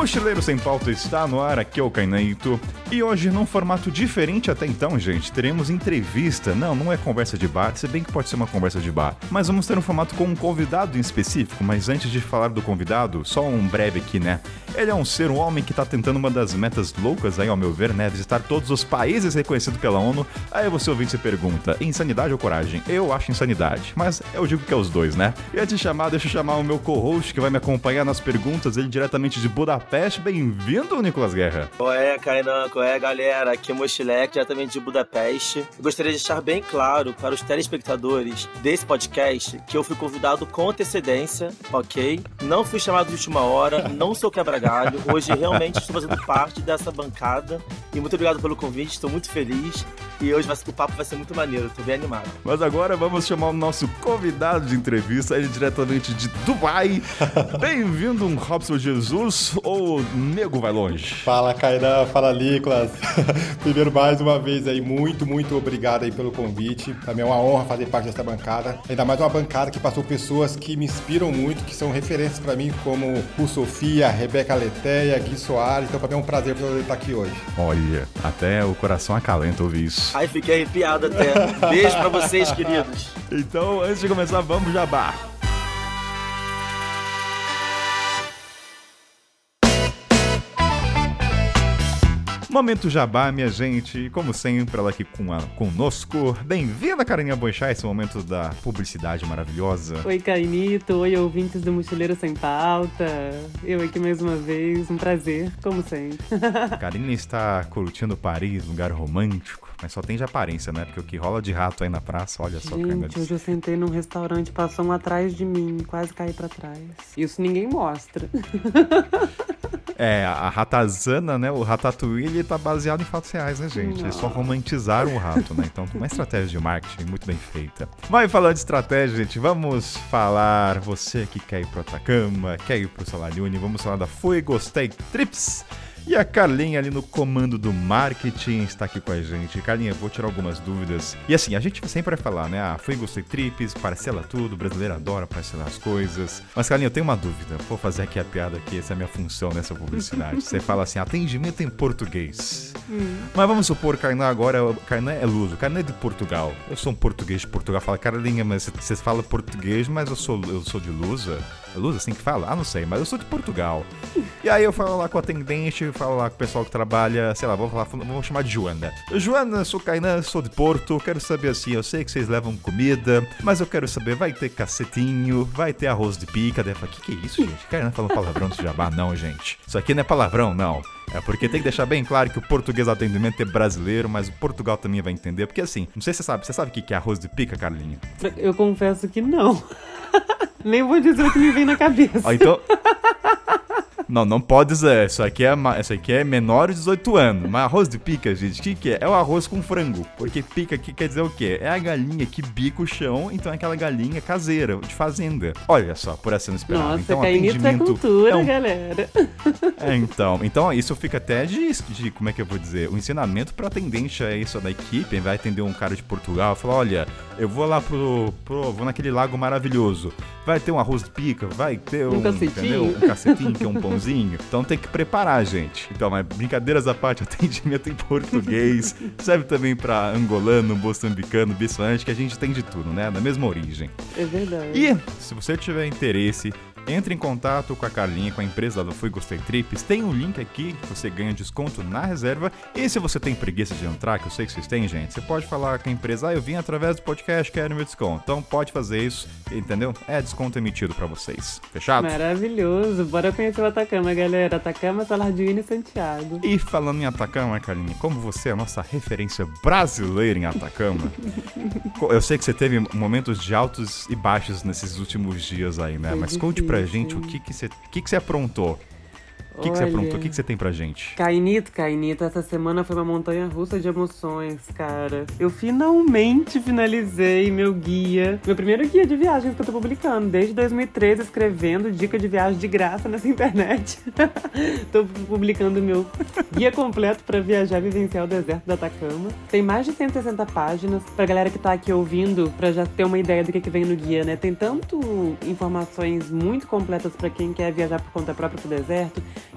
Mochileiro Sem Pauta está no ar, aqui é o Kainaito. E hoje, num formato diferente até então, gente, teremos entrevista. Não é conversa de bar, se bem que pode ser uma conversa de bar. Mas vamos ter um formato com um convidado em específico. Mas antes de falar do convidado, só um breve aqui, né? Ele é um homem que tá tentando uma das metas loucas aí, ao meu ver, né? Visitar todos os países reconhecidos pela ONU. Aí você ouvinte se pergunta, insanidade ou coragem? Eu acho insanidade, mas eu digo que é os dois, né? E antes de chamar, deixa eu chamar o meu co-host que vai me acompanhar nas perguntas, ele diretamente de Budapeste. Bem-vindo, Nicolas Guerra. Qual é, Kainan? Qual é, galera? Aqui é o Mochileque, diretamente de Budapeste. Eu gostaria de deixar bem claro para os telespectadores desse podcast que eu fui convidado com antecedência, ok? Não fui chamado de última hora, não sou quebra-galho. Hoje realmente estou fazendo parte dessa bancada. E muito obrigado pelo convite, estou muito feliz. E hoje o papo vai ser muito maneiro, estou bem animado. Mas agora vamos chamar o nosso convidado de entrevista, ele diretamente de Dubai. Bem-vindo, um Robson Jesus, ou Nego vai longe? Fala, Kainan, fala, Nicolas. Primeiro, mais uma vez aí, muito obrigado aí pelo convite. Também é uma honra fazer parte dessa bancada. Ainda mais uma bancada que passou pessoas que me inspiram muito, que são referências para mim, como o Sofia, Rebeca Leteia, Gui Soares. Então, para mim é um prazer poder estar aqui hoje. Olha, até o coração acalenta ouvir isso. Ai, fiquei arrepiado até. Beijo pra vocês, queridos. Então, antes de começar, vamos jabá. Momento Jabá, minha gente, como sempre, ela aqui conosco. Bem-vinda, Carinha Boixá, esse momento da publicidade maravilhosa. Oi, Kainito, oi, ouvintes do Mochileiro Sem Pauta. Eu aqui mais uma vez, um prazer, como sempre. Carinha está curtindo Paris, lugar romântico, mas só tem de aparência, né? Porque o que rola de rato aí na praça, olha só. Gente, hoje eu sentei num restaurante, passou um atrás de mim, quase caí pra trás. Isso ninguém mostra. É, a ratazana, né, o Ratatouille, ele tá baseado em fatos reais, né, gente? Eles só romantizaram o rato, né? Então, uma estratégia de marketing muito bem feita. Mas falando de estratégia, gente, vamos falar, você que quer ir pro Atacama, quer ir pro Salariune, vamos falar da Fui Gostei Trips. E a Carlinha ali no comando do marketing está aqui com a gente. Carlinha, vou tirar algumas dúvidas. E assim, a gente sempre vai falar, né? Fui Gostei Trips, parcela tudo, o brasileiro adora parcelar as coisas. Mas Carlinha, eu tenho uma dúvida. Vou fazer aqui a piada aqui, essa é a minha função nessa publicidade. Você fala assim, atendimento em português. Mas vamos supor, Carlinha agora, Carlinha é luso, Carlinha é de Portugal. Eu sou um português de Portugal. Fala, Carlinha, mas você fala português, mas eu sou de Lusa. É Lusa assim que fala? Ah, não sei, mas eu sou de Portugal. E aí eu falo lá com o atendente, falo lá com o pessoal que trabalha, sei lá, vou chamar de Joana. Joana, sou Kainan, sou de Porto, quero saber assim, eu sei que vocês levam comida, mas eu quero saber, vai ter cacetinho, vai ter arroz de pica? Daí eu falo, que é isso, gente? Kainan falando palavrão do Jabá? Não, gente. Isso aqui não é palavrão, não. É porque tem que deixar bem claro que o português atendimento é brasileiro, mas o Portugal também vai entender. Porque assim, não sei se você sabe o que é arroz de pica, Carlinha? Eu confesso que não. Nem vou dizer o que me vem na cabeça. Ó, então... Não pode dizer, isso aqui é menor de 18 anos. Mas arroz de pica, gente, o que é? É o arroz com frango. Porque pica aqui quer dizer o quê? É a galinha que bica o chão, então é aquela galinha caseira, de fazenda. Olha só, por essa não esperava. Nossa, então, Kainito é cultura, galera. Então isso fica até de, como é que eu vou dizer? O ensinamento pro atendente é isso da equipe, vai atender um cara de Portugal, fala, olha, eu vou lá vou naquele lago maravilhoso. Vai ter um arroz de pica, vai ter um cacetinho, entendeu? Um cacetinho, que é um pãozinho. Então tem que preparar, gente. Então, mas brincadeiras à parte, atendimento em português. Serve também pra angolano, moçambicano, biçante, que a gente tem de tudo, né? Da mesma origem. É verdade. E, se você tiver interesse, entre em contato com a Carlinha, com a empresa da Fui Gostei Trips. Tem um link aqui, você ganha desconto na reserva. E se você tem preguiça de entrar, que eu sei que vocês têm, gente, você pode falar com a empresa, eu vim através do podcast, quero meu desconto. Então pode fazer isso, entendeu? É desconto emitido pra vocês. Fechado? Maravilhoso. Bora conhecer o Atacama, galera. Atacama, Salardino e Santiago. E falando em Atacama, Carlinha, como você é a nossa referência brasileira em Atacama, eu sei que você teve momentos de altos e baixos nesses últimos dias aí, né? Mas conte pra gente o que você aprontou. O que você aprontou? O que você tem pra gente? Kainito, essa semana foi uma montanha russa de emoções, cara. Eu finalmente finalizei meu primeiro guia de viagens que eu tô publicando. Desde 2013, escrevendo dica de viagem de graça nessa internet. Tô publicando meu guia completo pra viajar e vivenciar o deserto da Atacama. Tem mais de 160 páginas. Pra galera que tá aqui ouvindo, pra já ter uma ideia do que vem no guia, né? Tem tanto informações muito completas pra quem quer viajar por conta própria pro deserto,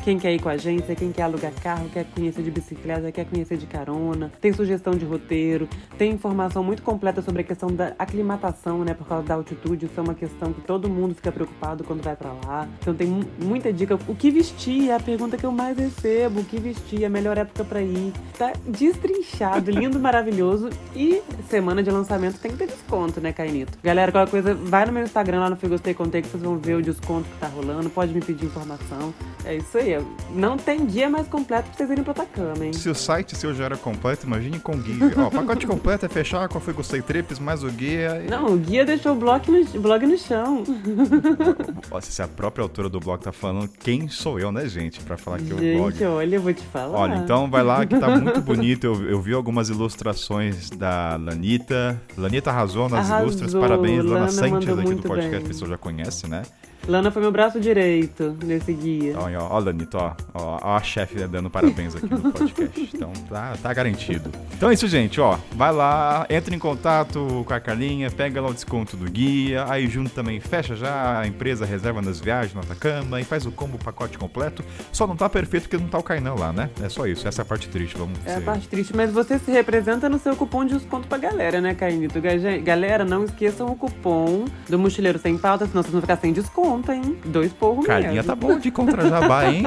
quem quer ir com a agência, quem quer alugar carro, quer conhecer de bicicleta, quer conhecer de carona, tem sugestão de roteiro, tem informação muito completa sobre a questão da aclimatação, né, por causa da altitude. Isso é uma questão que todo mundo fica preocupado quando vai pra lá. Então tem muita dica. O que vestir é a pergunta que eu mais recebo. O que vestir, a melhor época pra ir. Tá destrinchado, lindo, maravilhoso. E semana de lançamento tem que ter desconto, né, Cainito? Galera, qualquer coisa, vai no meu Instagram, lá no Fui Gostei Contei, que vocês vão ver o desconto que tá rolando. Pode me pedir informação. É isso aí. Não tem guia mais completo pra vocês irem pro Atacama, hein? Se o site seu já era completo, imagine com guia. Ó, pacote completo é fechar com a Fui Gostei Trips, mais o guia. Não, o guia deixou o blog no chão. Nossa, se a própria autora do blog tá falando, quem sou eu, né, gente? Pra falar que gente, o blog... olha, eu vou te falar. Olha, então vai lá que tá muito bonito. Eu vi algumas ilustrações da Lanita. Lanita arrasou nas ilustras. Parabéns, Lana Sanches aqui do podcast, que a pessoa já conhece, né? Lana foi meu braço direito nesse guia. Ó, Lanita, ó a chefe dando parabéns aqui no podcast. Então tá garantido. Então é isso, gente, ó. Vai lá, entra em contato com a Carlinha, pega lá o desconto do guia, aí junto também fecha já a empresa, reserva nas viagens no Atacama e faz o combo pacote completo. Só não tá perfeito porque não tá o Cainão lá, né? É só isso, essa é a parte triste, vamos dizer. É a parte triste, mas você se representa no seu cupom de desconto pra galera, né, Cainito? Galera, não esqueçam o cupom do Mochileiro Sem Pauta, senão vocês vão ficar sem desconto. Hein? 2 porros mesmo. Carlinha tá bom de contra jabá, hein?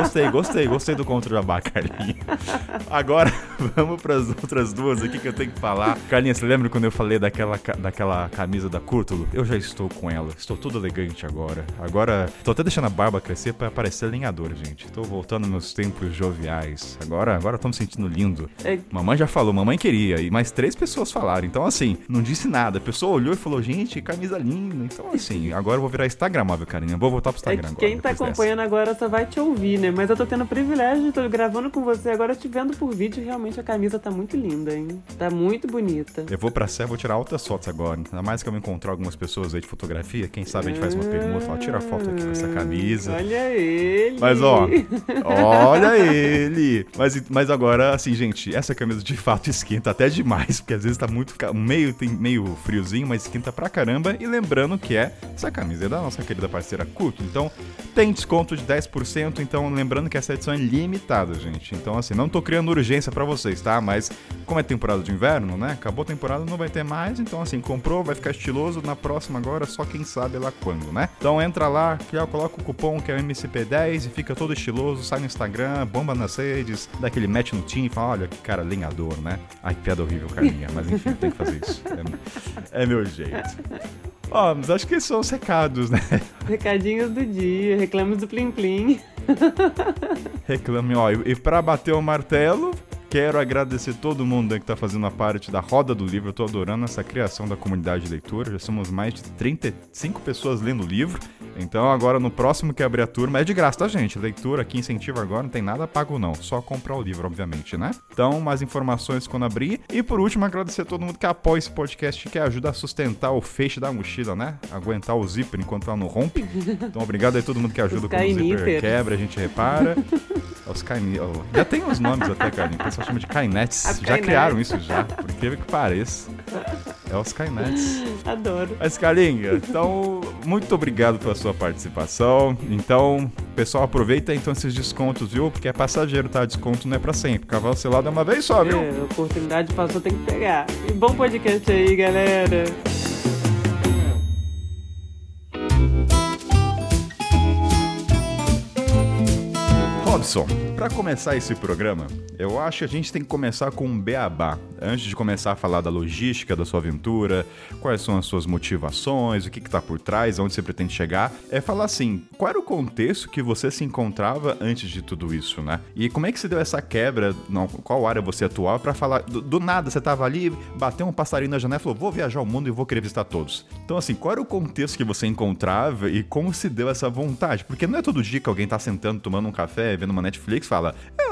Gostei do contra jabá, Carlinha. Agora, vamos pras outras duas aqui que eu tenho que falar. Carlinha, você lembra quando eu falei daquela camisa da Curtulo? Eu já estou com ela. Estou todo elegante agora. Agora, tô até deixando a barba crescer pra parecer lenhador, gente. Tô voltando aos meus tempos joviais. Agora tô me sentindo lindo. Mamãe já falou, mamãe queria. E mais 3 pessoas falaram. Então, assim, não disse nada. A pessoa olhou e falou, gente, camisa linda. Então, assim, agora eu vou virar Instagram, Carinha. Vou voltar pro Instagram agora. Quem tá acompanhando agora só vai te ouvir, né? Mas eu tô tendo o privilégio de estar gravando com você agora, te vendo por vídeo. Realmente a camisa tá muito linda, hein? Tá muito bonita. Eu vou pra Sé, vou tirar altas fotos agora. Ainda mais que eu vou encontrar algumas pessoas aí de fotografia. Quem sabe a gente faz uma pergunta, fala, tira foto aqui com essa camisa. Olha ele! Mas ó, olha ele! Mas agora, assim, gente, essa camisa de fato esquenta até demais, porque às vezes tá muito tem meio friozinho, mas esquenta pra caramba. E lembrando que essa camisa é da nossa querida parceira Curto, então tem desconto de 10%, então lembrando que essa edição é limitada, gente. Então assim, não tô criando urgência pra vocês, tá? Mas como é temporada de inverno, né? Acabou a temporada, não vai ter mais, então assim, comprou, vai ficar estiloso, na próxima agora, só quem sabe lá quando, né? Então entra lá, coloca o cupom que é o MCP10 e fica todo estiloso, sai no Instagram, bomba nas redes, dá aquele match no team e fala, olha que cara lenhador, né? Ai, que piada horrível, Carlinha, mas enfim, tem que fazer isso. É meu jeito. Ó, mas acho que esses são os recados, né? Recadinhos do dia, reclamos do Plim Plim. Reclame, ó, e pra bater o martelo, quero agradecer todo mundo aí que tá fazendo a parte da Roda do Livro. Eu tô adorando essa criação da comunidade de leitura. Já somos mais de 35 pessoas lendo o livro. Então agora no próximo que abrir a turma, é de graça, tá, gente? Leitura aqui, incentivo agora, não tem nada pago não. Só comprar o livro, obviamente, né? Então, mais informações quando abrir. E por último, agradecer a todo mundo que apoia esse podcast, que ajuda a sustentar o feixe da mochila, né? Aguentar o zíper enquanto ela não rompe. Então, obrigado aí a todo mundo que ajuda quando o zíper quebra, a gente repara. Os já tem os nomes até, Carlinhos. O pessoal chama de Kainetes. Já criaram isso já, por incrível que pareça. É os Kainetes. Adoro. Mas, Carlinha, então, muito obrigado pela sua participação. Então, pessoal, aproveita então esses descontos, viu? Porque é passageiro, tá? Desconto não é pra sempre. Cavalo selado é uma vez só, viu? A oportunidade passou, tem que pegar. E bom podcast aí, galera. Robson, para começar esse programa, eu acho que a gente tem que começar com um beabá. Antes de começar a falar da logística da sua aventura, quais são as suas motivações, o que está por trás, aonde você pretende chegar, é falar assim, qual era o contexto que você se encontrava antes de tudo isso, né? E como é que se deu essa quebra, qual área você atuava para falar, do nada você tava ali, bateu um passarinho na janela e falou, vou viajar o mundo e vou querer visitar todos. Então assim, qual era o contexto que você encontrava e como se deu essa vontade? Porque não é todo dia que alguém tá sentando, tomando um café, vendo uma Netflix e fala, eu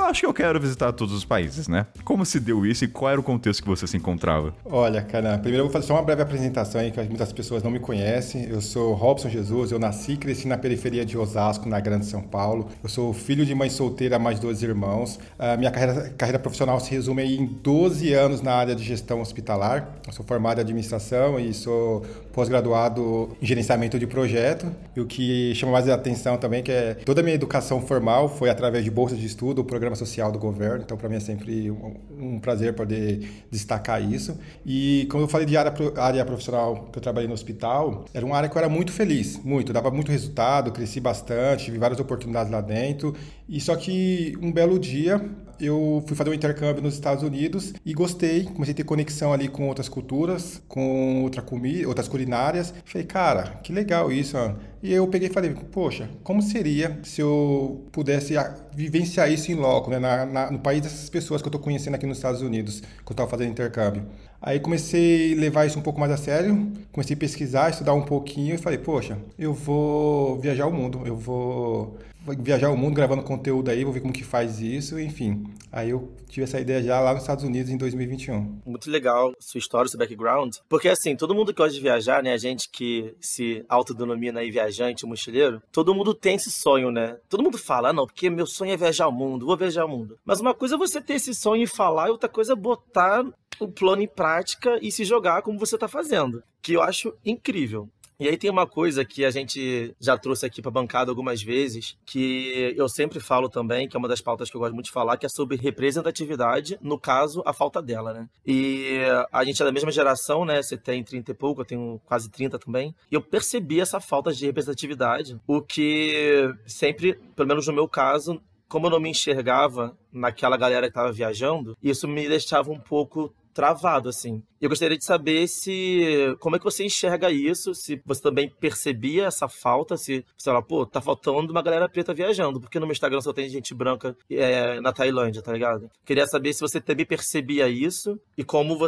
acho que eu quero visitar todos os países, né? Como se deu isso e qual era o contexto que você se encontrava? Olha, cara, primeiro eu vou fazer só uma breve apresentação aí, que muitas pessoas não me conhecem. Eu sou Robson Jesus, eu nasci e cresci na periferia de Osasco, na Grande São Paulo. Eu sou filho de mãe solteira, mais 2 irmãos. A minha carreira profissional se resume aí em 12 anos na área de gestão hospitalar. Eu sou formado em administração e sou pós-graduado em gerenciamento de projeto. E o que chama mais a atenção também que é toda a minha educação formal foi através de bolsa de estudo, o programa social do governo. Então, para mim é sempre um prazer poder destacar isso. E como eu falei de área profissional que eu trabalhei no hospital, era uma área que eu era muito feliz, muito, dava muito resultado, cresci bastante, tive várias oportunidades lá dentro. E só que um belo dia eu fui fazer um intercâmbio nos Estados Unidos e gostei, comecei a ter conexão ali com outras culturas, com outras culinárias. Falei, cara, que legal isso, ó. E eu peguei e falei, poxa, como seria se eu pudesse vivenciar isso em loco, né, no país dessas pessoas que eu estou conhecendo aqui nos Estados Unidos, que eu estava fazendo intercâmbio. Aí comecei a levar isso um pouco mais a sério, comecei a pesquisar, estudar um pouquinho e falei, poxa, eu vou viajar o mundo, eu vou viajar o mundo gravando conteúdo aí, vou ver como que faz isso, enfim. Aí eu tive essa ideia já lá nos Estados Unidos em 2021. Muito legal sua história, seu background, porque assim, todo mundo que gosta de viajar, né, a gente que se autodenomina aí viajante, mochileiro, todo mundo tem esse sonho, né? Todo mundo fala, não, porque meu sonho é viajar o mundo, vou viajar o mundo. Mas uma coisa é você ter esse sonho e falar, e outra coisa é botar o plano em prática e se jogar como você tá fazendo, que eu acho incrível. E aí tem uma coisa que a gente já trouxe aqui pra bancada algumas vezes, que eu sempre falo também, que é uma das pautas que eu gosto muito de falar, que é sobre representatividade, no caso, a falta dela, né? E a gente é da mesma geração, né? Você tem 30 e pouco, eu tenho quase 30 também. E eu percebi essa falta de representatividade, o que sempre, pelo menos no meu caso, como eu não me enxergava naquela galera que tava viajando, isso me deixava um pouco travado, assim. Eu gostaria de saber como é que você enxerga isso, se você também percebia essa falta, se você fala, pô, tá faltando uma galera preta viajando, porque no meu Instagram só tem gente branca na Tailândia, tá ligado? Queria saber se você também percebia isso e como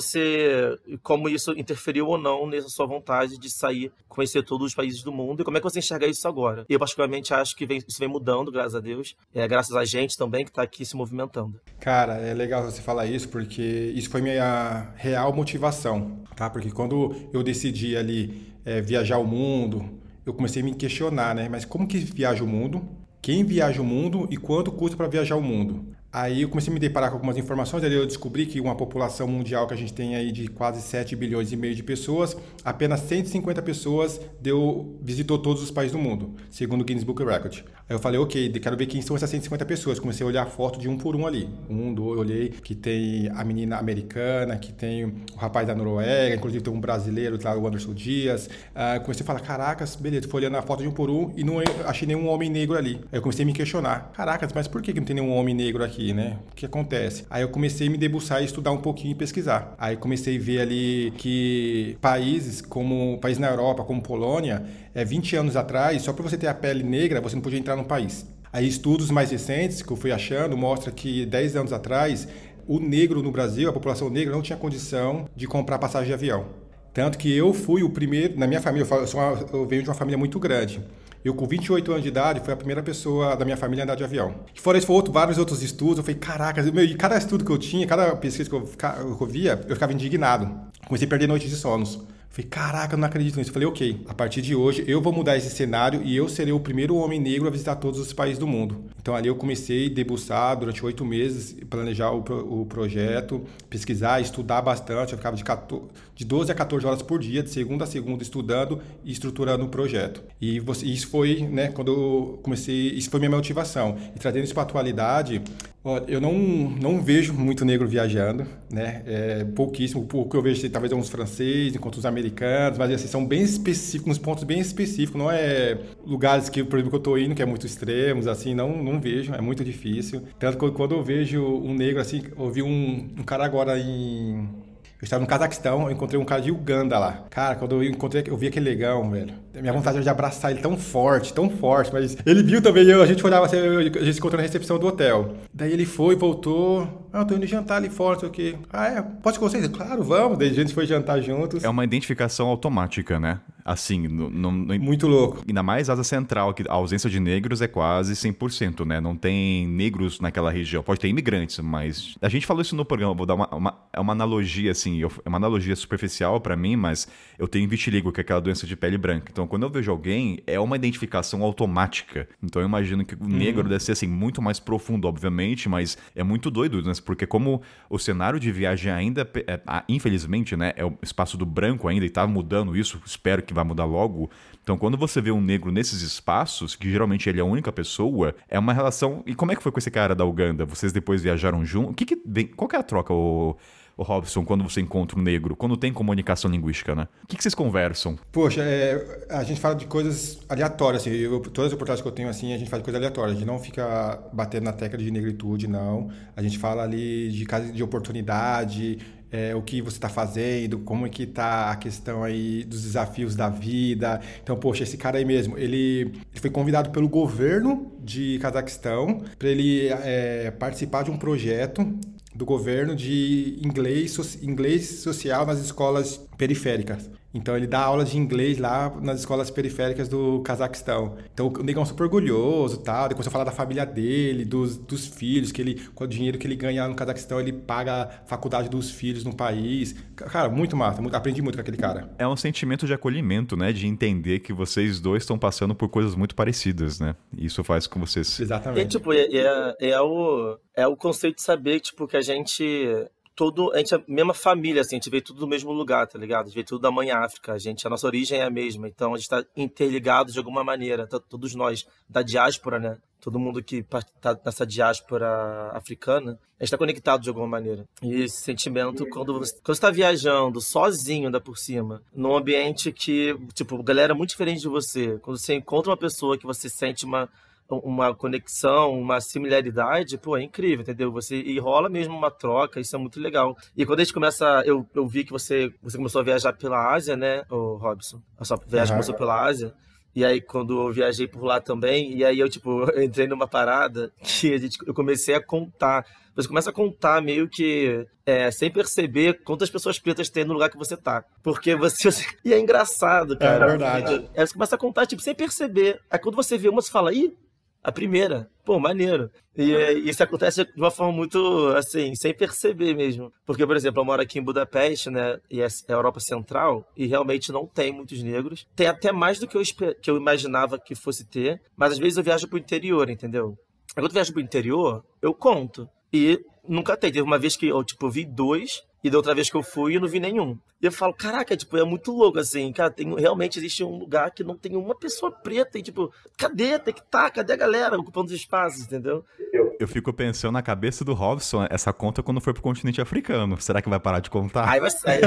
isso interferiu ou não nessa sua vontade de sair, conhecer todos os países do mundo, e como é que você enxerga isso agora? Eu particularmente acho que isso vem mudando, graças a Deus, graças a gente também que tá aqui se movimentando. Cara, é legal você falar isso, porque isso foi minha real motivação, tá? Porque quando eu decidi ali viajar o mundo, eu comecei a me questionar, né? Mas como que viaja o mundo? Quem viaja o mundo e quanto custa para viajar o mundo? Aí eu comecei a me deparar com algumas informações, aí eu descobri que uma população mundial que a gente tem aí de quase 7 bilhões e meio de pessoas, apenas 150 pessoas visitou todos os países do mundo, segundo o Guinness Book Record. Aí eu falei, ok, quero ver quem são essas 150 pessoas. Comecei a olhar a foto de um por um ali. Eu olhei que tem a menina americana, que tem o rapaz da Noruega, inclusive tem um brasileiro lá, o Anderson Dias. Comecei a falar, caracas, beleza, fui olhando a foto de um por um e não achei nenhum homem negro ali. Aí eu comecei a me questionar, caracas, mas por que não tem nenhum homem negro aqui, né? O que acontece? Aí eu comecei a me debruçar e estudar um pouquinho e pesquisar. Aí comecei a ver ali que países na Europa, como Polônia, 20 anos atrás, só para você ter a pele negra, você não podia entrar no país. Aí estudos mais recentes que eu fui achando mostram que 10 anos atrás, o negro no Brasil, a população negra não tinha condição de comprar passagem de avião. Tanto que eu fui o primeiro, na minha família, eu venho de uma família muito grande. Eu, com 28 anos de idade, fui a primeira pessoa da minha família a andar de avião. E fora isso, vários outros estudos. Eu falei, caraca, e cada estudo que eu tinha, cada pesquisa que eu via, eu ficava indignado. Comecei a perder noites de sonos. Falei, caraca, eu não acredito nisso. Eu falei, ok, a partir de hoje eu vou mudar esse cenário e eu serei o primeiro homem negro a visitar todos os países do mundo. Então ali eu comecei a debruçar durante 8 meses, planejar o projeto, pesquisar, estudar bastante. Eu ficava de 12 a 14 horas por dia, de segunda a segunda, estudando e estruturando o projeto. E isso foi, né, quando eu comecei, isso foi minha motivação. E trazendo isso para a atualidade, eu não vejo muito negro viajando, né? Pouquíssimo. O que eu vejo talvez é uns franceses, enquanto os americanos, mas assim, são bem específicos, uns pontos bem específicos. Não é lugares que, por exemplo, que eu tô indo, que é muito extremos, assim, não vejo, é muito difícil. Tanto que quando eu vejo um negro, assim, eu vi um cara agora eu estava no Cazaquistão, eu encontrei um cara de Uganda lá. Cara, quando eu vi aquele negão, velho. Minha vontade era de abraçar ele tão forte, mas ele viu também, a gente olhava assim, a gente se encontrou na recepção do hotel. Daí ele foi, voltou, Eu tô indo jantar ali fora, não sei o quê. Pode com vocês? Claro, vamos. Daí a gente foi jantar juntos. É uma identificação automática, né? Assim, Muito louco. Ainda mais Ásia Central, que a ausência de negros é quase 100%, né? Não tem negros naquela região. Pode ter imigrantes, mas... A gente falou isso no programa, vou dar uma analogia, assim, é uma analogia superficial pra mim, mas eu tenho vitiligo, que é aquela doença de pele branca. Então, quando eu vejo alguém, é uma identificação automática. Então, eu imagino que o negro deve ser, assim, muito mais profundo, obviamente, mas é muito doido, né? Porque como o cenário de viagem ainda, infelizmente, né, é o espaço do branco ainda e tá mudando isso, espero que vai mudar logo. Então, quando você vê um negro nesses espaços, que geralmente ele é a única pessoa, é uma relação... E como é que foi com esse cara da Uganda? Vocês depois viajaram juntos? Qual que é a troca, o Robson, quando você encontra um negro? Quando tem comunicação linguística, né? O que vocês conversam? Poxa, a gente fala de coisas aleatórias, assim. Todas as oportunidades que eu tenho, assim, a gente fala de coisa aleatória. A gente não fica batendo na tecla de negritude, não. A gente fala ali de casos de oportunidade, o que você está fazendo, como é que está a questão aí dos desafios da vida. Então, poxa, esse cara aí mesmo, ele foi convidado pelo governo de Cazaquistão para ele participar de um projeto do governo de inglês social nas escolas periféricas. Então ele dá aula de inglês lá nas escolas periféricas do Cazaquistão. Então o negão é super orgulhoso, tal. Depois eu falo da família dele, dos filhos, com o dinheiro que ele ganha lá no Cazaquistão, ele paga a faculdade dos filhos no país. Cara, muito massa, aprendi muito com aquele cara. É um sentimento de acolhimento, né? De entender que vocês dois estão passando por coisas muito parecidas, né? Isso faz com vocês... Exatamente. E, tipo, é o conceito de saber, tipo, que a gente é a mesma família, assim, a gente veio tudo do mesmo lugar, tá ligado? A gente veio tudo da mãe África, a nossa origem é a mesma, então a gente tá interligado de alguma maneira, todos nós, da diáspora, né? Todo mundo que tá nessa diáspora africana, a gente tá conectado de alguma maneira. E esse sentimento, quando você tá viajando sozinho, ainda por cima, num ambiente que, tipo, galera muito diferente de você, quando você encontra uma pessoa que você sente uma conexão, uma similaridade, pô, é incrível, entendeu? E rola mesmo uma troca, isso é muito legal. E quando a gente começa, eu vi que você começou a viajar pela Ásia, né, Robson? A sua viagem começou pela Ásia. E aí, quando eu viajei por lá também, e aí eu entrei numa parada que eu comecei a contar. Você começa a contar meio que, sem perceber quantas pessoas pretas tem no lugar que você tá. Porque você... E é engraçado, cara. É verdade. Aí você começa a contar, tipo, sem perceber. Aí quando você vê uma, você fala, ih, a primeira. Pô, maneiro. E isso acontece de uma forma muito, assim, sem perceber mesmo. Porque, por exemplo, eu moro aqui em Budapeste, né? E é a Europa Central. E realmente não tem muitos negros. Tem até mais do que eu imaginava que fosse ter. Mas às vezes eu viajo pro interior, entendeu? Aí quando eu viajo pro interior, eu conto. E nunca tem. Teve uma vez que eu, tipo, vi 2. E da outra vez que eu fui, eu não vi nenhum. E eu falo, caraca, tipo, é muito louco, assim. Cara, realmente existe um lugar que não tem uma pessoa preta. E, tipo, cadê? Cadê a galera ocupando os espaços, entendeu? Eu fico pensando na cabeça do Robson, essa conta quando for pro continente africano. Será que vai parar de contar? Aí vai sair.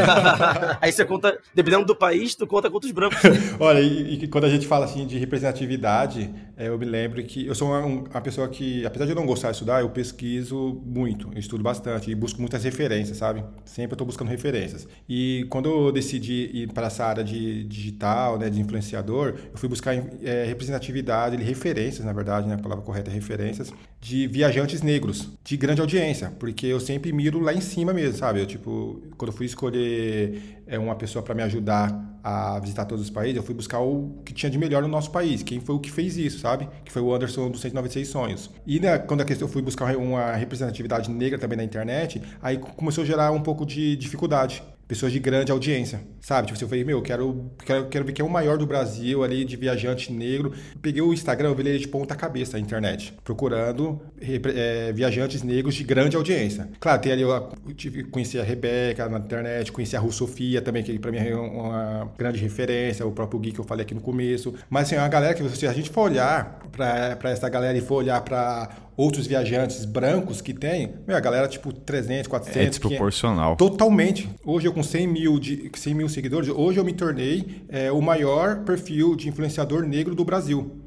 Aí você conta, dependendo do país, tu conta quantos brancos. Olha, e quando a gente fala, assim, de representatividade, eu me lembro que eu sou uma pessoa que, apesar de eu não gostar de estudar, eu pesquiso muito, eu estudo bastante e busco muitas referências, sabe? Sempre eu estou buscando referências. E quando eu decidi ir para essa área de digital, né, de influenciador, eu fui buscar representatividade, referências, na verdade, né, a palavra correta é referências, de viajantes negros, de grande audiência, porque eu sempre miro lá em cima mesmo, sabe? Quando eu fui escolher uma pessoa para me ajudar a visitar todos os países, eu fui buscar o que tinha de melhor no nosso país, quem foi o que fez isso, sabe? Que foi o Anderson dos 196 Sonhos. E quando eu fui buscar uma representatividade negra também na internet, aí começou a gerar um pouco de dificuldade. Pessoas de grande audiência, sabe? Tipo, eu falei, eu quero ver quem é o maior do Brasil ali, de viajante negro. Eu peguei o Instagram, eu vi ele de ponta cabeça na internet, procurando viajantes negros de grande audiência. Claro, tem ali, conheci a Rebeca na internet, conheci a Ru Sofia também, que pra mim é uma grande referência, o próprio Gui que eu falei aqui no começo. Mas assim, é uma galera que, se a gente for olhar pra essa galera e for olhar pra outros viajantes brancos que tem, a galera tipo 300, 400... É desproporcional. 500, totalmente. Hoje eu com 100 mil seguidores, hoje eu me tornei o maior perfil de influenciador negro do Brasil.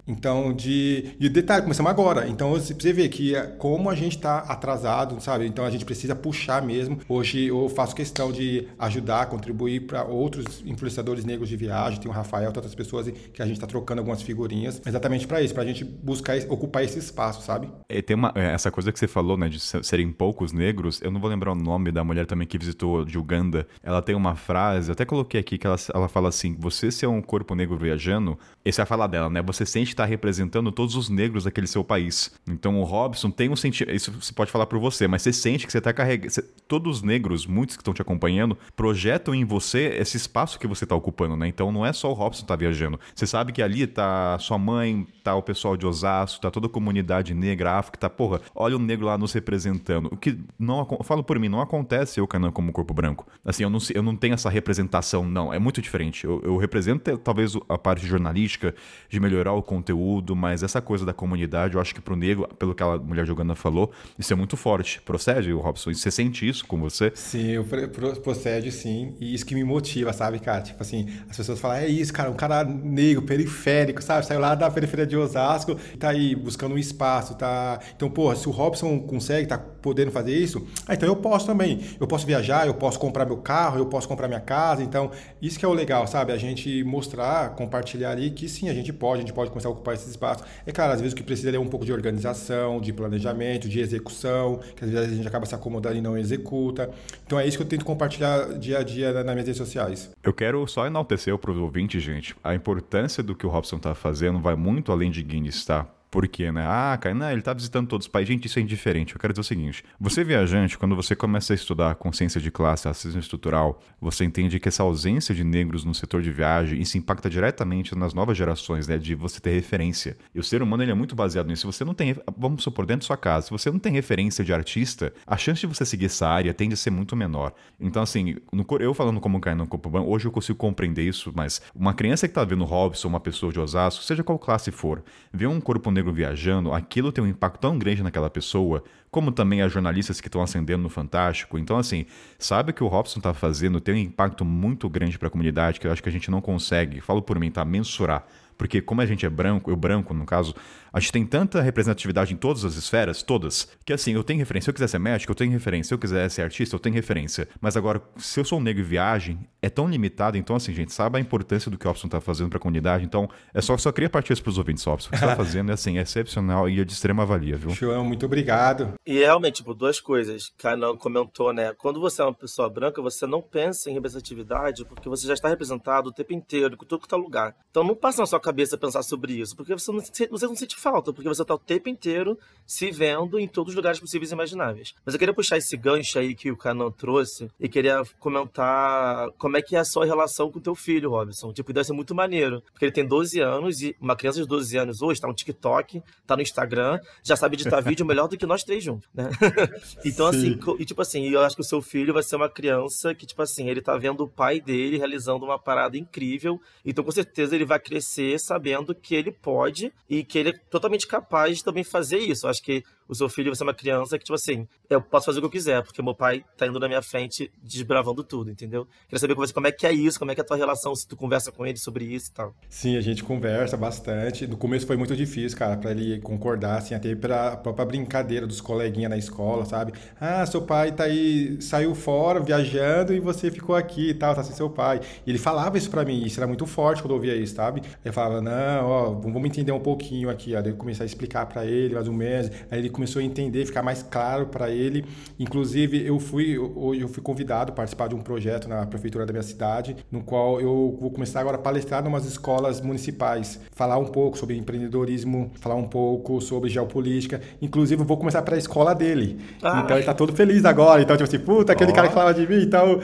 Então, de detalhe, começamos agora. Então, você vê que como a gente está atrasado, sabe? Então, a gente precisa puxar mesmo. Hoje, eu faço questão de ajudar, contribuir para outros influenciadores negros de viagem. Tem o Rafael, tantas pessoas que a gente está trocando algumas figurinhas. Exatamente para isso, para a gente buscar ocupar esse espaço, sabe? Tem essa coisa que você falou, né, de serem poucos negros. Eu não vou lembrar o nome da mulher também que visitou de Uganda. Ela tem uma frase, eu até coloquei aqui, que ela fala assim: você ser um corpo negro viajando, essa é a fala dela, né? Você sente estar representando todos os negros daquele seu país. Então o Robson tem um sentimento, isso você pode falar por você, mas você sente que você está carregando, todos os negros, muitos que estão te acompanhando, projetam em você esse espaço que você está ocupando, né? Então não é só o Robson que tá viajando. Você sabe que ali tá sua mãe, tá o pessoal de Osasco, tá toda a comunidade negra, África, tá, porra, olha o negro lá nos representando. O que não, eu falo por mim, não acontece eu, Kainan, como corpo branco. Assim, eu não tenho essa representação, não. É muito diferente. Eu represento talvez a parte jornalística, de melhorar o conteúdo, mas essa coisa da comunidade, eu acho que pro negro, pelo que a mulher jogando falou, isso é muito forte. Procede, Robson? Você sente isso com você? Sim, procede sim. E isso que me motiva, sabe, cara? Tipo assim, as pessoas falam, é isso, cara, um cara negro, periférico, sabe? Saiu lá da periferia de Osasco, tá aí buscando um espaço, tá? Então, pô, se o Robson consegue, tá podendo fazer isso, então eu posso também. Eu posso viajar, eu posso comprar meu carro, eu posso comprar minha casa. Então, isso que é o legal, sabe? A gente mostrar, compartilhar ali que sim, a gente pode começar a ocupar esse espaço. É claro, às vezes o que precisa é um pouco de organização, de planejamento, de execução, que às vezes a gente acaba se acomodando e não executa. Então é isso que eu tento compartilhar dia a dia nas minhas redes sociais. Eu quero só enaltecer para os ouvintes, gente. A importância do que o Robson tá fazendo vai muito além de Guinness, tá? Por quê, né? Kainan, ele tá visitando todos os países. Gente, isso é indiferente. Eu quero dizer o seguinte. Você viajante, quando você começa a estudar consciência de classe, racismo estrutural, você entende que essa ausência de negros no setor de viagem, isso impacta diretamente nas novas gerações, né? De você ter referência. E o ser humano, ele é muito baseado nisso. Se você não tem, vamos supor, dentro da sua casa, se você não tem referência de artista, a chance de você seguir essa área tende a ser muito menor. Então, assim, eu falando como Kainan Coppoban, hoje eu consigo compreender isso, mas uma criança que tá vendo o Robson, uma pessoa de Osasco, seja qual classe for, ver um corpo negro viajando, aquilo tem um impacto tão grande naquela pessoa, como também as jornalistas que estão ascendendo no Fantástico. Então, assim, sabe o que o Robson tá fazendo tem um impacto muito grande para a comunidade, que eu acho que a gente não consegue, falo por mim, tá, mensurar. Porque como a gente é branco, eu branco no caso, a gente tem tanta representatividade em todas as esferas, todas, que assim, eu tenho referência. Se eu quiser ser médico, eu tenho referência. Se eu quiser ser artista, eu tenho referência. Mas agora, se eu sou um negro e viagem, é tão limitado. Então assim, gente, sabe a importância do que o Robson tá fazendo pra comunidade? Então, só queria partir isso pros ouvintes, Robson. O que você tá fazendo é assim, é excepcional e é de extrema valia, viu? João, muito obrigado. E realmente, tipo, duas coisas. Kainan comentou, né? Quando você é uma pessoa branca, você não pensa em representatividade porque você já está representado o tempo inteiro, em tudo que tá lugar. Então não passa na sua cabeça pensar sobre isso, porque você não sente falta, porque você tá o tempo inteiro se vendo em todos os lugares possíveis e imagináveis. Mas eu queria puxar esse gancho aí que o Kainan trouxe e queria comentar como é que é a sua relação com o teu filho, Robson. Tipo, deve ser muito maneiro, porque ele tem 12 anos e uma criança de 12 anos hoje tá no TikTok, tá no Instagram, já sabe editar vídeo melhor do que nós três juntos, né? Então, assim, e tipo assim, eu acho que o seu filho vai ser uma criança que, tipo assim, ele tá vendo o pai dele realizando uma parada incrível, então com certeza ele vai crescer sabendo que ele pode e que ele é totalmente capaz de também fazer isso. Eu acho que o seu filho vai ser uma criança que, tipo assim, eu posso fazer o que eu quiser, porque meu pai tá indo na minha frente desbravando tudo, entendeu? Queria saber com você como é que é isso, como é que é a tua relação, se tu conversa com ele sobre isso e tal. Sim, a gente conversa bastante. No começo foi muito difícil, cara, pra ele concordar, assim, até pela própria brincadeira dos coleguinhas na escola, sabe? Seu pai tá aí, saiu fora viajando e você ficou aqui e tal, tá sem seu pai. E ele falava isso pra mim, isso era muito forte quando eu ouvia isso, sabe? Ele falava, não, vamos entender um pouquinho aqui, ó. Daí eu comecei a explicar pra ele, mais ou menos, aí ele começou a entender, ficar mais claro para ele. Inclusive, hoje eu fui convidado a participar de um projeto na prefeitura da minha cidade, no qual eu vou começar agora a palestrar em umas escolas municipais, falar um pouco sobre empreendedorismo, falar um pouco sobre geopolítica. Inclusive, eu vou começar para a escola dele. Então, ele tá todo feliz agora. Então, tipo assim, puta, aquele cara que falava de mim, então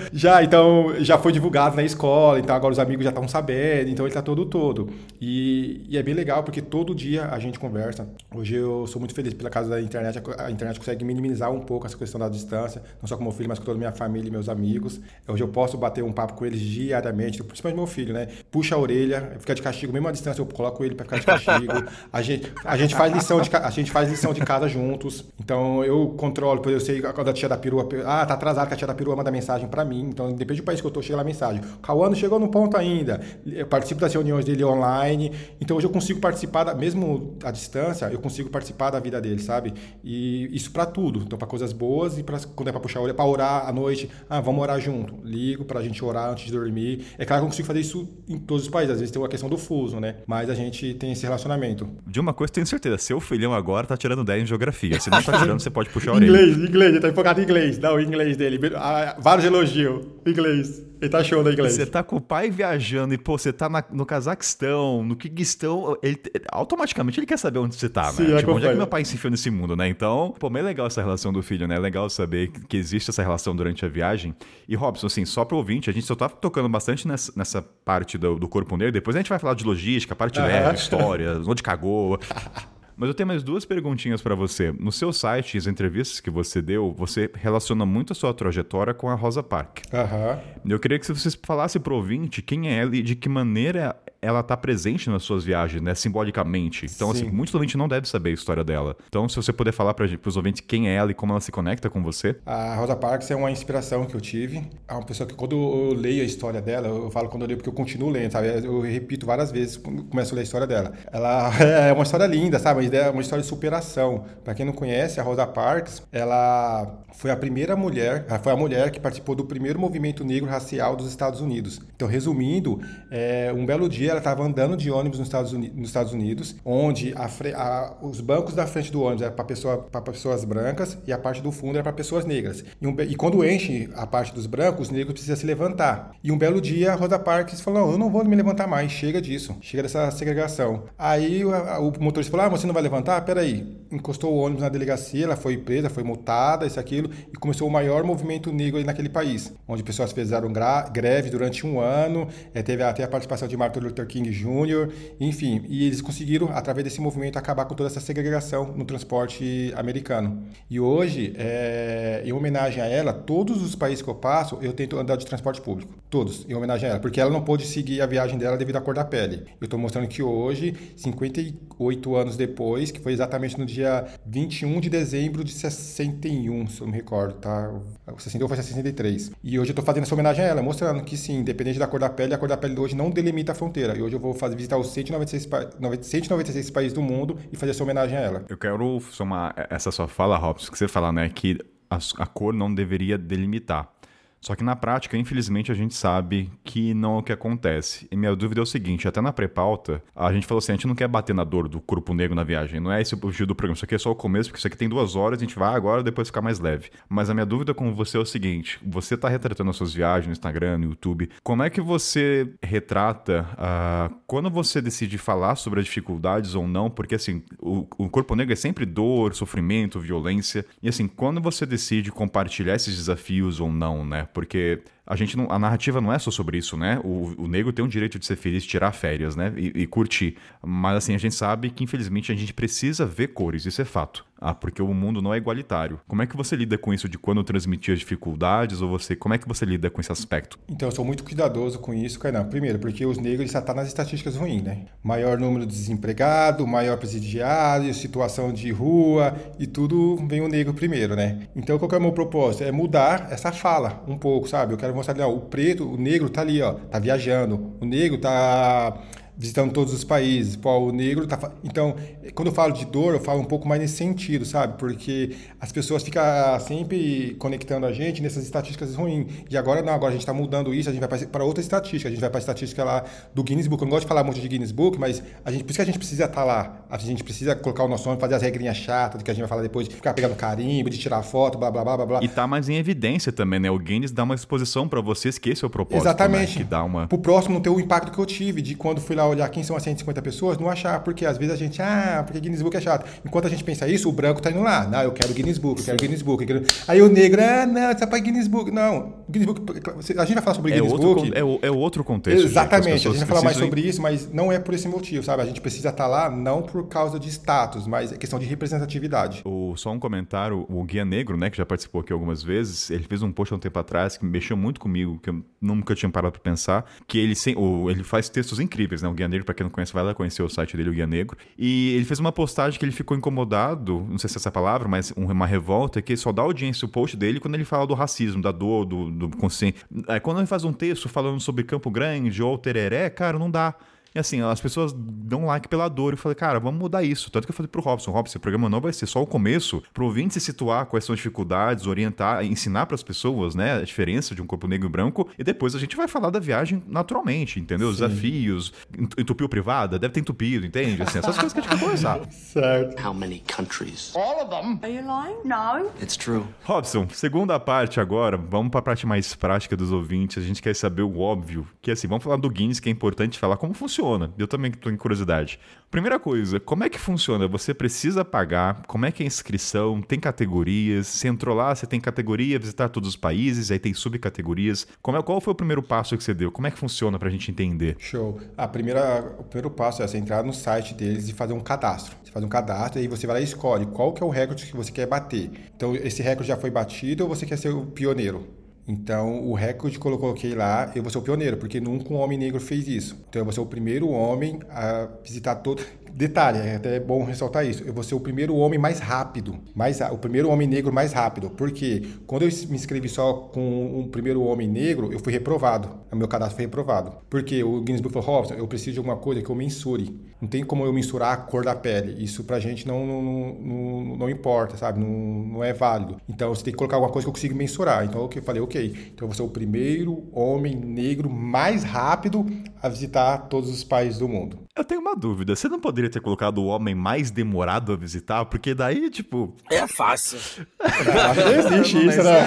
já foi divulgado na escola, então agora os amigos já estão sabendo, então ele tá todo. E é bem legal, porque todo dia a gente conversa. Hoje eu sou muito feliz pela casa a internet consegue minimizar um pouco essa questão da distância, não só com meu filho, mas com toda a minha família e meus amigos. Hoje eu posso bater um papo com eles diariamente, principalmente meu filho, né? Puxa a orelha, fica de castigo, mesmo à distância eu coloco ele para ficar de castigo. A gente faz lição de casa juntos. Então eu controlo, eu sei quando a tia da perua, tá atrasado, que a tia da perua manda mensagem para mim. Então depende do país que eu tô, chega lá a mensagem. O Cauã não chegou no ponto ainda. Eu participo das reuniões dele online. Então hoje eu consigo participar, mesmo à distância, eu consigo participar da vida dele, sabe? E isso para tudo. Então para coisas boas e quando é para puxar a orelha, para orar à noite, vamos orar junto. Ligo pra gente orar antes de dormir. É claro que eu consigo fazer isso em todos os países. Às vezes tem uma questão do fuso, né? Mas a gente tem esse relacionamento. De uma coisa tenho certeza, seu filhão agora tá tirando 10 em geografia. Se não tá tirando, você pode puxar a orelha. Inglês, ele tá enfocado em inglês. Não, o inglês dele. Vários elogios. Inglês. Ele tá show da inglês. Você tá com o pai viajando e, pô, você tá no Cazaquistão, no Quirguistão, automaticamente ele quer saber onde você tá, Sim, né? Tipo, onde é que meu pai se enfiou nesse mundo, né? Então, pô, mas é legal essa relação do filho, né? É legal saber que existe essa relação durante a viagem. E, Robson, assim, só pro ouvinte, a gente só tá tocando bastante nessa parte do corpo negro, depois a gente vai falar de logística, parte leve, história, onde cagou... Mas eu tenho mais 2 perguntinhas para você. No seu site, as entrevistas que você deu, você relaciona muito a sua trajetória com a Rosa Parks. Eu queria que você falasse pro ouvinte quem é ela e de que maneira ela está presente nas suas viagens, né, simbolicamente. Então, assim, muitos ouvintes não devem saber a história dela. Então, se você puder falar para os ouvintes quem é ela e como ela se conecta com você. A Rosa Parks é uma inspiração que eu tive. É uma pessoa que, quando eu leio a história dela, eu falo quando eu leio porque eu continuo lendo, sabe? Eu repito várias vezes quando começo a ler a história dela. Ela é uma história linda, sabe? É uma história de superação. Para quem não conhece, a Rosa Parks, ela foi a mulher que participou do primeiro movimento negro racial dos Estados Unidos. Então, resumindo, um belo dia ela estava andando de ônibus nos Estados Unidos, onde os bancos da frente do ônibus eram para pessoas brancas e a parte do fundo era para pessoas negras. E quando enche a parte dos brancos, os negros precisam se levantar. E um belo dia a Rosa Parks falou: não, eu não vou me levantar mais, chega disso, chega dessa segregação. Aí o motorista falou: você não vai levantar? Peraí. Encostou o ônibus na delegacia, ela foi presa, foi multada, isso, aquilo, e começou o maior movimento negro aí naquele país, onde pessoas fizeram greve durante um ano, teve até a participação de Martin Luther King Jr., enfim, e eles conseguiram, através desse movimento, acabar com toda essa segregação no transporte americano. E hoje, em homenagem a ela, todos os países que eu passo, eu tento andar de transporte público. Todos, em homenagem a ela, porque ela não pôde seguir a viagem dela devido à cor da pele. Eu estou mostrando que hoje, 58 anos depois, que foi exatamente no dia 21 de dezembro de 61, se eu me recordo, tá? 61 foi 63. E hoje eu estou fazendo essa homenagem a ela, mostrando que sim, independente da cor da pele, a cor da pele de hoje não delimita a fronteira. E hoje eu vou visitar os 196 países do mundo e fazer essa homenagem a ela. Eu quero somar essa sua fala, Robson, que você fala, né, que a cor não deveria delimitar. Só que na prática, infelizmente, a gente sabe que não é o que acontece. E minha dúvida é o seguinte, até na pré-pauta, a gente falou assim, a gente não quer bater na dor do corpo negro na viagem, não é esse o objetivo do programa, isso aqui é só o começo, porque isso aqui tem 2 horas, a gente vai agora, depois ficar mais leve. Mas a minha dúvida com você é o seguinte, você tá retratando as suas viagens no Instagram, no YouTube, como é que você retrata quando você decide falar sobre as dificuldades ou não, porque assim, o corpo negro é sempre dor, sofrimento, violência, e assim, quando você decide compartilhar esses desafios ou não, né? Porque a narrativa não é só sobre isso, né? O negro tem o direito de ser feliz, tirar férias, né? E curtir. Mas assim, a gente sabe que infelizmente a gente precisa ver cores, isso é fato. Porque o mundo não é igualitário. Como é que você lida com isso de quando transmitir as dificuldades? Ou como é que você lida com esse aspecto? Então, eu sou muito cuidadoso com isso, Kainan. Primeiro, porque os negros já estão nas estatísticas ruins, né? Maior número de desempregado, maior presidiário, situação de rua e tudo vem o negro primeiro, né? Então, qual que é o meu propósito? É mudar essa fala um pouco, sabe? Eu quero mostrar ali, o preto, o negro tá ali, tá viajando. O negro tá visitando todos os países. O negro tá... Então, quando eu falo de dor, eu falo um pouco mais nesse sentido, sabe? Porque as pessoas ficam sempre conectando a gente nessas estatísticas ruins. E agora não, agora a gente está mudando isso, a gente vai para outra estatística. A gente vai para a estatística lá do Guinness Book. Eu não gosto de falar muito de Guinness Book, mas por isso que a gente precisa estar lá. A gente precisa colocar o nosso nome, fazer as regrinhas chatas, que a gente vai falar depois, de ficar pegando carimbo, de tirar foto, blá, blá, blá, blá, blá. E tá mais em evidência também, né? O Guinness dá uma exposição para vocês, que esse é o propósito. Exatamente. Né? Que dá uma... Pro próximo não ter o impacto que eu tive de quando fui lá olhar quem são as 150 pessoas, não achar, porque às vezes a gente, porque Guinness Book é chato. Enquanto a gente pensa isso, o branco tá indo lá. Não, eu quero Guinness Book, eu quero Guinness Book. Aí o negro, não, você vai Guinness Book. Não, Guinness Book, a gente vai falar sobre Guinness Book. É outro contexto. Exatamente, a gente vai falar mais sobre isso, mas não é por esse motivo, sabe? A gente precisa estar lá não por causa de status, mas é questão de representatividade. Só um comentário, o Guia Negro, né, que já participou aqui algumas vezes, ele fez um post há um tempo atrás que me mexeu muito comigo, que eu nunca tinha parado pra pensar, que ele faz textos incríveis, né? O Guia Negro, pra quem não conhece, vai lá conhecer o site dele, o Guia Negro. E ele fez uma postagem que ele ficou incomodado, não sei se é essa palavra, mas uma revolta, que só dá audiência o post dele quando ele fala do racismo, da dor, do consciente. Quando ele faz um texto falando sobre Campo Grande ou Tereré, cara, não dá. E assim, as pessoas dão like pela dor. Eu falei, cara, vamos mudar isso. Tanto que eu falei pro Robson, esse programa não vai ser só o começo, pro ouvinte se situar quais são as dificuldades, orientar, ensinar pras pessoas, né, a diferença de um corpo negro e branco, e depois a gente vai falar da viagem naturalmente, entendeu? Os desafios, entupiu privada, deve ter entupido, entende? Assim, essas coisas que a gente vai conversar. Certo. How many countries? All of them. Are you lying? No. It's true. Robson, segunda parte agora, vamos pra parte mais prática dos ouvintes, a gente quer saber o óbvio, que assim, vamos falar do Guinness, que é importante falar como funciona. Eu também estou em curiosidade. Primeira coisa, como é que funciona? Você precisa pagar? Como é que é a inscrição? Tem categorias? Você entrou lá, você tem categoria, visitar todos os países, aí tem subcategorias. Qual foi o primeiro passo que você deu? Como é que funciona pra gente entender? Show. O primeiro passo é você entrar no site deles e fazer um cadastro. Você faz um cadastro e aí você vai lá e escolhe qual que é o recorde que você quer bater. Então, esse recorde já foi batido ou você quer ser o pioneiro? Então, o recorde que eu coloquei lá, eu vou ser o pioneiro, porque nunca um homem negro fez isso. Então, eu vou ser o primeiro homem a visitar todo... Detalhe, é até bom ressaltar isso. Eu vou ser o primeiro homem mais rápido. O primeiro homem negro mais rápido. Porque quando eu me inscrevi só com o primeiro homem negro, eu fui reprovado. O meu cadastro foi reprovado. Porque o Guinness Book falou, Robson, eu preciso de alguma coisa que eu mensure. Não tem como eu mensurar a cor da pele. Isso pra gente não importa, sabe? Não é válido. Então, você tem que colocar alguma coisa que eu consiga mensurar. Então, eu falei, ok. Então, eu vou ser o primeiro homem negro mais rápido a visitar todos os países do mundo. Eu tenho uma dúvida. Você não poderia ter colocado o homem mais demorado a visitar? Porque daí, tipo... É fácil. Não existe isso, né?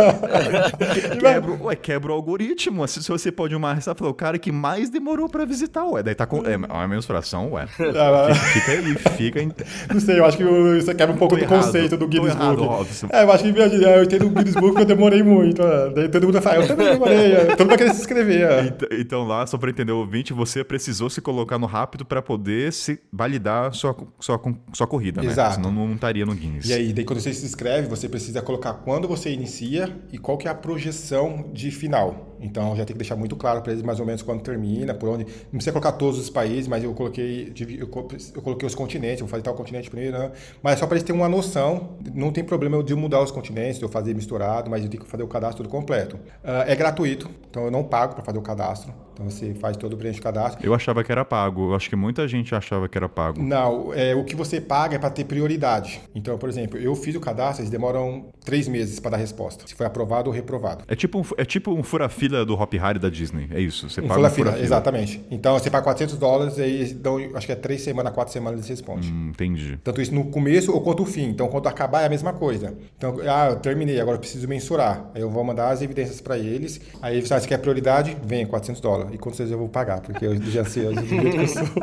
Quebra o algoritmo. Se você pode você falou, o cara que mais demorou pra visitar, daí tá com... É uma mensuração, Fica aí, Não sei, eu acho que você quebra um pouco do conceito do Guinness Book. Eu acho que eu entendo o Guinness Book que eu demorei muito. Daí todo mundo fala, eu também demorei. Todo mundo vai querer se inscrever. Então lá, só pra entender o ouvinte, você precisou se colocar no rápido pra poder se validar sua corrida, né? Exato. Senão não estaria no Guinness. E aí, daí quando você se inscreve, você precisa colocar quando você inicia e qual que é a projeção de final. Então, já tem que deixar muito claro para eles mais ou menos quando termina, por onde... Não precisa colocar todos os países, mas eu coloquei os continentes, eu vou fazer tal continente primeiro, né? Mas só para eles terem uma noção, não tem problema de mudar os continentes, de eu fazer misturado, mas eu tenho que fazer o cadastro todo completo. É gratuito, então eu não pago para fazer o cadastro. Então você faz todo o preenche de cadastro. Eu achava que era pago. Eu acho que muita gente achava que era pago. Não, o que você paga é para ter prioridade. Então, por exemplo, eu fiz o cadastro, eles demoram 3 meses para dar resposta. Se foi aprovado ou reprovado. É tipo um fura-fila do Hop Hari da Disney. É isso. Você paga fura-fila, exatamente. Então, você paga $400 e eles dão, acho que é 3 semanas, 4 semanas eles respondem. Entendi. Tanto isso no começo ou quanto o fim. Então, quando acabar é a mesma coisa. Então, eu terminei, agora eu preciso mensurar. Aí eu vou mandar as evidências para eles. Aí você quer prioridade? Vem, $400. E quando vocês eu vou pagar, porque eu já sei do jeito que eu sou.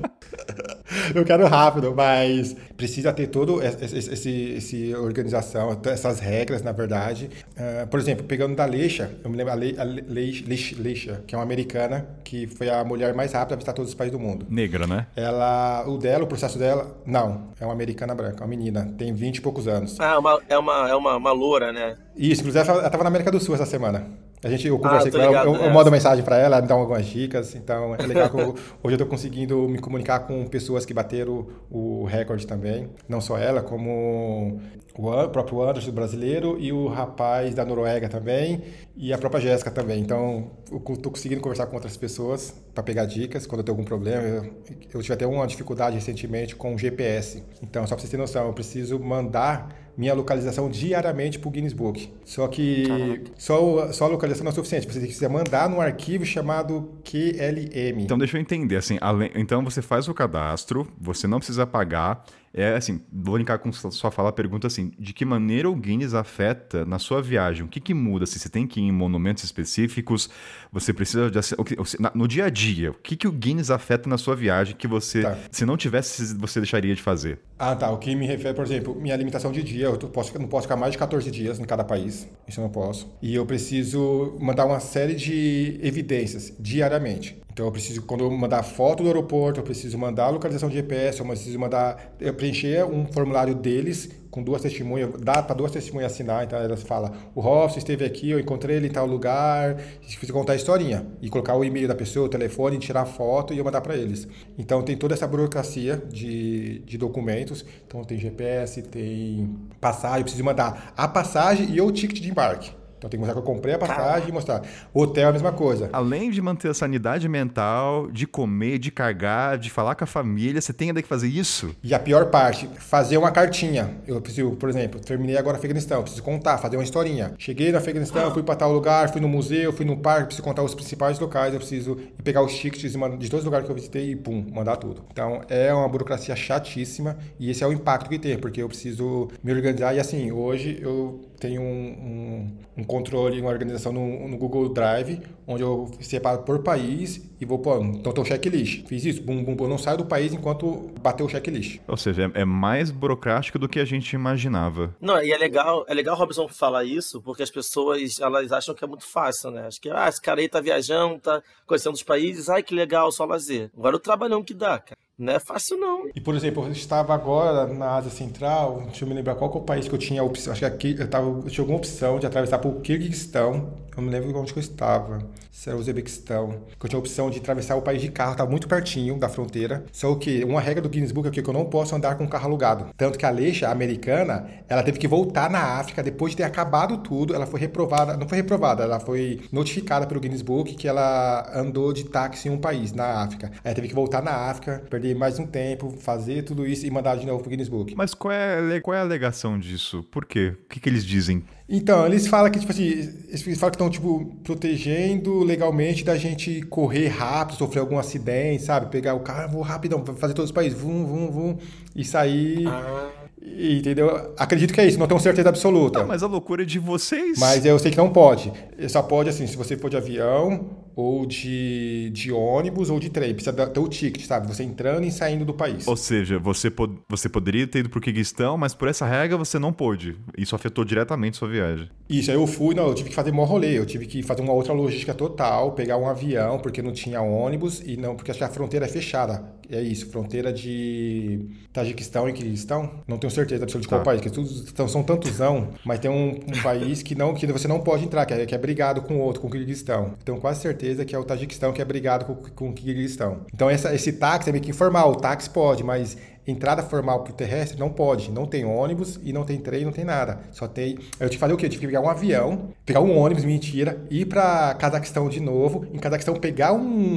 Eu quero rápido, mas precisa ter todo esse organização, essas regras, na verdade. Por exemplo, pegando da Leisha, eu me lembro a Leisha, que é uma americana, que foi a mulher mais rápida a visitar todos os países do mundo. Negra, né? O processo dela, não, é uma americana branca, uma menina, tem 20 e poucos anos. É uma loura, né? Isso, inclusive ela estava na América do Sul essa semana. Eu conversei com ela, ligado, eu mando mensagem para ela me dá algumas dicas, então é legal que hoje eu estou conseguindo me comunicar com pessoas que bateram o recorde também, não só ela, como o próprio Anderson brasileiro e o rapaz da Noruega também e a própria Jéssica também, então eu estou conseguindo conversar com outras pessoas para pegar dicas quando eu tenho algum problema. Eu tive até uma dificuldade recentemente com o GPS, então só para vocês terem noção, eu preciso mandar minha localização diariamente para o Guinness Book. Só que só a localização não é suficiente. Você precisa mandar num arquivo chamado QLM. Então deixa eu entender, assim, então você faz o cadastro, você não precisa pagar, É assim, vou linkar com sua fala, a pergunta assim, de que maneira o Guinness afeta na sua viagem? O que muda? Se você tem que ir em monumentos específicos, você precisa de... No dia a dia, o que o Guinness afeta na sua viagem que você, se não tivesse, você deixaria de fazer? Ah, tá. O que me refere, por exemplo, minha limitação de dia, eu não posso ficar mais de 14 dias em cada país. Isso eu não posso. E eu preciso mandar uma série de evidências diariamente. Então, eu preciso, quando eu mandar foto do aeroporto, eu preciso mandar a localização de GPS, eu preciso eu preencher um formulário deles com 2 testemunhas, dá para 2 testemunhas assinar, então elas falam, o Robson esteve aqui, eu encontrei ele em tal lugar, preciso contar a historinha, e colocar o e-mail da pessoa, o telefone, tirar a foto e eu mandar para eles. Então, tem toda essa burocracia de documentos, então tem GPS, tem passagem, eu preciso mandar a passagem e o ticket de embarque. Então tem que mostrar que eu comprei a passagem e mostrar. O hotel é a mesma coisa. Além de manter a sanidade mental, de comer, de carregar, de falar com a família, você tem ainda que fazer isso? E a pior parte, fazer uma cartinha. Eu preciso, por exemplo, terminei agora no Afeganistão, eu preciso contar, fazer uma historinha. Cheguei no Afeganistão, fui para tal lugar, fui no museu, fui no parque, preciso contar os principais locais, eu preciso ir pegar os tickets de todos os lugares que eu visitei e pum, mandar tudo. Então é uma burocracia chatíssima e esse é o impacto que tem, porque eu preciso me organizar e assim, hoje eu tenho um controle, uma organização no Google Drive, onde eu separo por país e vou pôr, então tem um checklist. Fiz isso, bum, bum, bum, eu não saio do país enquanto bateu o checklist. Ou seja, é mais burocrático do que a gente imaginava. Não, e é legal, Robson, falar isso, porque as pessoas, elas acham que é muito fácil, né? Acho que, esse cara aí tá viajando, tá conhecendo os países, que legal, só lazer. Agora o trabalhão que dá, cara. Não é fácil, não. E, por exemplo, eu estava agora na Ásia Central, deixa eu me lembrar qual que é o país que eu tinha a opção, acho que aqui eu tinha alguma opção de atravessar para o Quirguistão, eu me lembro onde que eu estava, se era o Uzbequistão, que eu tinha a opção de atravessar o país de carro, estava muito pertinho da fronteira, só que uma regra do Guinness Book é que eu não posso andar com o carro alugado. Tanto que a Alexa, a americana, ela teve que voltar na África, depois de ter acabado tudo, ela foi reprovada, não foi reprovada, ela foi notificada pelo Guinness Book que ela andou de táxi em um país, na África. Aí ela teve que voltar na África, perder mais um tempo, fazer tudo isso e mandar de novo pro Guinness Book. Mas qual é a alegação disso? Por quê? O que eles dizem? Então, eles falam que, tipo assim, eles falam que estão, tipo, protegendo legalmente da gente correr rápido, sofrer algum acidente, sabe? Pegar o carro, vou rapidão, fazer todos os países, vum, vum, vum, e sair... Entendeu? Acredito que é isso, não tenho certeza absoluta. Não, mas a loucura é de vocês. Mas eu sei que não pode. Só pode, assim, se você for de avião, ou de ônibus, ou de trem. Precisa ter o ticket, sabe? Você entrando e saindo do país. Ou seja, você poderia ter ido pro Quirguistão, mas por essa regra você não pôde. Isso afetou diretamente sua viagem. Isso, aí eu tive que fazer maior rolê. Eu tive que fazer uma outra logística total, pegar um avião, porque não tinha ônibus, e não, porque acho que a fronteira é fechada. É isso, fronteira de Tajiquistão e Quirguistão. Não tenho certeza absoluta de qual país, porque são tantosão, mas tem um país que você não pode entrar, que é brigado com o outro, com o Quirguistão. Tenho quase certeza que é o Tajiquistão que é brigado com o Quirguistão. Então esse táxi é meio que informal, o táxi pode, mas entrada formal pro terrestre não pode. Não tem ônibus e não tem trem, não tem nada. Só tem... Eu tive que fazer o quê? Eu tive que pegar um avião, pegar um ônibus, mentira, ir pra Cazaquistão de novo, em Cazaquistão pegar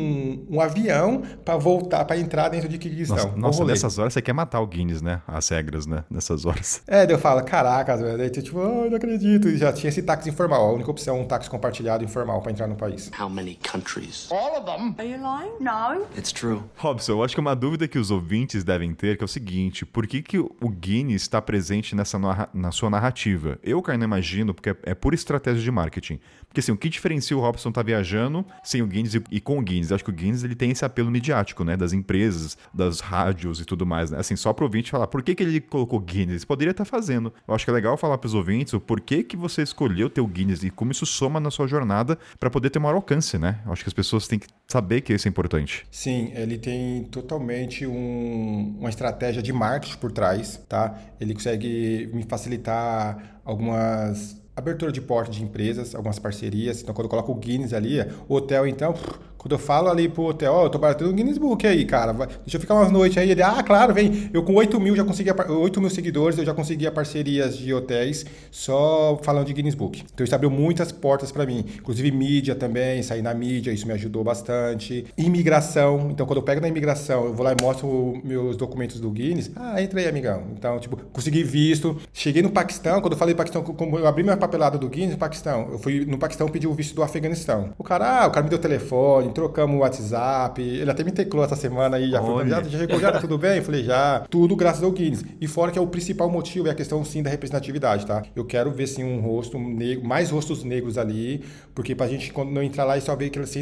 um avião pra voltar, pra entrar dentro de Quirguistão. Nossa, nessas horas você quer matar o Guinness, né? As regras, né? Nessas horas. Daí eu falo, caraca, velho. Daí tipo, não acredito. E já tinha esse táxi informal. A única opção, um táxi compartilhado informal pra entrar no país. How many countries? All of them. Are you lying? No. It's true. Robson, eu acho que uma dúvida que os ouvintes devem ter que é o seguinte, por que o Guinness está presente na sua narrativa? Eu, cara, não imagino, porque é pura estratégia de marketing. Porque assim, o que diferencia o Robson tá viajando sem o Guinness e com o Guinness? Eu acho que o Guinness ele tem esse apelo midiático, né? Das empresas, das rádios e tudo mais, né? Assim, só pro ouvinte falar, por que ele colocou Guinness? Poderia estar fazendo. Eu acho que é legal falar pros ouvintes o porquê que você escolheu ter o Guinness e como isso soma na sua jornada para poder ter maior alcance, né? Eu acho que as pessoas têm que saber que isso é importante. Sim, ele tem totalmente uma estratégia de marketing por trás, tá? Ele consegue me facilitar algumas abertura de porta de empresas, algumas parcerias. Então, quando eu coloco o Guinness ali, o hotel, então, quando eu falo ali pro hotel, eu tô batendo um Guinness Book aí, cara, deixa eu ficar umas noites aí. Ele, claro, vem. Eu com 8 mil seguidores, eu já conseguia parcerias de hotéis só falando de Guinness Book. Então, isso abriu muitas portas pra mim. Inclusive, mídia também, sair na mídia, isso me ajudou bastante. Imigração. Então, quando eu pego na imigração, eu vou lá e mostro meus documentos do Guinness. Entra aí, amigão. Então, tipo, consegui visto. Cheguei no Paquistão, quando eu falei do Paquistão, como eu abri minha papelada do Guinness no Paquistão, eu fui no Paquistão pedir o visto do Afeganistão. O cara me deu telefone, trocamos o WhatsApp, ele até me teclou essa semana aí, já falou, já chegou, já tá tudo bem? Eu falei, já, tudo graças ao Guinness. E fora que é o principal motivo, é a questão sim da representatividade, tá? Eu quero ver sim um rosto negro, mais rostos negros ali, porque pra gente quando não entrar lá e só ver aqueles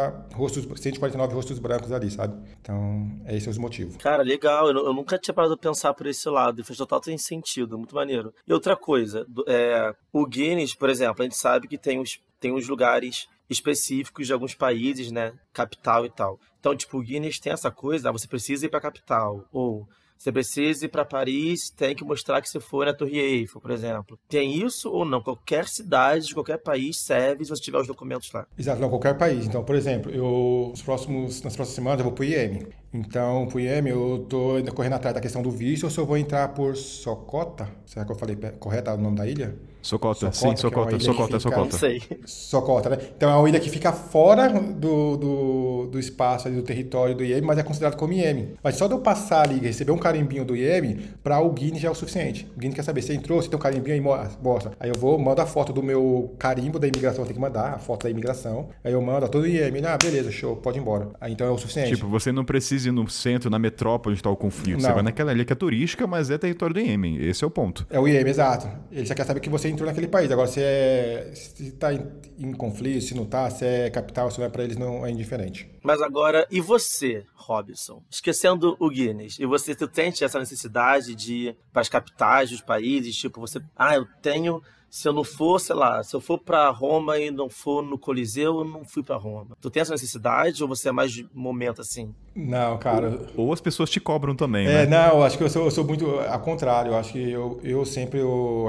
149 rostos brancos ali, sabe? Então, esse é os motivos. Cara, legal, eu nunca tinha parado de pensar por esse lado, e faz total sentido, muito maneiro. E outra coisa, o Guinness, por exemplo, a gente sabe que tem os lugares específicos de alguns países, né? Capital e tal. Então, tipo, o Guinness tem essa coisa, você precisa ir pra capital. Ou você precisa ir pra Paris, tem que mostrar que você foi na Torre Eiffel, por exemplo. Tem isso ou não? Qualquer cidade de qualquer país serve se você tiver os documentos lá. Exato, não, qualquer país. Então, por exemplo, nas próximas semanas eu vou pro IEM. Então, pro IEM eu tô ainda correndo atrás da questão do visto, ou se eu vou entrar por Socota? Será que eu falei correto o nome da ilha? Socota, sim, Socota. Não sei. Socota, né? Então é uma ilha que fica fora do espaço ali, do território do IEM, mas é considerado como IEM. Mas só de eu passar ali e receber um carimbinho do IEM, para o Guinness já é o suficiente. O Guinness quer saber, você entrou, você tem um carimbinho aí, mostra. Aí eu mando a foto do meu carimbo da imigração, eu tenho que mandar a foto da imigração. Aí eu mando todo o IEM, beleza, show, pode ir embora. Aí então é o suficiente. Tipo, você não precisa ir no centro, na metrópole onde está o conflito. Não. Você vai naquela ilha que é turística, mas é território do IEM. Esse é o ponto. É o IEM, exato. Ele já quer saber que você entrou naquele país. Agora, se tá em conflito, se não tá, se é capital, se não é pra eles, não é indiferente. Mas agora, e você, Robson? Esquecendo o Guinness, e você sente essa necessidade de ir para as capitais dos países? Tipo, eu tenho... Se eu não for, sei lá, se eu for pra Roma e não for no Coliseu, eu não fui pra Roma. Tu tem essa necessidade ou você é mais de momento assim? Não, cara. Ou as pessoas te cobram também, né? Não, acho que eu sou muito ao contrário. Eu acho que eu sempre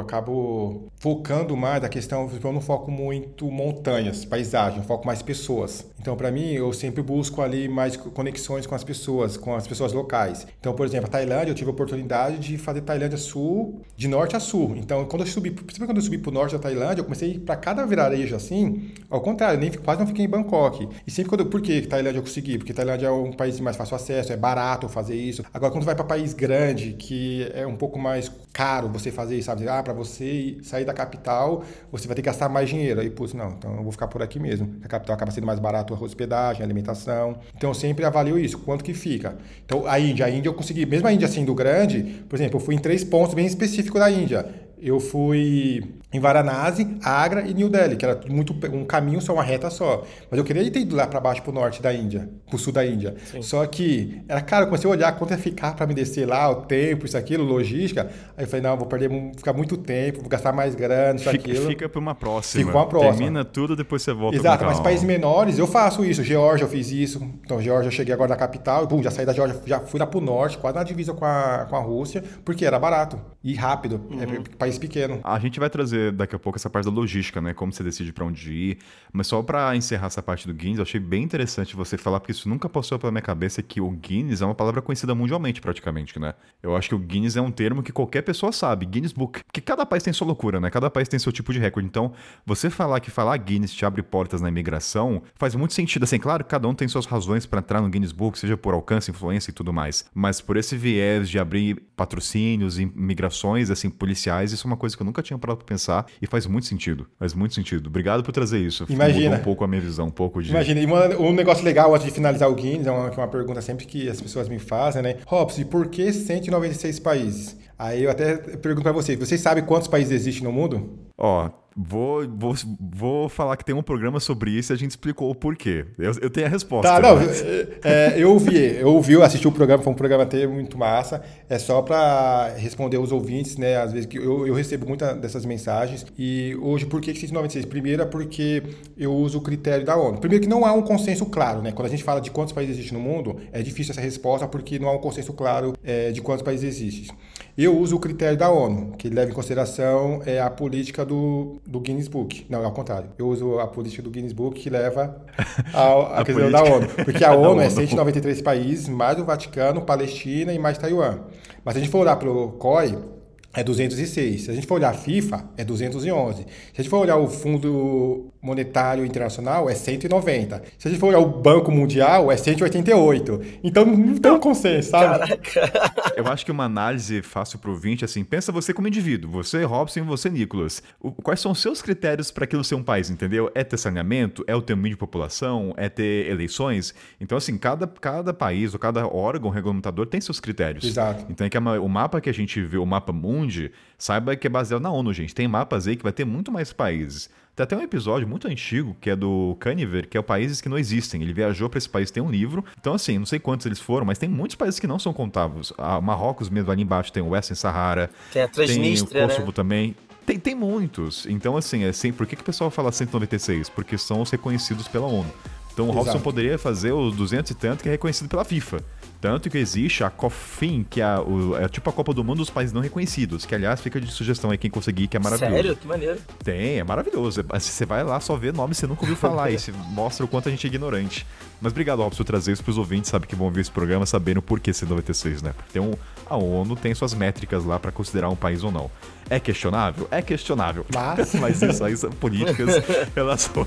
acabo focando mais da questão, eu não foco muito montanhas, paisagem, eu foco mais pessoas. Então, pra mim, eu sempre busco ali mais conexões com as pessoas locais. Então, por exemplo, a Tailândia, eu tive a oportunidade de fazer Tailândia Sul, de norte a sul. Então, quando eu subi pro norte da Tailândia, eu comecei a ir pra cada vilarejo assim, ao contrário, quase não fiquei em Bangkok. E sempre por que Tailândia eu consegui? Porque Tailândia é um país de mais fácil acesso, é barato fazer isso. Agora, quando vai pra país grande, que é um pouco mais caro você fazer isso, sabe? Pra você sair da capital, você vai ter que gastar mais dinheiro. Aí, não, então eu vou ficar por aqui mesmo. A capital acaba sendo mais barato a hospedagem, a alimentação. Então, eu sempre avalio isso, quanto que fica. Então, a Índia eu consegui, mesmo a Índia sendo grande, por exemplo, eu fui em 3 pontos bem específicos da Índia. Eu fui em Varanasi, Agra e New Delhi, que era um caminho só, uma reta só. Mas eu queria ter ido lá para baixo, pro norte da Índia, pro sul da Índia. Sim. Só que era caro, eu comecei a olhar quanto ia ficar para me descer lá, o tempo, isso, aquilo, logística. Aí eu falei, não, vou ficar muito tempo, vou gastar mais grana, isso, aquilo. Fica para uma próxima. Fica para uma próxima. Termina tudo, depois você volta. Exato, mas países menores, eu faço isso. Geórgia, eu fiz isso. Então, Geórgia, eu cheguei agora na capital, já saí da Geórgia, já fui lá pro norte, quase na divisa com a Rússia, porque era barato e rápido. É país pequeno. A gente vai trazer daqui a pouco essa parte da logística, né? Como você decide para onde ir. Mas só para encerrar essa parte do Guinness, eu achei bem interessante você falar, porque isso nunca passou pela minha cabeça, que o Guinness é uma palavra conhecida mundialmente, praticamente, né? Eu acho que o Guinness é um termo que qualquer pessoa sabe, Guinness Book. Porque cada país tem sua loucura, né? Cada país tem seu tipo de recorde. Então, você falar Guinness te abre portas na imigração, faz muito sentido. Assim, claro, cada um tem suas razões para entrar no Guinness Book, seja por alcance, influência e tudo mais. Mas por esse viés de abrir patrocínios, imigrações, assim, policiais, isso é uma coisa que eu nunca tinha parado pra pensar e faz muito sentido. Faz muito sentido. Obrigado por trazer isso. Imagina. Mudou um pouco a minha visão, um pouco de... Imagina. E um negócio legal antes de finalizar o Guinness, é uma pergunta sempre que as pessoas me fazem, né? Robson, e por que 196 países? Aí eu até pergunto pra vocês sabem quantos países existem no mundo? Ó, vou falar que tem um programa sobre isso e a gente explicou o porquê. Eu tenho a resposta. Tá, não, eu ouvi, assisti o programa, foi um programa até muito massa. É só para responder os ouvintes, né? Às vezes que eu recebo muitas dessas mensagens. E hoje, por que 196? Primeiro é porque eu uso o critério da ONU. Primeiro que não há um consenso claro, né? Quando a gente fala de quantos países existem no mundo, é difícil essa resposta porque não há um consenso claro de quantos países existem. Eu uso o critério da ONU, que leva em consideração a política do Guinness Book. Não, é ao contrário. Eu uso a política do Guinness Book que leva a questão da ONU. Porque a ONU é 193 países, mais o Vaticano, Palestina e mais Taiwan. Mas se a gente for olhar para o COI, é 206. Se a gente for olhar a FIFA, é 211. Se a gente for olhar o Fundo Monetário Internacional é 190. Se a gente for ao Banco Mundial, é 188. Então não tem um consenso, sabe? Caraca. Eu acho que uma análise fácil pro ouvinte, assim, pensa você como indivíduo, você, Robson, e você, Nicolas. Quais são os seus critérios para aquilo ser um país, entendeu? É ter saneamento? É o ter mínimo de população? É ter eleições? Então, assim, cada país ou cada órgão regulamentador tem seus critérios. Exato. Então, é que o mapa que a gente vê, o mapa Mundi, saiba que é baseado na ONU, gente. Tem mapas aí que vai ter muito mais países. Tem até um episódio muito antigo, que é do Caniver, que é o Países que Não Existem. Ele viajou para esse país, tem um livro. Então, assim, não sei quantos eles foram, mas tem muitos países que não são contáveis. Marrocos mesmo, ali embaixo, tem o Western Sahara. Tem a Transnistria, tem o Kosovo, né? também. Tem muitos. Então, assim, por que o pessoal fala 196? Porque são os reconhecidos pela ONU. Então, o Robson poderia fazer os 200 e tanto, que é reconhecido pela FIFA. Tanto que existe a COFIN, que é tipo a Copa do Mundo dos países não reconhecidos, que, aliás, fica de sugestão aí quem conseguir, que é maravilhoso. Sério? Que maneiro. Tem, é maravilhoso. Você vai lá, só vê nome que você nunca ouviu falar, e você mostra o quanto a gente é ignorante. Mas obrigado, Robson, por trazer isso pros ouvintes, sabe, que vão ver esse programa sabendo por que 196, né? Porque a ONU tem suas métricas lá pra considerar um país ou não. É questionável? É questionável. Mas isso aí são políticas, relações...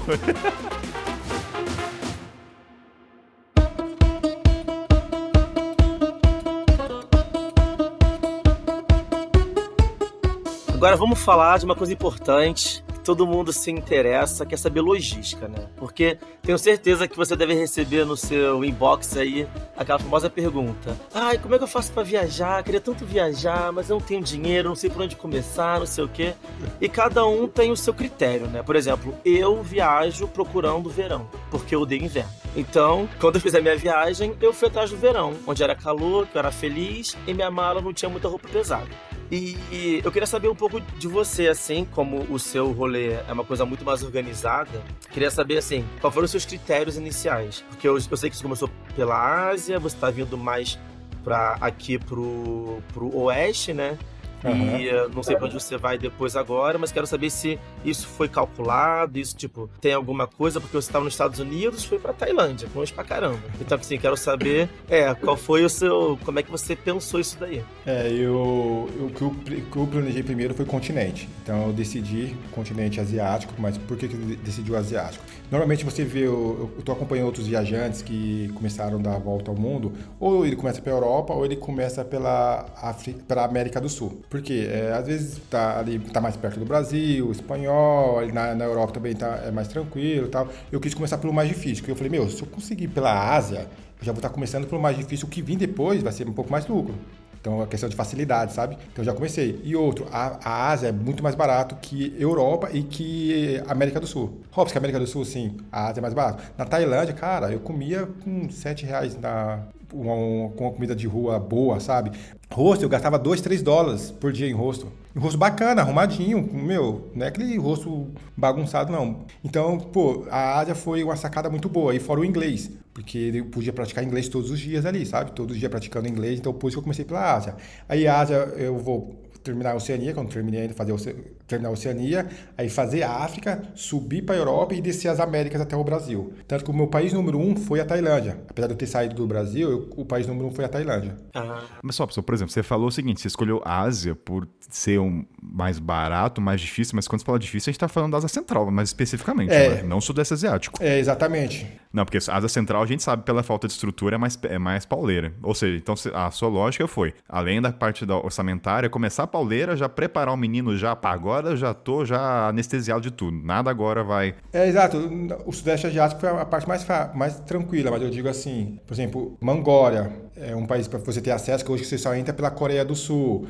Agora vamos falar de uma coisa importante que todo mundo se interessa, que é saber logística, né? Porque tenho certeza que você deve receber no seu inbox aí aquela famosa pergunta: ai, como é que eu faço pra viajar? Queria tanto viajar, mas eu não tenho dinheiro, não sei por onde começar, não sei o quê. E cada um tem o seu critério, né? Por exemplo, eu viajo procurando o verão, porque eu odeio inverno. Então, quando eu fiz a minha viagem, eu fui atrás do verão, onde era calor, que eu era feliz e minha mala não tinha muita roupa pesada. E eu queria saber um pouco de você, assim, como o seu rolê é uma coisa muito mais organizada. Queria saber, assim, quais foram os seus critérios iniciais? Porque eu sei que você começou pela Ásia, você tá vindo mais aqui pro oeste, né? Uhum. E não sei pra onde você vai depois agora, mas quero saber se isso foi calculado, isso, tipo, tem alguma coisa, porque você estava nos Estados Unidos, foi pra Tailândia, longe pra caramba. Então, assim, quero saber, qual foi o seu... Como é que você pensou isso daí? O que eu planejei primeiro foi o continente. Então, eu decidi o continente asiático, mas por que eu decidi o asiático? Normalmente você vê, eu tô acompanhando outros viajantes que começaram a dar a volta ao mundo, ou ele começa pela Europa, ou ele começa pela América do Sul. Porque às vezes tá mais perto do Brasil, espanhol, ali na Europa também é mais tranquilo e tal. Eu quis começar pelo mais difícil, porque eu falei, se eu conseguir pela Ásia, eu já vou estar começando pelo mais difícil, o que vir depois vai ser um pouco mais lucro. Então, é questão de facilidade, sabe? Então, eu já comecei. E outro, a Ásia é muito mais barato que Europa e que América do Sul. Robson, que América do Sul, sim, a Ásia é mais barato. Na Tailândia, cara, eu comia com R$7 com uma comida de rua boa, sabe? Rosto, eu gastava $2-3 por dia em rosto. Um rosto bacana, arrumadinho, não é aquele rosto bagunçado, não. Então, a Ásia foi uma sacada muito boa. E fora o inglês, porque ele podia praticar inglês todos os dias ali, sabe? Todos os dias praticando inglês, então por isso que eu comecei pela Ásia. Aí a Ásia, eu vou terminar a Oceania, quando terminei ainda, terminar a Oceania, aí fazer a África, subir para a Europa e descer as Américas até o Brasil. Tanto que o meu país número 1 foi a Tailândia. Apesar de eu ter saído do Brasil, o país número 1 foi a Tailândia. Mas só, por exemplo, você falou o seguinte, você escolheu a Ásia por ser mais barato, mais difícil, mas quando você fala difícil, a gente tá falando da Ásia Central, mais especificamente, né? Não Sudeste Asiático. Exatamente. Não, porque a Ásia Central, a gente sabe, pela falta de estrutura, é mais pauleira. Ou seja, então a sua lógica foi, além da parte da orçamentária, começar a pauleira, já preparar o menino agora eu já tô anestesiado de tudo. Nada agora vai... Exato. O Sudeste Asiático foi a parte mais tranquila, mas eu digo assim, por exemplo, Mongólia é um país para você ter acesso, que hoje você só entra pela Coreia do Sul.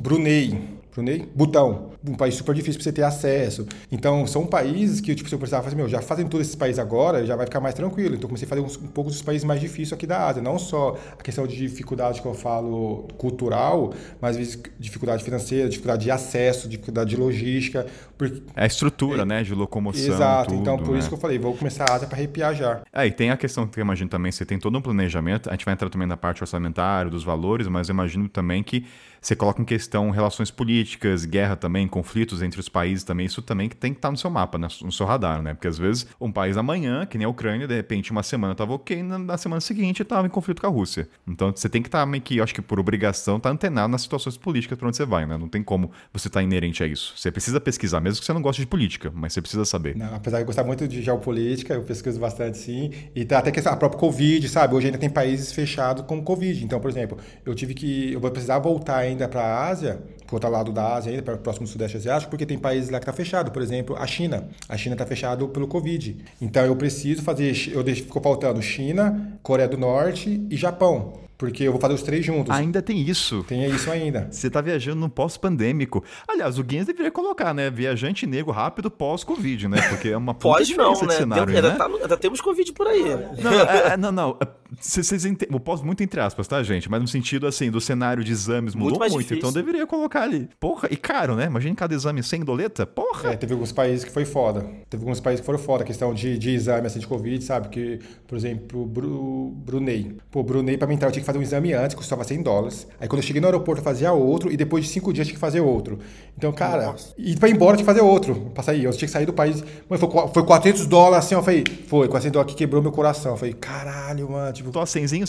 Butão, um país super difícil para você ter acesso. Então, são países que se eu precisava fazer, já fazendo todos esses países agora, já vai ficar mais tranquilo. Então, comecei a fazer um pouco dos países mais difíceis aqui da Ásia. Não só a questão de dificuldade que eu falo cultural, mas às vezes dificuldade financeira, dificuldade de acesso, dificuldade de logística. A estrutura, né, de locomoção. Exato. Tudo, então, por né? isso que eu falei, vou começar a Ásia para arrepiar já. E tem a questão que eu imagino também, você tem todo um planejamento, a gente vai entrar também na parte orçamentária, dos valores, mas eu imagino também que você coloca em questão relações políticas, políticas, guerra também, conflitos entre os países também, isso também que tem que estar no seu mapa, né? No seu radar, né? Porque às vezes um país amanhã, que nem a Ucrânia, de repente uma semana tava ok, na semana seguinte tava em conflito com a Rússia. Então você tem que estar meio que, eu acho que por obrigação, tá antenado nas situações políticas pra onde você vai, né? Não tem como você estar inerente a isso. Você precisa pesquisar, mesmo que você não goste de política, mas você precisa saber. Não, apesar de eu gostar muito de geopolítica, eu pesquiso bastante sim. E tá até que a própria Covid, sabe? Hoje ainda tem países fechados com Covid. Então, por exemplo, eu vou precisar voltar ainda para a Ásia, para o outro lado da Ásia ainda, para o próximo Sudeste Asiático, porque tem países lá que tá fechado. Por exemplo, a China. A China tá fechado pelo Covid. Então eu preciso fazer, ficou faltando China, Coreia do Norte e Japão. Porque eu vou fazer os 3 juntos. Ainda tem isso. Tem isso ainda. Você tá viajando no pós-pandêmico. Aliás, o Guinness deveria colocar, né? Viajante negro rápido pós-Covid, né? Porque é uma puta Pode não, diferença de né? cenário, né? Ainda temos Covid por aí. Não. Vocês entendem. O pós muito entre aspas, tá, gente? Mas no sentido, assim, do cenário de exames mudou muito. Difícil. Então deveria colocar ali. Porra, e caro, né? Imagina cada exame 100 doleta. Porra! Teve alguns países que foi foda. Teve alguns países que foram foda. A questão de exame, assim, de Covid, sabe? Que, por exemplo, Brunei. Brunei, pra mim entrar, eu tinha que fazer um exame antes, custava $100. Aí quando eu cheguei no aeroporto, eu fazia outro, e depois de 5 dias eu tinha que fazer outro. Então, cara, e pra ir embora eu tinha que fazer outro. Pra sair, eu tinha que sair do país. Mano, foi $400, assim, eu falei, foi, $400 que quebrou meu coração. Eu falei, caralho, mano, tipo... Tô cenzinho.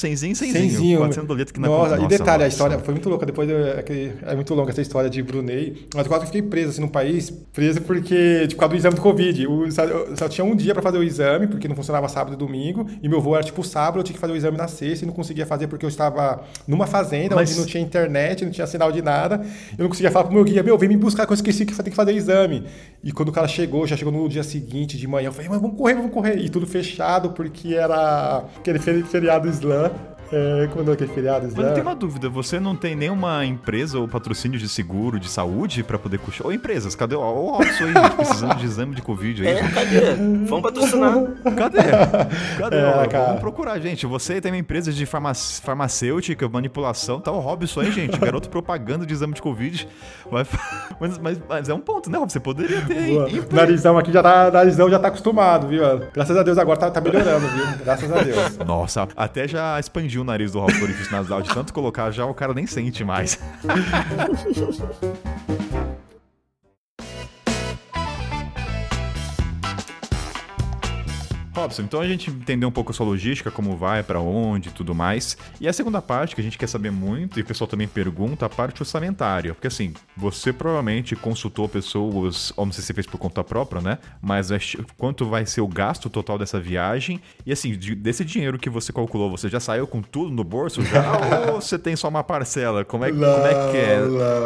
400 doletas que não é... Nossa, e detalhe, a história foi muito louca. Depois é muito longa essa história de Brunei. Mas eu quase fiquei preso, assim, no país. Preso porque, tipo, por causa do exame do Covid. Só tinha um dia pra fazer o exame, porque não funcionava sábado e domingo. E meu voo era, tipo, sábado, eu tinha que fazer o exame na sexta e não conseguia fazer porque eu estava numa fazenda onde não tinha internet, não tinha sinal de nada. Eu não conseguia falar pro meu guia, vem me buscar, que eu esqueci que eu tenho que fazer o exame. E quando o cara já chegou no dia seguinte, de manhã, eu falei, mas vamos correr. E tudo fechado, porque era aquele feriado islã. Quando é aquele feriado islã. Mas eu tenho uma dúvida, você não tem nenhuma empresa ou patrocínio de seguro, de saúde pra poder custear? Ou empresas, cadê o Robson aí, gente, precisando de exame de Covid aí? Cadê? Vamos patrocinar. Cadê? Vamos procurar, gente. Você tem uma empresa de farmacêutica, manipulação, tá o Robson aí, gente, garoto propaganda de exame de Covid. Mas é um ponto, né, Robson? Você poderia ter aí. Narizão aqui já tá acostumado, viu? Graças a Deus agora tá melhorando, viu? Graças a Deus. Nossa, até já expandiu o nariz do Robson, orifício nasal, de tanto colocar já o cara nem sente mais. Robson, então a gente entendeu um pouco a sua logística, como vai, pra onde e tudo mais. E a segunda parte, que a gente quer saber muito, e o pessoal também pergunta, a parte orçamentária. Porque assim, você provavelmente consultou pessoas, ou não sei se você fez por conta própria, né? Mas quanto vai ser o gasto total dessa viagem? E assim, desse dinheiro que você calculou, você já saiu com tudo no bolso já? Ou você tem só uma parcela? Como é que é?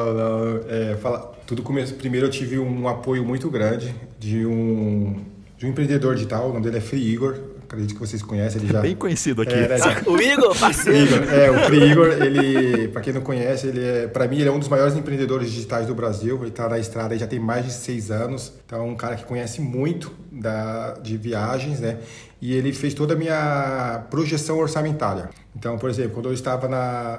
Não. Tudo começou. Primeiro eu tive um apoio muito grande de um empreendedor digital, o nome dele é Free Igor, acredito que vocês conhecem, ele já... Bem conhecido aqui. O Igor, parceiro. O Free Igor, ele, pra quem não conhece, pra mim ele é um dos maiores empreendedores digitais do Brasil, ele tá na estrada aí já tem mais de 6 anos, então é um cara que conhece muito de viagens, né? E ele fez toda a minha projeção orçamentária. Então, por exemplo, quando eu estava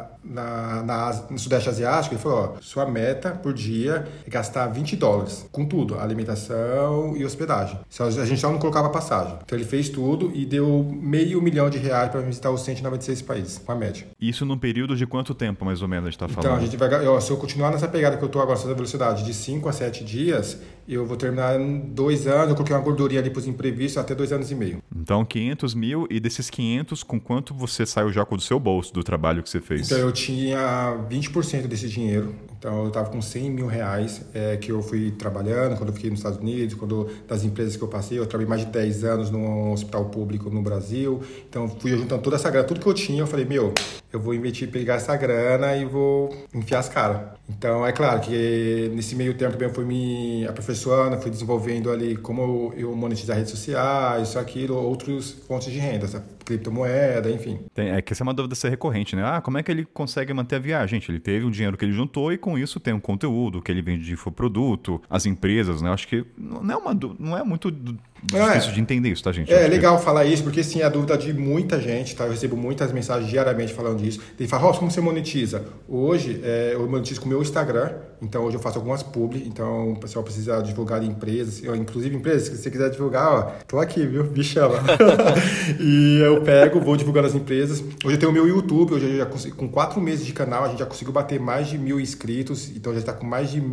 no Sudeste Asiático, ele falou, sua meta por dia é gastar $20, com tudo, alimentação e hospedagem. A gente só não colocava passagem. Então ele fez tudo e deu $500 mil para visitar os 196 países, com a média. Isso num período de quanto tempo, mais ou menos, a gente tá falando? Então, a gente vai... se eu continuar nessa pegada que eu tô agora, nessa velocidade de 5 a 7 dias, eu vou terminar em 2 anos, eu coloquei uma gordurinha ali pros imprevistos, até 2 anos e meio. Então, 500 mil, e desses 500, com quanto você saiu já do seu bolso, do trabalho que você fez? Então, eu tinha 20% desse dinheiro. Então, eu estava com $100 mil que eu fui trabalhando quando eu fiquei nos Estados Unidos, das empresas que eu passei. Eu trabalhei mais de 10 anos num hospital público no Brasil. Então, fui juntando toda essa grana, tudo que eu tinha. Eu falei, eu vou pegar essa grana e vou enfiar as caras. Então, é claro que nesse meio tempo também eu fui me aperfeiçoando, fui desenvolvendo ali como eu monetizar redes sociais, isso, aquilo, outras fontes de renda, essa criptomoeda, enfim. Que essa é uma dúvida ser recorrente, né? Como é que ele consegue manter a viagem? Gente, ele teve um dinheiro que ele juntou e com isso tem um conteúdo que ele vende de infoproduto, as empresas, né? Eu acho que não é muito difícil de entender isso, tá, gente? É legal falar isso, porque sim, é a dúvida de muita gente, tá? Eu recebo muitas mensagens diariamente falando disso. Ele fala, Robson, como você monetiza? Hoje, eu monetizo com o meu Instagram, então hoje eu faço algumas publi, então o pessoal precisa divulgar empresas, inclusive empresas, se você quiser divulgar, tô aqui, viu? Me chama. E eu eu pego, vou divulgando as empresas. Hoje eu tenho o meu YouTube, hoje eu já consigo, com 4 meses de canal, a gente já conseguiu bater mais de 1.000 inscritos, então já está com mais de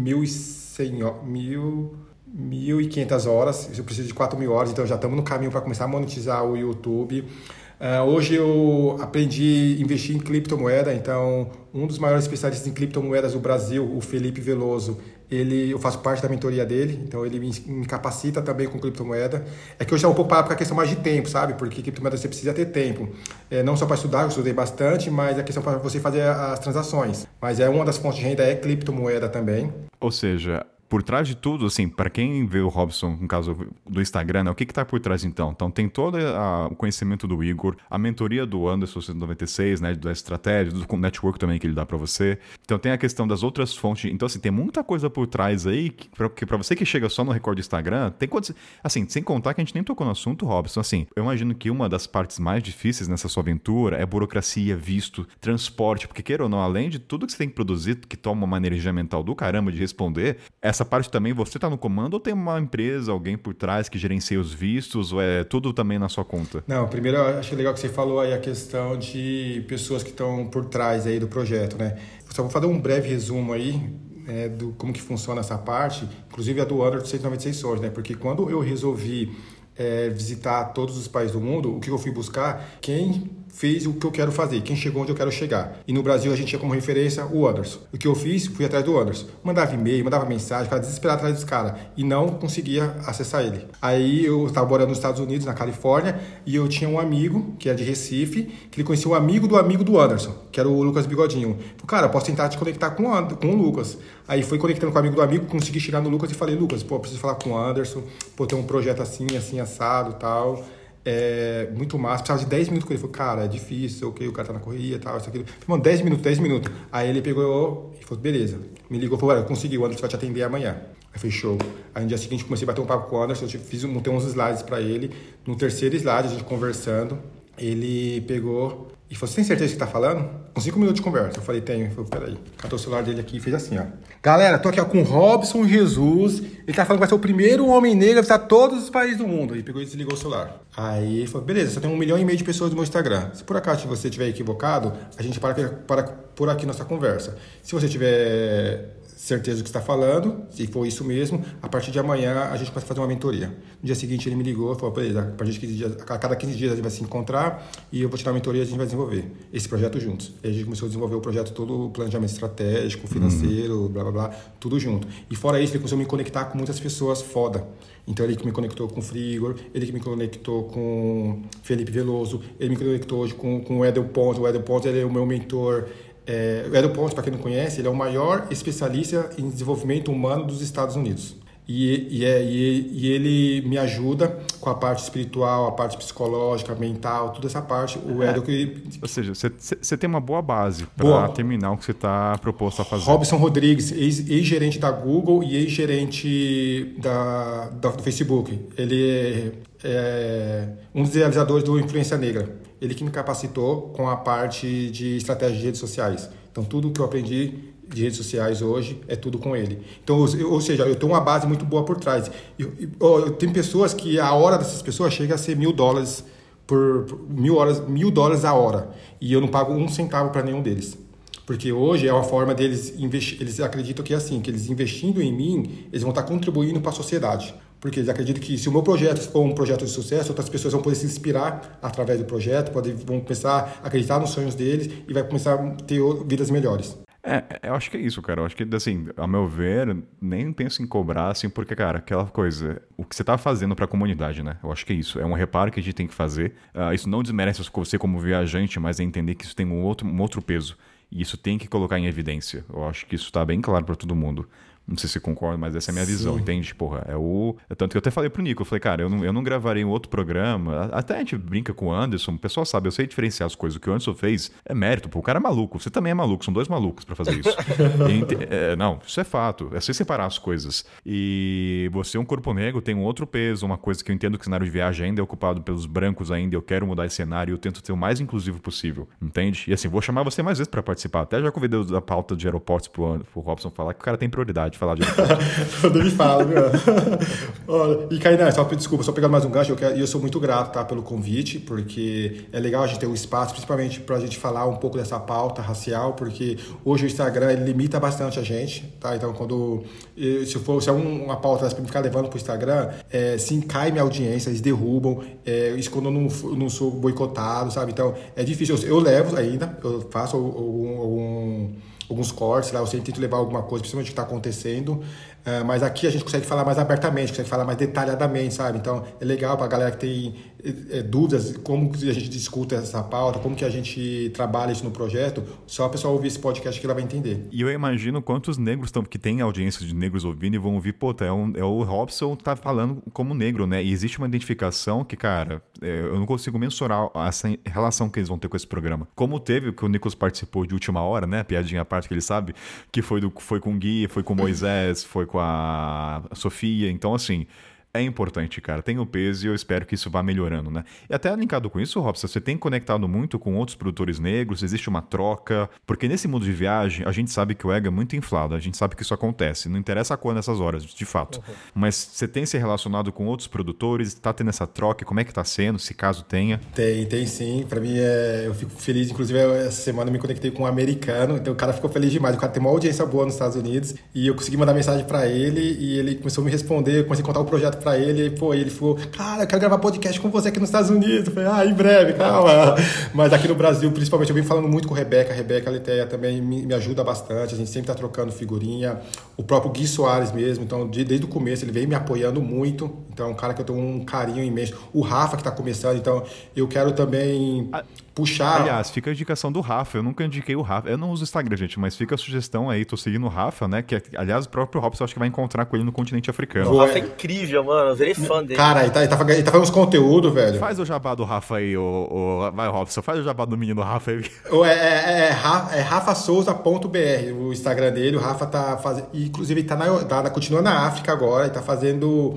1.500 horas, eu preciso de 4.000 horas, então já estamos no caminho para começar a monetizar o YouTube. Hoje eu aprendi a investir em criptomoeda, então um dos maiores especialistas em criptomoedas do Brasil, o Felipe Veloso, eu faço parte da mentoria dele, então ele me capacita também com criptomoeda. É que hoje é um pouco para a questão mais de tempo, sabe? Porque criptomoeda você precisa ter tempo. Não só para estudar, eu estudei bastante, mas a questão para você fazer as transações. Mas uma das fontes de renda é criptomoeda também. Ou seja, por trás de tudo, assim, para quem vê o Robson, no caso do Instagram, né, o que está por trás então? Então tem todo o conhecimento do Igor, a mentoria do Anderson 196, né, da estratégia, do network também que ele dá para você. Então tem a questão das outras fontes. Então assim, tem muita coisa por trás aí que para você que chega só no recorde do Instagram, tem coisas, assim, sem contar que a gente nem tocou no assunto, Robson. Assim, eu imagino que uma das partes mais difíceis nessa sua aventura é burocracia, visto, transporte, porque queira ou não, além de tudo que você tem que produzir, que toma uma energia mental do caramba de responder, essa parte também, você tá no comando ou tem uma empresa, alguém por trás que gerencia os vistos, ou é tudo também na sua conta? Não, primeiro eu achei legal que você falou aí a questão de pessoas que estão por trás aí do projeto, né? Só vou fazer um breve resumo aí do como que funciona essa parte, inclusive a do Under 196 Sons, né? Porque quando eu resolvi visitar todos os países do mundo, o que eu fui buscar? Quem fez o que eu quero fazer, quem chegou onde eu quero chegar. E no Brasil a gente tinha como referência o Anderson. O que eu fiz, fui atrás do Anderson. Mandava e-mail, mandava mensagem, ficava desesperado atrás desse cara e não conseguia acessar ele. Aí eu estava morando nos Estados Unidos, na Califórnia, e eu tinha um amigo, que era de Recife, que ele conhecia o amigo do Anderson, que era o Lucas Bigodinho. Falei, cara, posso tentar te conectar com o Lucas. Aí fui conectando com o amigo do amigo, consegui chegar no Lucas e falei, Lucas, preciso falar com o Anderson, tem um projeto assim, assado e tal. Muito massa, precisava de 10 minutos com ele. Falei, cara, é difícil, o cara tá na correria e tal, isso aqui. Falei, mano, 10 minutos. Aí ele pegou e falou, beleza. Me ligou e falou, consegui, o Anderson vai te atender amanhã. Aí foi show. Aí no dia seguinte comecei a bater um papo com o Anderson, montei uns slides pra ele. No terceiro slide, a gente conversando, ele pegou e falou, você tem certeza que tá falando? Com 5 minutos de conversa. Eu falei, tenho. Ele falou, peraí. Catou o celular dele aqui e fez assim, ó. Galera, tô aqui com o Robson Jesus. Ele tá falando que vai ser o primeiro homem negro a visitar todos os países do mundo. Ele pegou e desligou o celular. Aí ele falou, beleza, só tem 1,5 milhão de pessoas no meu Instagram. Se por acaso você estiver equivocado, a gente para por aqui nossa conversa. Se você tiver certeza do que está falando, se for isso mesmo, a partir de amanhã a gente começa a fazer uma mentoria. No dia seguinte ele me ligou e falou, beleza, a cada 15 dias a gente vai se encontrar e eu vou tirar uma mentoria e a gente vai desenvolver esse projeto juntos. E a gente começou a desenvolver o projeto todo, o planejamento estratégico, financeiro, blá blá blá, tudo junto. E fora isso, ele começou a me conectar com muitas pessoas foda. Então ele que me conectou com o Frigor, ele que me conectou com Felipe Veloso, ele me conectou hoje com o Edel Pontes. O Edel Pontes, ele é o meu mentor. O Edel Pontes, para quem não conhece, ele é o maior especialista em desenvolvimento humano dos Estados Unidos. E ele me ajuda com a parte espiritual, a parte psicológica, mental, toda essa parte. O Edel que... Ou seja, você tem uma boa base para terminar o que você está proposto a fazer. Robson Rodrigues, ex-gerente da Google e ex-gerente do Facebook. Ele é um dos realizadores do Influência Negra. Ele que me capacitou com a parte de estratégia de redes sociais. Então, tudo que eu aprendi de redes sociais hoje é tudo com ele. Então, ou seja, eu tenho uma base muito boa por trás. Eu tenho pessoas que a hora dessas pessoas chega a ser $1.000 por $1.000 a hora. E eu não pago um centavo para nenhum deles. Porque hoje é uma forma deles investir. Eles acreditam que é assim, que eles investindo em mim, eles vão estar contribuindo para a sociedade. Porque eles acreditam que se o meu projeto for um projeto de sucesso, outras pessoas vão poder se inspirar através do projeto, vão começar a acreditar nos sonhos deles e vai começar a ter vidas melhores. Eu acho que é isso, cara. Eu acho que, assim, a meu ver, nem penso em cobrar, assim, porque, cara, aquela coisa, o que você tá fazendo pra comunidade, né? Eu acho que é isso. É um reparo que a gente tem que fazer. Isso não desmerece você como viajante, mas é entender que isso tem um outro peso. E isso tem que colocar em evidência. Eu acho que isso tá bem claro pra todo mundo. Não sei se você concorda, mas essa é a minha visão, entende? Porra, tanto que eu até falei pro Nico, eu falei, cara, eu não gravarei um outro programa, até a gente brinca com o Anderson, o pessoal sabe, eu sei diferenciar as coisas, o que o Anderson fez é mérito, pô, o cara é maluco, você também é maluco, são dois malucos pra fazer isso. Não, isso é fato, é só separar as coisas. E você, um corpo negro, tem um outro peso, uma coisa que eu entendo que o cenário de viagem ainda é ocupado pelos brancos ainda, eu quero mudar esse cenário, eu tento ser o mais inclusivo possível, entende? E assim, vou chamar você mais vezes pra participar, até já convidei a pauta de aeroportos pro Robson falar que o cara tem prioridade. pode falar de Quando me fala, viu? Olha, e Kainan, desculpa, só pegando mais um gancho, eu sou muito grato, tá, pelo convite, porque é legal a gente ter um espaço, principalmente pra gente falar um pouco dessa pauta racial, porque hoje o Instagram ele limita bastante a gente, tá? Então, se é uma pauta pra ficar levando pro Instagram, se cai minha audiência, eles derrubam, isso quando eu não sou boicotado, sabe? Então, é difícil. Eu levo ainda, eu faço alguns cortes lá, eu sempre tento levar alguma coisa, principalmente o que está acontecendo, mas aqui a gente consegue falar mais abertamente, consegue falar mais detalhadamente, sabe? Então é legal para a galera que tem dúvidas, como que a gente discuta essa pauta, como que a gente trabalha isso no projeto, só a pessoa ouvir esse podcast que ela vai entender. E eu imagino quantos negros estão, que tem audiência de negros ouvindo e vão ouvir, o Robson tá falando como negro, né? E existe uma identificação que, cara, eu não consigo mensurar essa relação que eles vão ter com esse programa. Como teve, que o Nicolas participou de Última Hora, né? Piadinha à parte que ele sabe, que foi com o Gui, foi com o Moisés, foi com a Sofia, então assim... É importante, cara. Tem o peso e eu espero que isso vá melhorando, né? E até linkado com isso, Robson, você tem conectado muito com outros produtores negros, existe uma troca, porque nesse mundo de viagem, a gente sabe que o ego é muito inflado, a gente sabe que isso acontece, não interessa a cor nessas horas, de fato. Uhum. Mas você tem se relacionado com outros produtores, tá tendo essa troca, como é que tá sendo, se caso tenha? Tem sim. Pra mim, eu fico feliz, inclusive essa semana eu me conectei com um americano, então o cara ficou feliz demais, o cara tem uma audiência boa nos Estados Unidos, e eu consegui mandar mensagem pra ele, e ele começou a me responder, eu comecei a contar o projeto pra ele, ele falou, cara, eu quero gravar podcast com você aqui nos Estados Unidos. Eu falei, em breve, calma. Mas aqui no Brasil, principalmente, eu venho falando muito com a Rebeca Leteia também me ajuda bastante, a gente sempre tá trocando figurinha, o próprio Gui Soares mesmo, então desde o começo ele vem me apoiando muito, então é um cara que eu tenho um carinho imenso, o Rafa que tá começando, então eu quero também... puxar... Aliás, fica a indicação do Rafa, eu nunca indiquei o Rafa, eu não uso o Instagram, gente, mas fica a sugestão aí, tô seguindo o Rafa, né, que aliás o próprio Robson eu acho que vai encontrar com ele no continente africano. O Rafa é incrível, mano, eu virei fã dele. Cara, ele tá fazendo uns conteúdos, velho. Faz o jabá do Rafa aí, vai Robson, faz o jabá do menino Rafa aí. É rafasouza.br, o Instagram dele, o Rafa tá fazendo, inclusive ele continua na África agora, ele tá fazendo...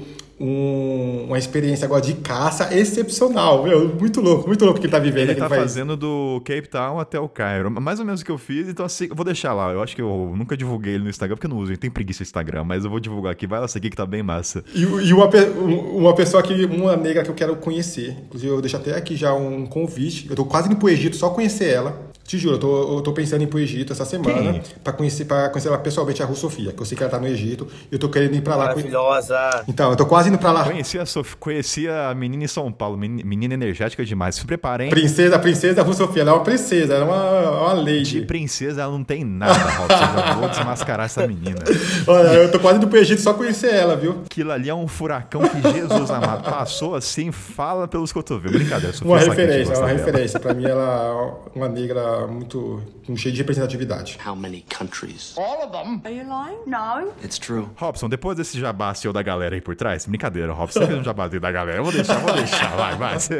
uma experiência agora de caça excepcional, meu, muito louco que ele tá vivendo. Ele tá fazendo do Cape Town até o Cairo, mais ou menos o que eu fiz, então assim, eu vou deixar lá, eu acho que eu nunca divulguei ele no Instagram, porque eu não uso, ele tem preguiça no Instagram, mas eu vou divulgar aqui, vai lá seguir que tá bem massa. E uma pessoa uma negra que eu quero conhecer, inclusive eu deixo até aqui já um convite, eu tô quase indo pro Egito só conhecer ela. Te juro, eu tô pensando em ir pro Egito essa semana pra conhecer ela pessoalmente, a Ru Sofia, que eu sei que ela tá no Egito, e eu tô querendo ir pra lá. Maravilhosa! Então, eu tô quase indo pra lá. Conheci a menina em São Paulo, menina energética demais, se preparem. Princesa Ru Sofia, ela é uma princesa, ela é uma lady. De princesa ela não tem nada, Robson, já vou desmascarar essa menina. Olha, eu tô quase indo pro Egito só conhecer ela, viu? Aquilo ali é um furacão que Jesus amado passou assim, fala pelos cotovelos. Brincadeira, Sofia. Uma referência. Pra mim, ela é uma negra muito cheia de representatividade. How many countries? All of them. Are you lying? No. It's true. Robson, depois desse jabá seu da galera aí por trás, brincadeira, Robson, você fez um jabá da galera, eu vou deixar, vai.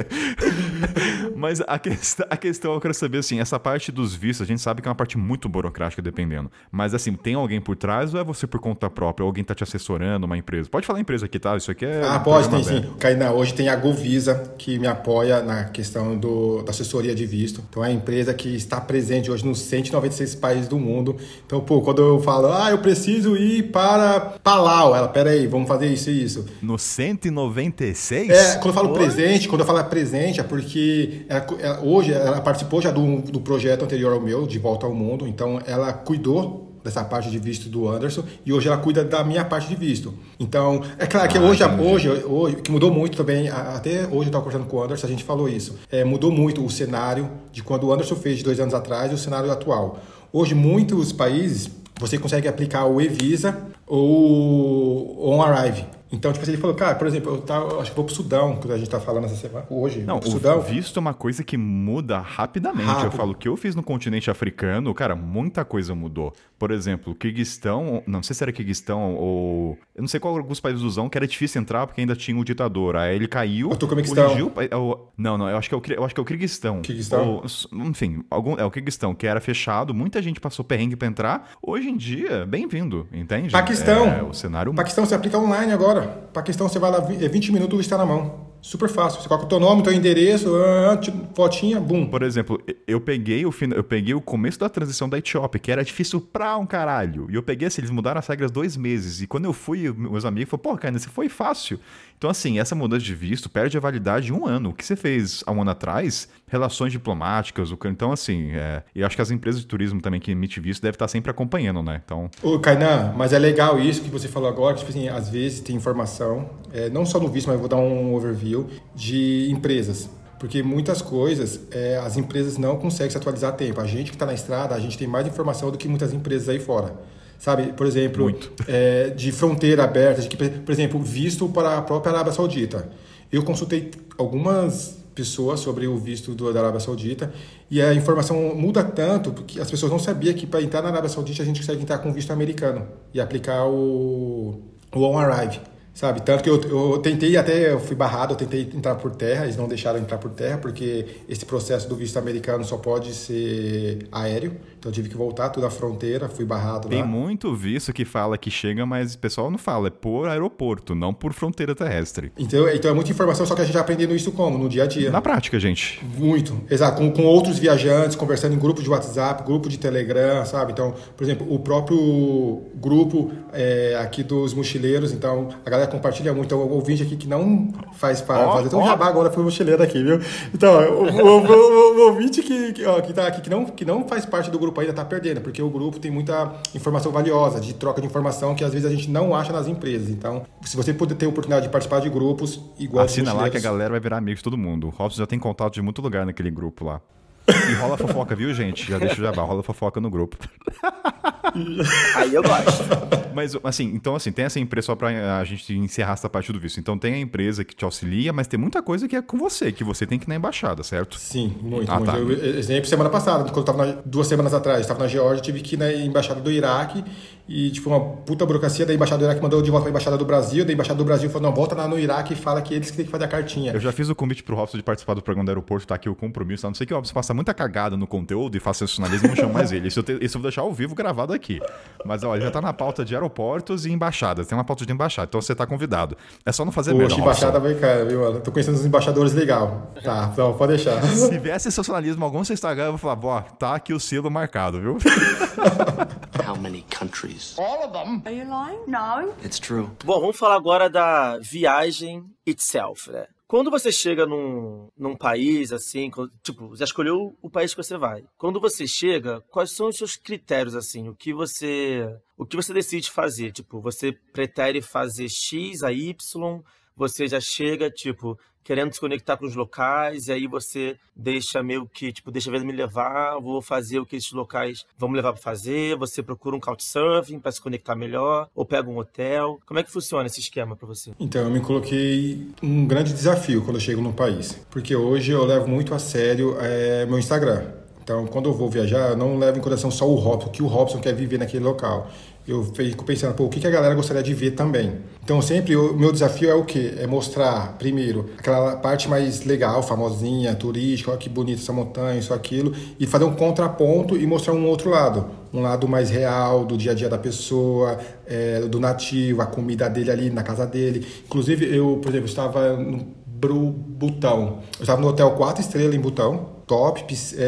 Mas a questão eu quero saber, assim, essa parte dos vistos, a gente sabe que é uma parte muito burocrática, dependendo. Mas, assim, tem alguém por trás ou é você por conta própria? Ou alguém tá te assessorando, uma empresa? Pode falar empresa aqui, tá? Isso aqui é... pode, tem sim. Kainan, hoje tem a Govisa, que me apoia na questão da assessoria de visto. Então, é a empresa que está presente hoje nos 196 países do mundo. Então, quando eu falo, eu preciso ir para Palau, ela, peraí, vamos fazer isso e isso. No 196? Quando eu falo presente, é porque hoje ela participou já do projeto anterior ao meu, de Volta ao Mundo, então ela cuidou dessa parte de visto do Anderson e hoje ela cuida da minha parte de visto. Então, é claro que hoje que mudou muito também, até hoje eu estava conversando com o Anderson, a gente falou isso, mudou muito o cenário de quando o Anderson fez de 2 anos atrás e o cenário atual. Hoje, muitos países, você consegue aplicar o e-visa ou on-arrive. Então, tipo assim, ele falou, cara, por exemplo, eu acho que vou pro Sudão, que a gente tá falando essa semana, hoje. Não, Sudão. O visto é uma coisa que muda rapidamente. Eu falo, o que eu fiz no continente africano, cara, muita coisa mudou. Por exemplo, Quirguistão, não sei se era Quirguistão ou... Eu não sei qual alguns países usam, que era difícil entrar porque ainda tinha o ditador. Aí ele caiu... O Turcomenistão. Não, eu acho que é o Quirguistão. Quirguistão? Enfim, é o Quirguistão, que era fechado, muita gente passou perrengue pra entrar. Hoje em dia, bem-vindo, entende? Paquistão. O cenário... Paquistão, você aplica online agora. Paquistão, você vai lá, 20 minutos, está na mão. super fácil. Você coloca o teu nome, o teu endereço, fotinha, bum. Por exemplo, eu peguei o começo da transição da Etiópia, que era difícil pra um caralho. E eu peguei assim, eles mudaram as regras 2 meses. E quando eu fui, meus amigos falaram, pô, cara, isso foi fácil. Então, assim, essa mudança de visto perde a validade em 1 ano. O que você fez há 1 ano atrás, relações diplomáticas, então, assim, eu acho que as empresas de turismo também que emitem visto devem estar sempre acompanhando, né? Então... Ô, Kainan, mas é legal isso que você falou agora, que, tipo assim, às vezes tem informação, não só no visto, mas eu vou dar um overview, de empresas. Porque muitas coisas, as empresas não conseguem se atualizar a tempo. A gente que está na estrada, a gente tem mais informação do que muitas empresas aí fora. Sabe, por exemplo, de fronteira aberta, por exemplo, visto para a própria Arábia Saudita. Eu consultei algumas pessoas sobre o visto da Arábia Saudita e a informação muda tanto que as pessoas não sabiam que para entrar na Arábia Saudita a gente consegue entrar com visto americano e aplicar o on-arrive. Sabe, tanto que eu tentei eu fui barrado, eu tentei entrar por terra, eles não deixaram entrar por terra, porque esse processo do visto americano só pode ser aéreo, então eu tive que voltar toda a fronteira, fui barrado lá. Tem muito visto que fala que chega, mas o pessoal não fala, é por aeroporto, não por fronteira terrestre. Então é muita informação, só que a gente aprendendo isso como? No dia a dia. Na prática, gente. Muito, exato, com outros viajantes, conversando em grupo de WhatsApp, grupo de Telegram, sabe? Então, por exemplo, o próprio grupo aqui dos mochileiros, então a galera compartilha muito. Então, o ouvinte aqui que não faz fazer um jabá agora foi mochileiro aqui, viu? Então, o ouvinte que tá aqui, que não faz parte do grupo ainda tá perdendo, porque o grupo tem muita informação valiosa, de troca de informação que às vezes a gente não acha nas empresas. Então, se você puder ter a oportunidade de participar de grupos igual assina lá que a galera vai virar amigo de todo mundo. O Robson já tem contato de muito lugar naquele grupo lá. E rola fofoca, viu, gente? Já deixa o jabá, rola fofoca no grupo. Aí eu gosto. Mas, assim, então, assim, tem essa empresa, só pra a gente encerrar essa parte do visto. Então, tem a empresa que te auxilia, mas tem muita coisa que é com você, que você tem que ir na embaixada, certo? Sim, muito. Tá. Exemplo, semana passada, quando eu tava 2 semanas atrás, eu estava na Geórgia, tive que ir na embaixada do Iraque e, tipo, uma puta burocracia da embaixada do Iraque mandou de volta pra embaixada do Brasil, da embaixada do Brasil falou, não, volta lá no Iraque e fala que eles que têm que fazer a cartinha. Eu já fiz o convite pro Robson de participar do programa do aeroporto, tá aqui o compromisso, a não sei que o Robson faça muita cagada no conteúdo e faça sensacionalismo e não chamo mais ele. Isso eu vou deixar ao vivo gravado aqui. Mas, olha, já tá na pauta de aeroportos e embaixadas. Tem uma pauta de embaixada, então você tá convidado. É só não fazer merda. Poxa, embaixada vai cair, viu, mano? Tô conhecendo os embaixadores legal. Tá, então pode deixar. Se vier sensacionalismo algum no seu Instagram, eu vou falar, ó, tá aqui o selo marcado, viu? How many countries? All of them. Are you lying? No. It's true. Bom, vamos falar agora da viagem itself, né? Quando você chega num país, assim, tipo, já escolheu o país que você vai. Quando você chega, quais são os seus critérios, assim? O que você decide fazer? Tipo, você prefere fazer X a Y? Você já chega, tipo, querendo se conectar com os locais, e aí você deixa meio que, tipo, deixa a vida me levar, vou fazer o que esses locais vão me levar para fazer, você procura um couchsurfing para se conectar melhor, ou pega um hotel. Como é que funciona esse esquema para você? Então, eu me coloquei um grande desafio quando eu chego num país, porque hoje eu levo muito a sério meu Instagram. Então, quando eu vou viajar, eu não levo em consideração só o que o Robson quer viver naquele local. Eu fico pensando, o que a galera gostaria de ver também. Então, sempre o meu desafio é o quê? É mostrar, primeiro, aquela parte mais legal, famosinha, turística, olha que bonita essa montanha, isso, aquilo, e fazer um contraponto e mostrar um outro lado. Um lado mais real, do dia a dia da pessoa, do nativo, a comida dele ali na casa dele. Inclusive, por exemplo, estava no Butão. Eu estava no hotel 4 estrelas em Butão. Top,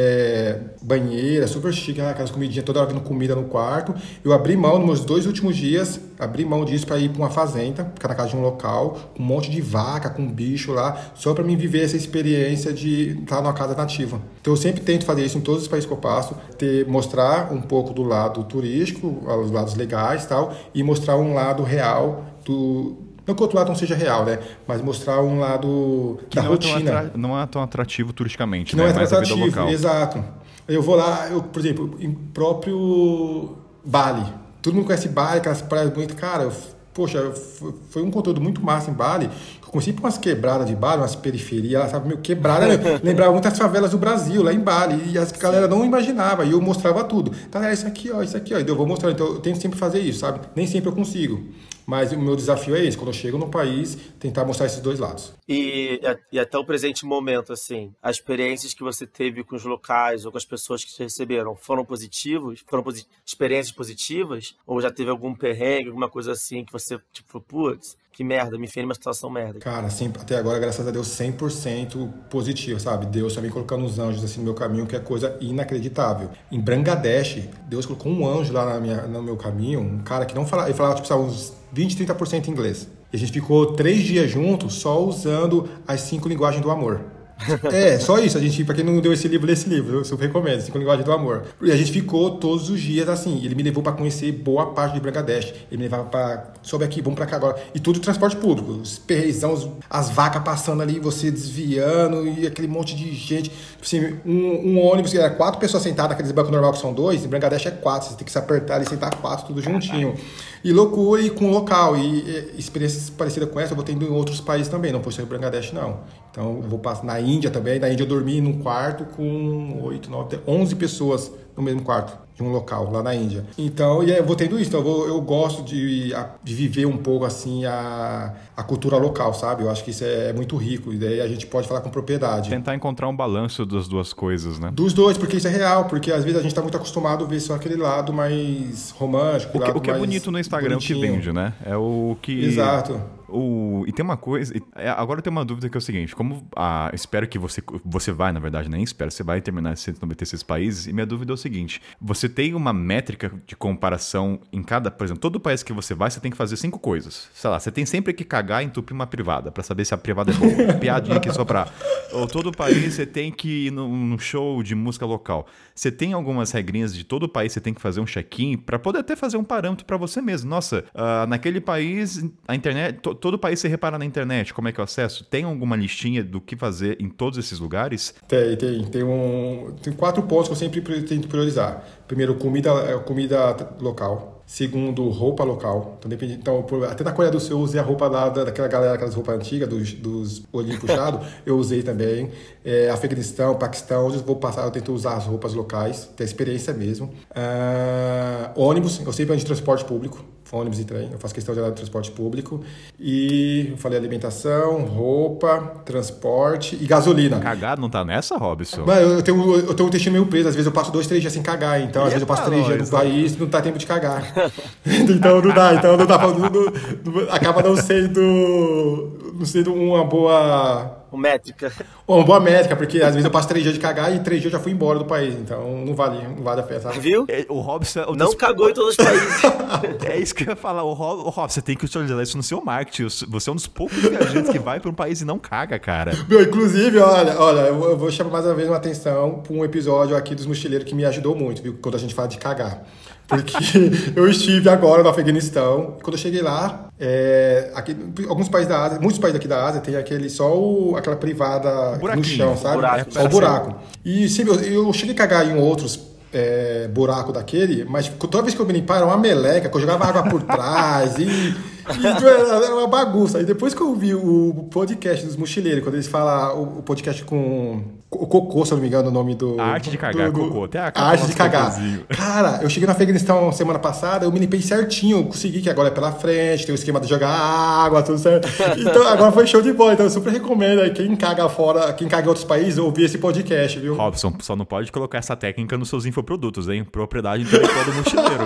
banheira, super chique, aquelas comidinhas, toda hora vindo comida no quarto. Eu abri mão nos meus 2 últimos dias, disso para ir para uma fazenda, ficar na casa de um local, com um monte de vaca, com bicho lá, só para mim viver essa experiência de estar numa casa nativa. Então eu sempre tento fazer isso em todos os países que eu passo, mostrar um pouco do lado turístico, os lados legais e tal, e mostrar um lado real não que o outro lado não seja real, né? Mas mostrar um lado que da não rotina. Não é tão atrativo turisticamente, que né? Não é mais atrativo, a vida local. Exato. Eu vou lá, por exemplo, em próprio Bali. Todo mundo conhece Bali, aquelas praias bonitas. Cara, foi um conteúdo muito massa em Bali. Eu comecei por umas quebradas de Bali, umas periferias, sabe? Meio quebrada. Lembrava muitas favelas do Brasil, lá em Bali. E as galera não imaginava. E eu mostrava tudo. Então, isso aqui, ó. Então, eu vou mostrar. Então, eu tento sempre fazer isso, sabe? Nem sempre eu consigo. Mas o meu desafio é esse, quando eu chego no país, tentar mostrar esses 2 lados. E até o presente momento, assim, as experiências que você teve com os locais ou com as pessoas que te receberam foram positivos? Foram experiências positivas? Ou já teve algum perrengue, alguma coisa assim que você, tipo, putz, que merda, me enfiei numa situação merda. Cara, sempre, até agora, graças a Deus, 100% positivo, sabe? Deus também colocando os anjos assim no meu caminho, que é coisa inacreditável. Em Bangladesh, Deus colocou um anjo lá no meu caminho, um cara que não falava, ele falava tipo uns 20, 30% inglês. E a gente ficou 3 dias juntos só usando as 5 linguagens do amor. Só isso. A gente, pra quem não deu esse livro, lê esse livro. Eu super recomendo, 5 linguagens do amor. E a gente ficou todos os dias assim. Ele me levou pra conhecer boa parte de Bangladesh. Ele me levava pra... Sobe aqui, vamos pra cá agora. E tudo transporte público. Os perreizão, as vacas passando ali, você desviando e aquele monte de gente. Assim, um ônibus, era 4 pessoas sentadas, aqueles bancos normal que são 2. Em Bangladesh é 4. Você tem que se apertar e sentar 4, tudo juntinho. E loucura e com local. E experiências parecidas com essa eu vou tendo em outros países também. Não foi só em Bangladesh, não. Então, eu vou passar na Índia também. Na Índia eu dormi num quarto com 8, 9, 11 pessoas no mesmo quarto de um local, lá na Índia. Então, eu vou tendo isso. Então, eu gosto de viver um pouco, assim, a cultura local, sabe? Eu acho que isso é muito rico. E daí a gente pode falar com propriedade. Tentar encontrar um balanço das duas coisas, né? Dos dois, porque isso é real. Porque, às vezes, a gente tá muito acostumado a ver só aquele lado mais romântico. O que é bonito no Instagram, bonitinho. O que vende, né? É o que... Exato. E tem uma coisa... Agora eu tenho uma dúvida que é o seguinte. Como espero que você vai, na verdade, nem espero. Você vai terminar esses 196 países. E minha dúvida é o seguinte. Você tem uma métrica de comparação em cada... Por exemplo, todo país que você vai, você tem que fazer 5 coisas. Sei lá, você tem sempre que cagar e entupir uma privada pra saber se a privada é boa. Piadinha aqui só pra... Ou todo país você tem que ir num show de música local. Você tem algumas regrinhas de todo país, você tem que fazer um check-in pra poder até fazer um parâmetro pra você mesmo. Nossa, naquele país, a internet... Todo país você repara na internet, como é que eu acesso? Tem alguma listinha do que fazer em todos esses lugares? Tem 4 pontos que eu sempre tento priorizar. Primeiro, comida local. Segundo, roupa local. Então, até na Coreia do Sul eu usei a roupa lá daquela galera, aquelas roupas antigas, dos olhinhos puxados, eu usei também. Afeganistão, Paquistão, onde eu vou passar, eu tento usar as roupas locais, ter experiência mesmo. Ônibus, eu sempre ando de transporte público. Ônibus e trem, eu faço questão de andar no transporte público. E eu falei alimentação, roupa, transporte e gasolina. Cagar não tá nessa, Robson? Eu tenho um intestino meio preso, às vezes eu passo 2, 3 dias sem cagar, então às vezes eu passo 3 dias no país e não dá tempo de cagar. Então não dá, acaba não sendo uma boa... Uma boa métrica, porque às vezes eu passo 3 dias de cagar e 3 dias eu já fui embora do país, então não vale a fé, sabe? Viu? O Robson... Não cagou em todos os países. É isso que eu ia falar. O Robson, você tem que utilizar isso no seu marketing. Você é um dos poucos viajantes que vai para um país e não caga, cara. Inclusive, olha, eu vou chamar mais uma vez uma atenção para um episódio aqui dos Mochileiros que me ajudou muito, viu? Quando a gente fala de cagar. Porque eu estive agora no Afeganistão. Quando eu cheguei lá, aqui, alguns países da Ásia, muitos países aqui da Ásia, tem aquela privada no chão, sabe? Só o buraco. E eu cheguei a cagar em outros buraco daquele, mas toda vez que eu me limpava era uma meleca, que eu jogava água por trás era uma bagunça. E depois que eu vi o podcast dos mochileiros, quando eles falam o podcast com o Cocô, se eu não me engano, o nome do... A arte de cagar, Cocô. Até a arte de cagar. Cara, eu cheguei no Afeganistão semana passada, eu me limpei certinho, eu consegui, que agora é pela frente, tem o esquema de jogar água, tudo certo. Então, agora foi show de bola. Então, eu super recomendo aí, quem caga fora, quem caga em outros países, ouvir esse podcast, viu? Robson, só não pode colocar essa técnica nos seus infoprodutos, hein? Propriedade intelectual do mochileiro,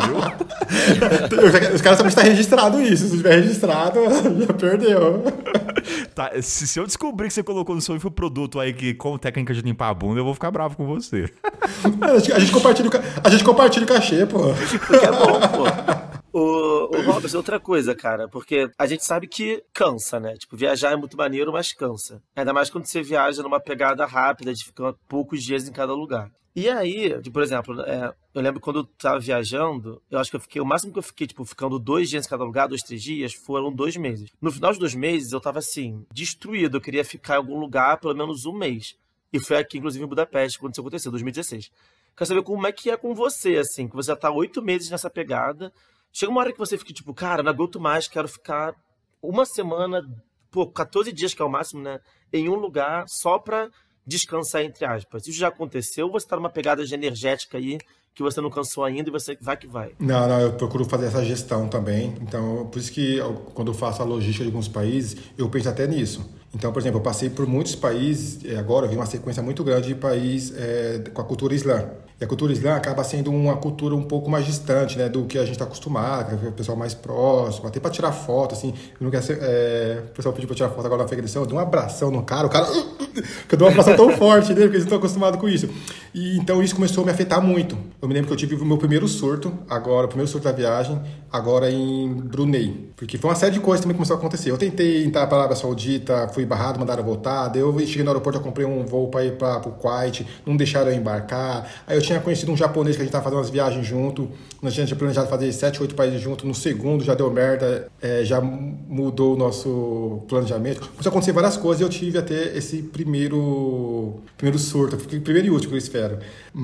viu? Os caras sabem que está registrado isso. Se estiver registrado, já perdeu. Tá, se eu descobrir que você colocou no seu infoproduto aí que como técnica de limpar a bunda, eu vou ficar bravo com você. A gente compartilha o cachê, pô. Porque é bom, pô. O Robson, outra coisa, cara, porque a gente sabe que cansa, né? Tipo, viajar é muito maneiro, mas cansa. Ainda mais quando você viaja numa pegada rápida, de ficar poucos dias em cada lugar. E aí, por exemplo, eu lembro quando eu tava viajando, eu acho que o máximo que eu fiquei, tipo, ficando 2 dias em cada lugar, 2, 3 dias, foram 2 meses. No final de 2 meses, eu tava, assim, destruído. Eu queria ficar em algum lugar pelo menos 1 mês. E foi aqui, inclusive, em Budapeste, quando isso aconteceu, 2016. Quero saber como é que é com você, assim, que você já tá 8 meses nessa pegada. Chega uma hora que você fica, tipo, cara, não aguento mais, quero ficar 1 semana, 14 dias, que é o máximo, né, em um lugar, só pra descansar, entre aspas. Isso já aconteceu ou você tá numa pegada de energética aí que você não cansou ainda e você vai que vai? Não, eu procuro fazer essa gestão também. Então, por isso que quando eu faço a logística de alguns países, eu penso até nisso. Então, por exemplo, eu passei por muitos países, agora eu vi uma sequência muito grande de países com a cultura islã. E a cultura islã acaba sendo uma cultura um pouco mais distante, né, do que a gente está acostumado, que é o pessoal mais próximo, até para tirar foto, assim. Eu não quero ser, o pessoal pediu para tirar foto agora na Afeganistão, eu dei um abração no cara, porque eu dei uma abração tão forte dele, porque eles estão acostumados com isso. E então isso começou a me afetar muito. Eu me lembro que eu tive o meu primeiro surto, o primeiro surto da viagem, agora em Brunei. Porque foi uma série de coisas que também começou a acontecer. Eu tentei entrar para a Arábia Saudita, fui barrado, mandaram voltar. Daí eu cheguei no aeroporto, eu comprei um voo para ir para o Kuwait, não deixaram eu embarcar. Aí eu tinha conhecido um japonês que a gente estava fazendo umas viagens junto. Nós tínhamos planejado fazer 7, 8 países juntos. No segundo já deu merda, já mudou o nosso planejamento. Começou a acontecer várias coisas e eu tive até esse primeiro surto. Primeiro e último, eu espero.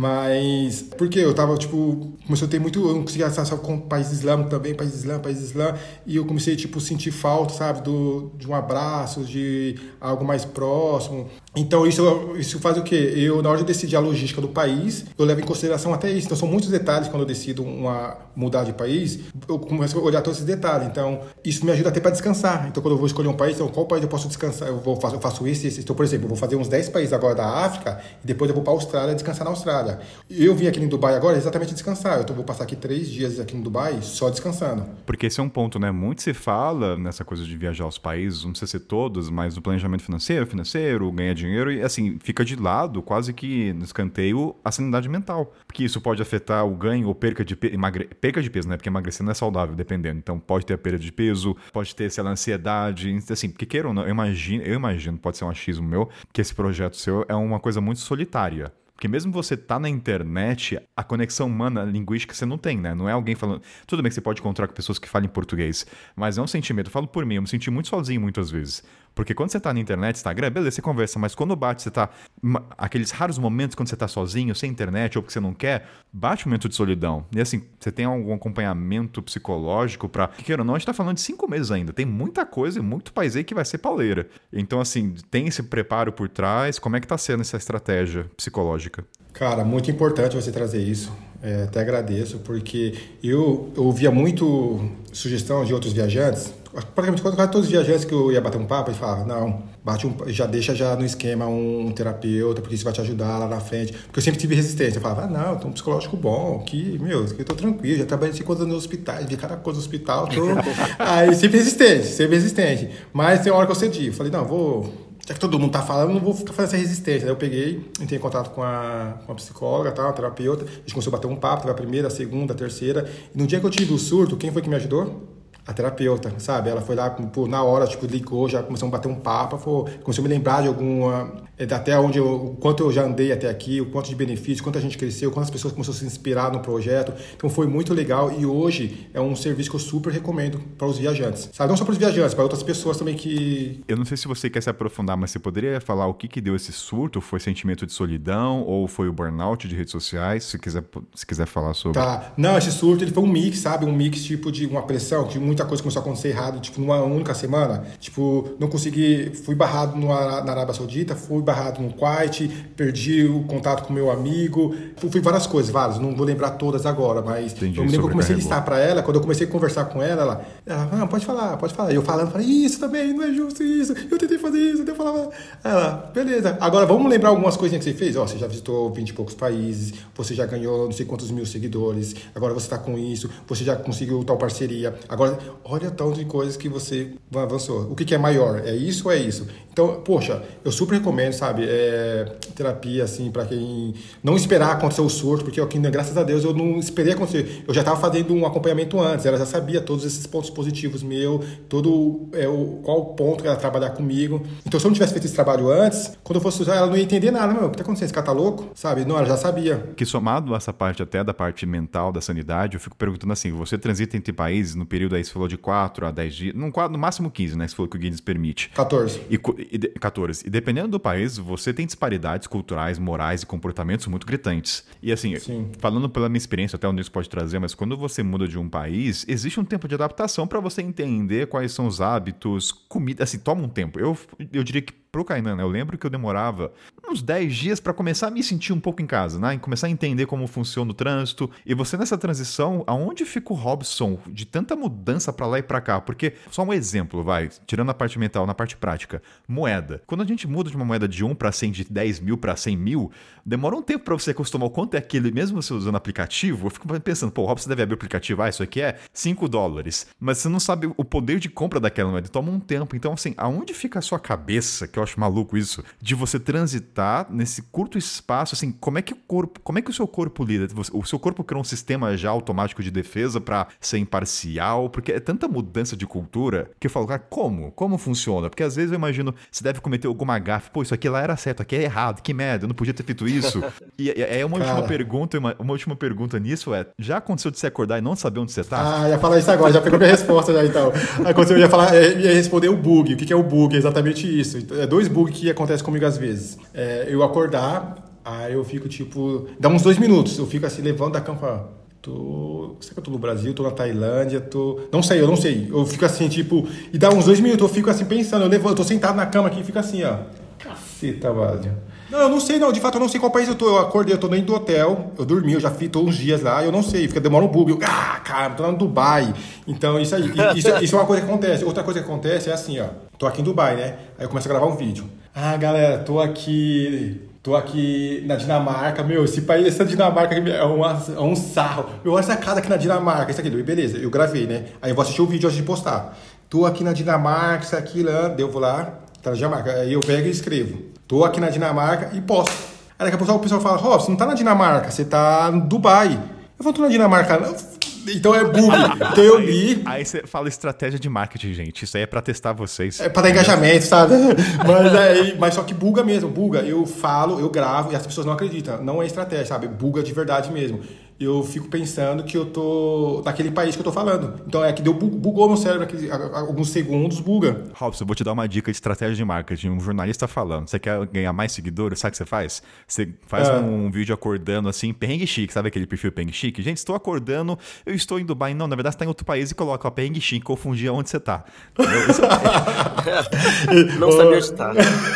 Mas, porque eu tava, comecei a ter muito... Eu não conseguia acessar com país islâmico também, país islã. E eu comecei, sentir falta, sabe? De um abraço, de algo mais próximo. Então, isso faz o quê? Eu, na hora de decidir a logística do país, eu levo em consideração até isso. Então, são muitos detalhes quando eu decido mudar de país. Eu começo a olhar todos esses detalhes. Então, isso me ajuda até para descansar. Então, quando eu vou escolher um país, então, qual país eu posso descansar? Eu faço esse. Então, por exemplo, eu vou fazer uns 10 países agora da África e depois eu vou para a Austrália descansar na Austrália. Eu vim aqui em Dubai agora exatamente descansar. Então, eu vou passar aqui 3 dias aqui no Dubai só descansando. Porque esse é um ponto, né? Muito se fala nessa coisa de viajar aos países, não precisa ser todos, mas do planejamento financeiro, ganhar dinheiro, e assim, fica de lado, quase que no escanteio, a sanidade mental. Porque isso pode afetar o ganho ou perca de peso, né? Porque emagrecer não é saudável, dependendo. Então pode ter a perda de peso, pode ter, sei lá, ansiedade, assim, porque queira ou não, eu imagino, pode ser um achismo meu, que esse projeto seu é uma coisa muito solitária. Porque mesmo você tá na internet, a conexão humana, linguística, você não tem, né? Não é alguém falando... Tudo bem que você pode encontrar com pessoas que falam português, mas é um sentimento. Eu falo por mim, eu me senti muito sozinho muitas vezes. Porque quando você tá na internet, Instagram, beleza, você conversa, mas quando bate, você tá... Aqueles raros momentos quando você tá sozinho, sem internet, ou porque você não quer, bate um momento de solidão. E assim, você tem algum acompanhamento psicológico pra... Que queira ou não, a gente tá falando de 5 meses ainda. Tem muita coisa e muito país aí que vai ser pauleira. Então, assim, tem esse preparo por trás. Como é que tá sendo essa estratégia psicológica? Cara, muito importante você trazer isso. Até agradeço, porque eu ouvia muito sugestão de outros viajantes. Praticamente quase todos os viajantes que eu ia bater um papo, eles falavam, não, já deixa já no esquema um terapeuta, porque isso vai te ajudar lá na frente. Porque eu sempre tive resistência. Eu falava, não, eu tenho um psicológico bom, eu tô tranquilo, já trabalhei 5 anos nos hospitais, vi cada coisa no hospital. Aí sempre resistente. Mas tem uma hora que eu cedi. Eu falei, não, já que todo mundo tá falando, eu não vou ficar fazendo essa resistência. Aí eu peguei, entrei em contato com a psicóloga, uma terapeuta. A gente começou a bater um papo, teve a primeira, a segunda, a terceira. E no dia que eu tive o surto, quem foi que me ajudou? A terapeuta, sabe? Ela foi lá, na hora, ligou, já começou a bater um papo, começou a me lembrar de alguma... Até o quanto eu já andei até aqui, o quanto de benefícios, quanto a gente cresceu, quantas pessoas começaram a se inspirar no projeto. Então foi muito legal e hoje é um serviço que eu super recomendo para os viajantes. Sabe? Não só para os viajantes, para outras pessoas também que... Eu não sei se você quer se aprofundar, mas você poderia falar o que deu esse surto? Foi sentimento de solidão ou foi o burnout de redes sociais? Se quiser falar sobre... Tá. Não, esse surto ele foi um mix, sabe? Um mix de uma pressão, de muita coisa começou a acontecer errado, numa única semana. Não consegui... Fui barrado na Arábia Saudita, fui barrado no Kuwait, perdi o contato com meu amigo, fui várias coisas, não vou lembrar todas agora, mas entendi, eu me lembro que eu comecei a listar para ela, quando eu comecei a conversar com ela, não, pode falar. E eu falei, isso também, não é justo isso, eu tentei fazer isso, eu falava, ela, beleza, agora vamos lembrar algumas coisinhas que você fez, você já visitou 20 e poucos países, você já ganhou não sei quantos mil seguidores, agora você tá com isso, você já conseguiu tal parceria, agora olha tanto de coisas que você avançou, o que é maior, é isso ou é isso? Então, poxa, eu super recomendo, sabe, terapia, assim, para quem não esperar acontecer o surto, porque aqui, graças a Deus, eu não esperei acontecer. Eu já estava fazendo um acompanhamento antes, ela já sabia todos esses pontos positivos meus, qual o ponto que ela ia trabalhar comigo. Então, se eu não tivesse feito esse trabalho antes, quando eu fosse usar, ela não ia entender nada. O que tá acontecendo? Esse cara tá louco? Sabe? Não, ela já sabia. Que somado a essa parte até da parte mental, da sanidade, eu fico perguntando assim, você transita entre países no período aí, você falou de 4 a 10 dias, no máximo 15, né? Você falou que o Guinness permite. 14. 14. E dependendo do país, você tem disparidades culturais, morais e comportamentos muito gritantes. E assim, Sim. Falando pela minha experiência, até onde isso pode trazer, mas quando você muda de um país, existe um tempo de adaptação para você entender quais são os hábitos, comida, assim, toma um tempo. Eu diria que pro Kainan, né? Eu lembro que eu demorava uns 10 dias pra começar a me sentir um pouco em casa, né? E começar a entender como funciona o trânsito. E você nessa transição, aonde fica o Robson de tanta mudança pra lá e pra cá? Porque, só um exemplo, tirando a parte mental, na parte prática, moeda. Quando a gente muda de uma moeda de 1 pra 100, de 10 mil pra 100 mil, demora um tempo pra você acostumar o quanto é aquele, mesmo você usando aplicativo. Eu fico pensando, pô, o Robson deve abrir o aplicativo, isso aqui é $5. Mas você não sabe o poder de compra daquela moeda, toma um tempo. Então, assim, aonde fica a sua cabeça, que eu acho maluco isso, de você transitar nesse curto espaço, assim, como é que o seu corpo lida? O seu corpo criou um sistema já automático de defesa pra ser imparcial? Porque é tanta mudança de cultura que eu falo, cara, como funciona? Porque às vezes eu imagino, você deve cometer alguma gafe, pô, isso aqui lá era certo, aqui é errado, que merda, eu não podia ter feito isso. E aí uma última pergunta nisso é, já aconteceu de você acordar e não saber onde você tá? Ia falar isso agora, já pegou minha resposta já, então. Aconteceu, ia responder o bug. O que é o bug? É exatamente isso. É 2 bugs que acontecem comigo às vezes. Eu acordar, aí eu fico tipo... Dá uns 2 minutos, eu fico assim, levando da cama e falo... Será que eu tô no Brasil? Tô na Tailândia? Não sei. Eu fico assim, tipo... E dá uns 2 minutos, eu fico assim pensando. Eu tô sentado na cama aqui e fico assim, ó. Caceta, Vázio. Não, eu não sei, não. De fato, eu não sei qual país eu tô. Eu acordei, eu tô dentro do hotel. Eu dormi, eu já tô uns dias lá. Eu não sei, demora um bug. Cara, tô lá no Dubai. Então, isso aí. Isso é uma coisa que acontece. Outra coisa que acontece é assim, ó. Tô aqui em Dubai, né? Aí eu começo a gravar um vídeo. Galera, tô aqui na Dinamarca. Meu, essa Dinamarca aqui é um sarro. Olha essa casa aqui na Dinamarca. Isso aqui, beleza, eu gravei, né? Aí eu vou assistir o vídeo antes de postar. Tô aqui na Dinamarca, isso aqui lá. Eu vou lá, tá na Dinamarca. Aí eu pego e escrevo. Tô aqui na Dinamarca e posto. Aí daqui a pouco o pessoal fala, Rob, você não tá na Dinamarca, você tá no Dubai. Eu vou, tô na Dinamarca. Então é bug. Então eu li. Aí você fala estratégia de marketing, gente. Isso aí é pra testar vocês. É pra dar engajamento, sabe? Mas só que buga mesmo, buga. Eu falo, eu gravo e as pessoas não acreditam. Não é estratégia, sabe? Buga de verdade mesmo. Eu fico pensando que eu tô naquele país que eu tô falando. Então é que bugou no cérebro, alguns segundos, buga. Robson, eu vou te dar uma dica de estratégia de marketing. Um jornalista falando, você quer ganhar mais seguidores, sabe o que você faz? Você faz um vídeo acordando assim, perrengue chique, sabe aquele perfil perrengue chique? Gente, estou acordando, eu estou em Dubai. Não, na verdade você tá em outro país e coloca, perrengue chique, confundir onde você tá. Não sabia onde tá.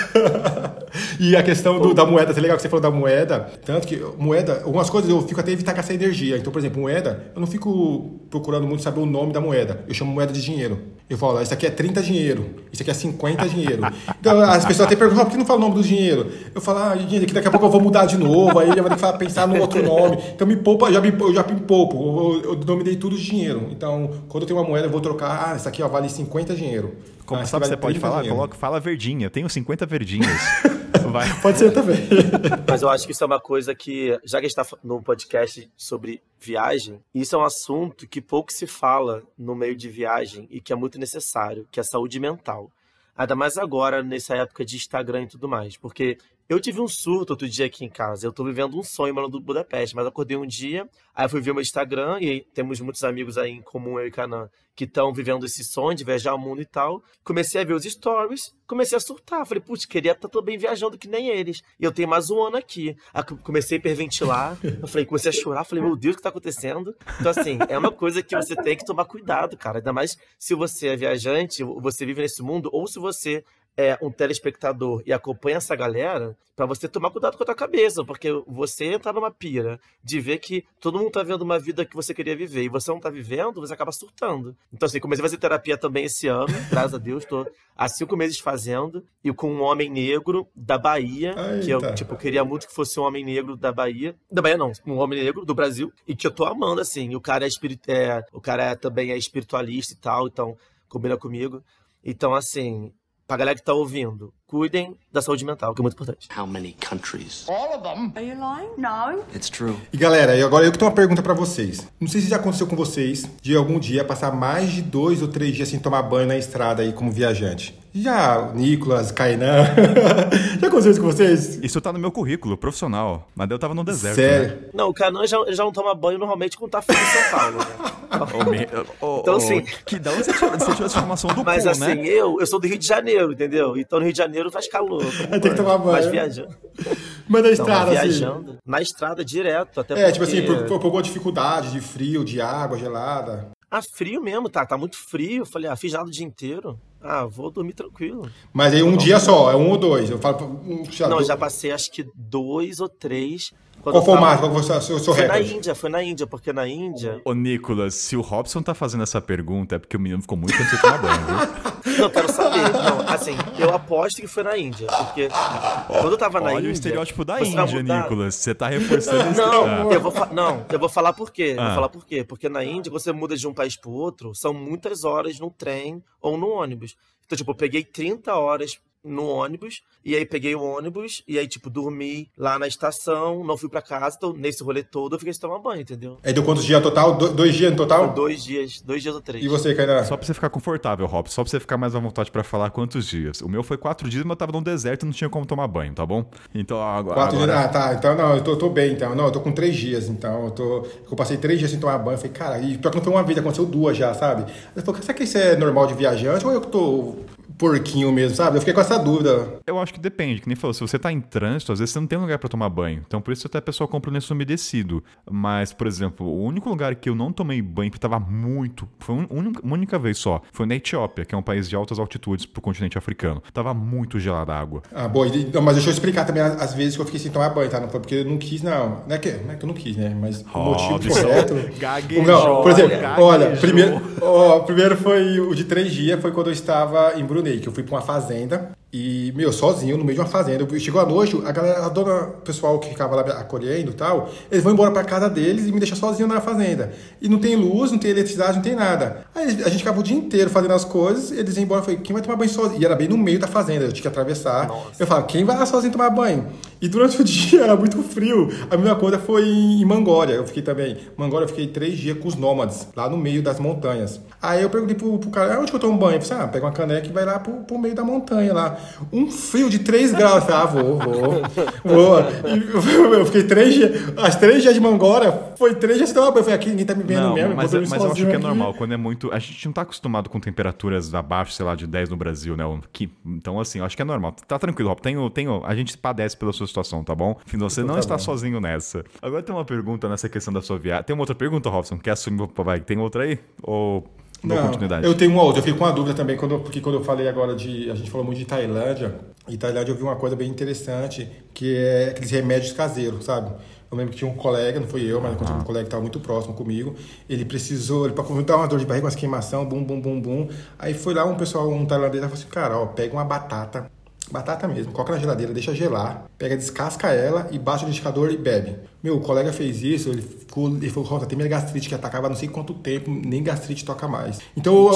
E a questão da moeda, tá legal que você falou da moeda. Tanto que moeda, algumas coisas eu fico até evitar gastar energia. Então, por exemplo, moeda, eu não fico procurando muito saber o nome da moeda. Eu chamo moeda de dinheiro. Eu falo, isso aqui é 30 dinheiro, isso aqui é 50 dinheiro. Então, as pessoas até perguntam, por que não fala o nome do dinheiro? Eu falo, gente, daqui a pouco eu vou mudar de novo, aí já vai ter que pensar no outro nome. Então, me poupa, eu já me poupo. Eu nominei tudo de dinheiro. Então, quando eu tenho uma moeda, eu vou trocar, isso aqui ó, vale 50 dinheiro. Como sabe que você pode falar? Fala verdinha. Eu tenho 50 verdinhas. Vai. Pode ser também. Mas eu acho que isso é uma coisa que, já que a gente está num podcast sobre viagem, isso é um assunto que pouco se fala no meio de viagem e que é muito necessário, que é a saúde mental. Ainda mais agora, nessa época de Instagram e tudo mais. Porque eu tive um surto outro dia aqui em casa. Eu tô vivendo um sonho, mano, do Budapeste. Mas acordei um dia, aí eu fui ver o meu Instagram, e aí temos muitos amigos aí em comum, eu e Kainan, que estão vivendo esse sonho de viajar o mundo e tal. Comecei a ver os stories, comecei a surtar. Falei, putz, queria estar bem viajando que nem eles. E eu tenho mais um ano aqui. Aí comecei a hiperventilar. Comecei a chorar. Falei, meu Deus, o que tá acontecendo? Então, assim, é uma coisa que você tem que tomar cuidado, cara. Ainda mais se você é viajante, você vive nesse mundo, ou se você é um telespectador e acompanha essa galera, pra você tomar cuidado com a tua cabeça, porque você entrar numa pira de ver que todo mundo tá vendo uma vida que você queria viver e você não tá vivendo, você acaba surtando. Então, assim, comecei a fazer terapia também esse ano, graças a Deus, tô há 5 meses fazendo, e com um homem negro da Bahia, que eu, queria muito que fosse um homem negro da Bahia não, um homem negro do Brasil, e que eu tô amando, assim, o cara também é espiritualista e tal, então combina comigo. Então, assim, pra galera que tá ouvindo, cuidem da saúde mental, que é muito importante. How many countries? All of them. Are you lying? No. It's true. E galera, agora eu que tenho uma pergunta pra vocês. Não sei se já aconteceu com vocês de algum dia passar mais de 2 ou 3 dias sem tomar banho na estrada aí como viajante. Já, Nicolas, Kainan, já aconteceu isso com vocês? Isso tá no meu currículo, profissional. Mas eu tava no deserto. Sério? Né? Não, o Kainan já não toma banho normalmente quando tá frio em São Paulo, né? Então, assim... Da onde você tirou essa informação do mas, pool, assim, né? eu sou do Rio de Janeiro, entendeu? Então, no Rio de Janeiro faz calor. Tem que tomar banho. Mas viajando. Mas na estrada, viajando. Assim... Na estrada, direto. Até porque... tipo assim, por alguma dificuldade de frio, de água gelada. Frio mesmo, tá muito frio. Eu falei, fiz nada o dia inteiro. vou dormir tranquilo. Mas aí um dia só, é 1 ou 2? Eu falo, Não, já passei acho que 2 ou 3. Qual foi o máximo? Qual foi o seu recorde? Foi na Índia, porque na Índia... Ô, Nicolas, se o Robson tá fazendo essa pergunta, é porque o menino ficou muito tempo sem tomar banho, viu? Não, quero saber. Não, assim, eu aposto que foi na Índia, porque quando eu tava na Índia... Olha o estereótipo da você vai Índia, mudar. Nicolas. Você tá reforçando esse... Eu vou falar por quê. Vou falar por quê. Porque na Índia, você muda de um país pro outro, são muitas horas no trem ou no ônibus. Então, tipo, eu peguei 30 horas no ônibus, e aí peguei o ônibus, e aí, tipo, dormi lá na estação, não fui pra casa, então nesse rolê todo eu fiquei sem tomar banho, entendeu? Aí deu quantos dias total? 2 dias no total? Foi 2 dias ou 3. E você, Kainan? Só pra você ficar confortável, Robson, só pra você ficar mais à vontade pra falar quantos dias. O meu foi 4 dias, mas eu tava num deserto e não tinha como tomar banho, tá bom? Então, agora... 4 dias? Ah, tá. Então, não, eu tô bem, então. Não, eu tô com 3 dias, então. Eu passei 3 dias sem tomar banho. Eu falei, cara, e pior que não foi uma vez, aconteceu 2 já, sabe? Eu falei, será que isso é normal de viajante ou eu que tô porquinho mesmo, sabe? Eu fiquei com essa dúvida. Eu acho que depende, que nem falou, se você tá em trânsito, às vezes você não tem lugar pra tomar banho. Então por isso até a pessoa compra o lenço umedecido. Mas, por exemplo, o único lugar que eu não tomei banho, que tava muito, foi uma única vez só, foi na Etiópia, que é um país de altas altitudes pro continente africano. Tava muito gelada a água. Ah, boa. Mas deixa eu explicar também as vezes que eu fiquei sem tomar banho, tá? Não foi porque eu não quis, não. Não é que eu não quis, né? Mas o motivo correto... Gaguejou. Não, por exemplo, olha, gaguejou. primeiro foi o de 3 dias, foi quando eu estava em Brunei, que eu fui pra uma fazenda e, sozinho, no meio de uma fazenda. Chegou a noite, a galera, o pessoal que ficava lá acolhendo e tal, eles vão embora pra casa deles e me deixam sozinho na fazenda. E não tem luz, não tem eletricidade, não tem nada. Aí a gente ficava o dia inteiro fazendo as coisas, eles iam embora, eu falei, quem vai tomar banho sozinho? E era bem no meio da fazenda, eu tinha que atravessar. Nossa. Eu falava, quem vai lá sozinho tomar banho? E durante o dia era muito frio. A minha conta foi em Mangólia, eu fiquei também. Mangólia eu fiquei 3 dias com os nômades, lá no meio das montanhas. Aí eu perguntei pro cara, onde que eu tomo banho? Eu falei, pega uma caneca e vai lá pro meio da montanha lá. Um frio de 3 graus. Eu falei, vou. E eu fiquei 3 dias, as 3 dias de Mangólia, foi 3 dias que eu tava banho. Eu falei, aqui ninguém tá me vendo mesmo. Mas eu acho que é aqui. normal, quando é muito... A gente não tá acostumado com temperaturas abaixo, sei lá, de 10 no Brasil, né? Então, assim, eu acho que é normal. Tá tranquilo, Rob. A gente padece pela sua situação, tá bom? Enfim, você não está sozinho nessa. Agora tem uma pergunta nessa questão da sua viagem. Tem uma outra pergunta, Robson? Quer assumir? Vai, tem outra aí? Ou... Não, continuidade. Eu tenho uma outra, eu fiquei com uma dúvida também, porque quando eu falei agora a gente falou muito de Tailândia, e Tailândia eu vi uma coisa bem interessante, que é aqueles remédios caseiros, sabe? Eu lembro que tinha um colega, não fui eu, mas um colega que estava muito próximo comigo, ele para dar uma dor de barriga, uma queimação, bum, aí foi lá um tailandês, e falou assim, cara, pega uma batata mesmo, coloca na geladeira, deixa gelar, descasca ela e baixa o liquidificador e bebe. O colega fez isso, ele falou, tem minha gastrite que atacava não sei quanto tempo, nem gastrite toca mais. Então,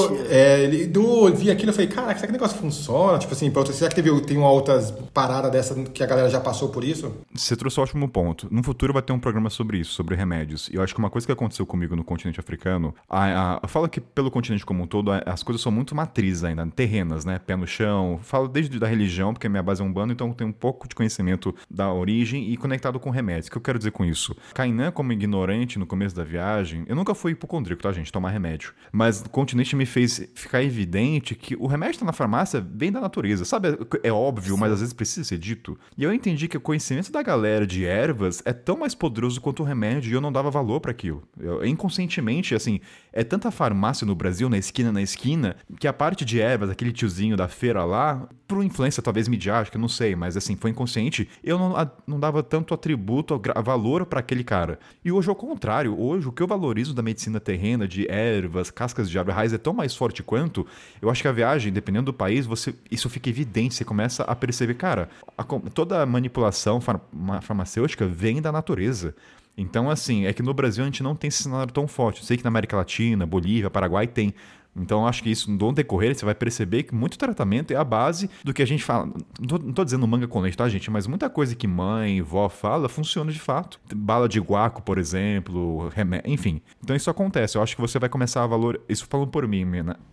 eu vi aquilo e falei, caraca, será que o negócio funciona? Tipo assim, será que tem uma outras paradas dessa que a galera já passou por isso? Você trouxe um ótimo ponto. No futuro vai ter um programa sobre isso, sobre remédios. E eu acho que uma coisa que aconteceu comigo no continente africano, eu falo que pelo continente como um todo, as coisas são muito matrizes ainda, terrenas, né? Pé no chão. Falo desde da religião, porque a minha base é umbanda, então eu tenho um pouco de conhecimento da origem e conectado com remédios. O que eu quero dizer com isso? Kainan, como ignorante no começo da viagem, eu nunca fui hipocondríaco, tá, gente? Tomar remédio. Mas o continente me fez ficar evidente que o remédio tá na farmácia vem da natureza. Sabe, é óbvio, mas às vezes precisa ser dito. E eu entendi que o conhecimento da galera de ervas é tão mais poderoso quanto o remédio e eu não dava valor para aquilo. Inconscientemente, assim, é tanta farmácia no Brasil, na esquina, que a parte de ervas, aquele tiozinho da feira lá, por influência talvez midiática, não sei, mas assim, foi inconsciente, eu não dava tanto atributo, valor para aquele cara. E hoje, ao contrário, hoje o que eu valorizo da medicina terrena, de ervas, cascas de árvore, raiz, é tão mais forte quanto, eu acho que a viagem, dependendo do país, isso fica evidente, você começa a perceber, cara, toda a manipulação farmacêutica vem da natureza. Então, assim, é que no Brasil a gente não tem esse cenário tão forte. Eu sei que na América Latina, Bolívia, Paraguai tem. Então, eu acho que isso, no decorrer, você vai perceber que muito tratamento é a base do que a gente fala. Não tô dizendo manga com leite, tá, gente? Mas muita coisa que mãe, vó fala, funciona de fato. Bala de guaco, por exemplo, remédio, enfim. Então, isso acontece. Eu acho que você vai começar a valorizar... Isso falando por mim,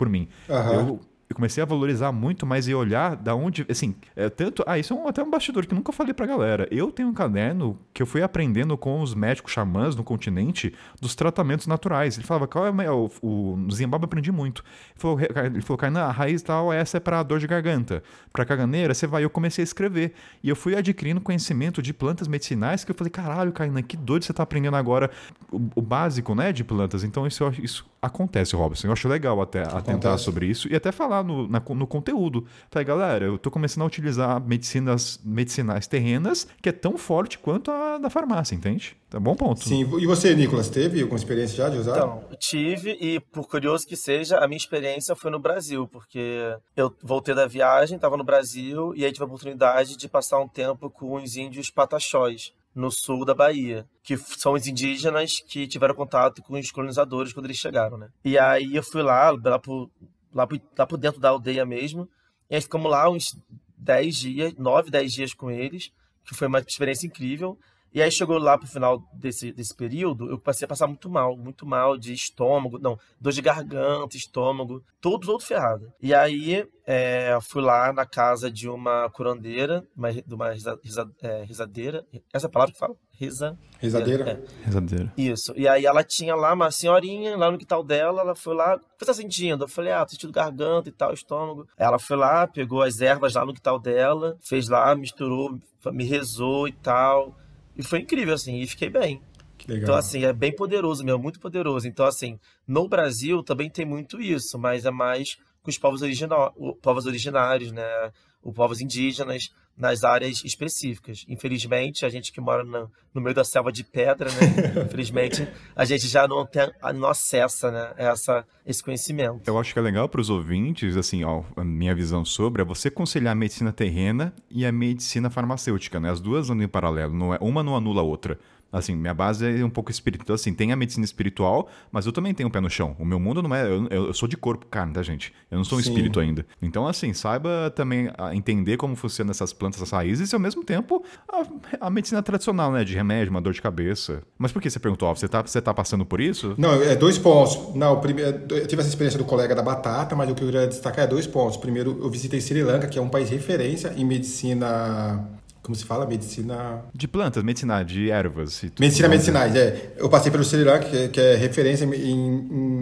Uhum. Eu comecei a valorizar muito mais e olhar da onde, assim, isso é até um bastidor que eu nunca falei pra galera. Eu tenho um caderno que eu fui aprendendo com os médicos xamãs no continente dos tratamentos naturais. Ele falava, no Zimbábue eu aprendi muito. Ele falou, Kainan, a raiz tal, essa é pra dor de garganta. Pra caganeira, eu comecei a escrever. E eu fui adquirindo conhecimento de plantas medicinais que eu falei, caralho, Kainan, que doido você tá aprendendo agora o básico, né, de plantas. Então isso acontece, Robson. Eu acho legal até atentar sobre isso e até falar lá no conteúdo. Falei, galera, eu tô começando a utilizar medicinais terrenas que é tão forte quanto a da farmácia, entende? Tá bom ponto. Sim, e você, Nicolas, teve alguma experiência já de usar? Então, tive, e por curioso que seja, a minha experiência foi no Brasil, porque eu voltei da viagem, estava no Brasil, e aí tive a oportunidade de passar um tempo com os índios Pataxós, no sul da Bahia, que são os indígenas que tiveram contato com os colonizadores quando eles chegaram, né? E aí eu fui lá por dentro da aldeia mesmo, e aí ficamos lá uns 10 dias, 9, 10 dias com eles, que foi uma experiência incrível. E aí chegou lá pro final desse período, eu passei a passar muito mal de estômago, dor de garganta, estômago, todo ferrado. E aí fui lá na casa de uma curandeira, de uma risadeira, essa é a palavra que fala? Risadeira? Risadeira. Isso. E aí ela tinha lá uma senhorinha, lá no quintal dela, ela foi lá, o que você tá sentindo? Eu falei, tô sentindo garganta e tal, estômago. Ela foi lá, pegou as ervas lá no quintal dela, fez lá, misturou, me rezou e tal. E foi incrível, assim, e fiquei bem. Que legal. Então, assim, é bem poderoso mesmo, muito poderoso. Então, assim, no Brasil também tem muito isso, mas é mais com os povos originários, né? Os povos indígenas, nas áreas específicas. Infelizmente, a gente que mora no meio da selva de pedra, né? Infelizmente, a gente já não acessa, né? Esse conhecimento. Eu acho que é legal para os ouvintes, assim, ó, a minha visão sobre é você conciliar a medicina terrena e a medicina farmacêutica, né? As duas andam em paralelo, uma não anula a outra. Assim, minha base é um pouco espiritual. Então, assim, tem a medicina espiritual, mas eu também tenho um pé no chão. O meu mundo não é... Eu sou de corpo, carne, tá, gente? Eu não sou um espírito ainda. Então, assim, saiba também entender como funcionam essas plantas, essas raízes, e ao mesmo tempo a medicina tradicional, né? De remédio, uma dor de cabeça. Mas por que você perguntou? Você tá passando por isso? Não, 2 pontos. Não, primeiro, eu tive essa experiência do colega da batata, mas o que eu queria destacar é 2 pontos. Primeiro, eu visitei Sri Lanka, que é um país referência em medicina... Como se fala? Medicina... De plantas, medicina, de ervas. Medicinais, Eu passei pelo Sri Lanka, que é referência em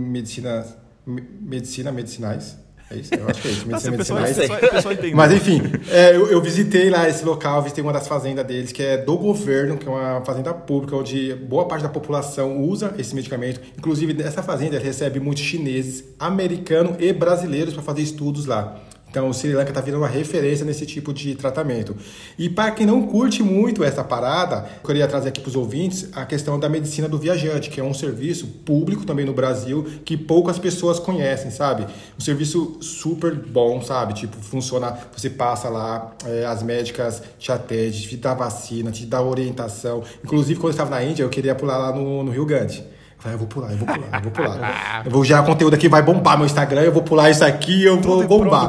medicinais. É isso? Eu acho que é isso, medicina medicinais. Mas enfim, eu visitei lá esse local, visitei uma das fazendas deles, que é do governo, que é uma fazenda pública, onde boa parte da população usa esse medicamento. Inclusive, nessa fazenda, ele recebe muitos chineses, americanos e brasileiros para fazer estudos lá. Então, o Sri Lanka está virando uma referência nesse tipo de tratamento. E para quem não curte muito essa parada, eu queria trazer aqui para os ouvintes a questão da medicina do viajante, que é um serviço público também no Brasil, que poucas pessoas conhecem, sabe? Um serviço super bom, sabe? Tipo, funciona, você passa lá, as médicas te atendem, te dá vacina, te dá orientação. Inclusive, quando eu estava na Índia, eu queria pular lá no Rio Grande. Eu vou pular. Eu vou gerar conteúdo aqui, vai bombar meu Instagram, eu vou pular isso aqui, eu vou bombar.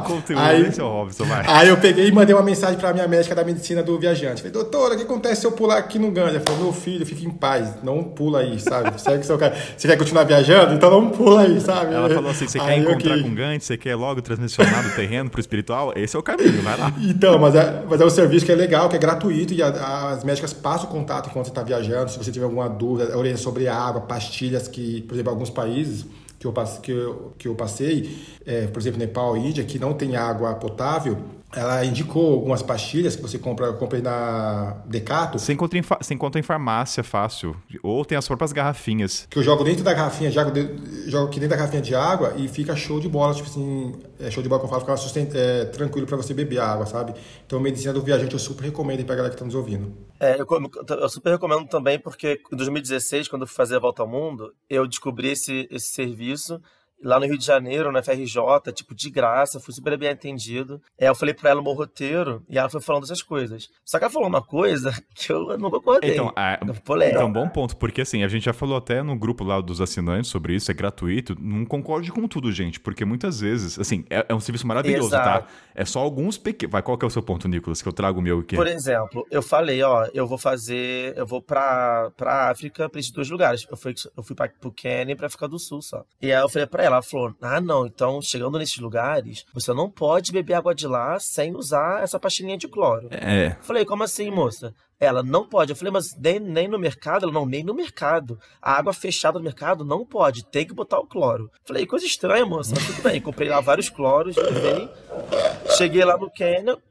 Aí eu peguei e mandei uma mensagem pra minha médica da medicina do viajante. Falei, doutora, o que acontece se eu pular aqui no Ganges? Ela falou, meu filho, fique em paz, não pula aí, sabe? Você quer continuar viajando? Então não pula aí, sabe? Ela falou assim, você quer encontrar com Ganges, você quer logo transicionar do terreno pro espiritual? Esse é o caminho, vai lá. Então, mas é um serviço que é legal, que é gratuito, e as médicas passam o contato enquanto você tá viajando, se você tiver alguma dúvida, orientação sobre água, pastilha, que, por exemplo, alguns países que eu passei, por exemplo, Nepal e Índia, que não tem água potável, ela indicou algumas pastilhas que você comprei na Decato. Você encontra em farmácia fácil, ou tem as próprias garrafinhas. Que eu jogo dentro da garrafinha de água, jogo aqui dentro da garrafinha de água e fica show de bola, tipo assim, show de bola que eu falo, fica tranquilo pra você beber a água, sabe? Então, medicina do viajante eu super recomendo aí pra galera que tá nos ouvindo. Eu super recomendo também, porque em 2016, quando eu fui fazer a Volta ao Mundo, eu descobri esse serviço lá no Rio de Janeiro, na FRJ, tipo, de graça, fui super bem atendido. Eu falei pra ela o meu roteiro e ela foi falando essas coisas. Só que ela falou uma coisa que eu não concordei. Então, bom ponto, porque assim, a gente já falou até no grupo lá dos assinantes sobre isso, é gratuito, não concorde com tudo, gente, porque muitas vezes, assim, é um serviço maravilhoso, Exato. Tá? É só alguns pequenos... Qual que é o seu ponto, Nicolas, que eu trago o meu aqui? Por exemplo, eu falei, eu vou pra África, pra esses 2 lugares. Eu fui pro Quênia e pra África do Sul só. E aí eu falei pra ela falou, não, então chegando nesses lugares, você não pode beber água de lá sem usar essa pastilhinha de cloro. Falei, como assim, moça? Ela, não pode. Eu falei, mas nem no mercado? Ela, não, nem no mercado. A água fechada no mercado não pode, tem que botar o cloro. Falei, coisa estranha, moça, mas tudo bem. Comprei lá vários cloros, levei. Cheguei lá no Quênia,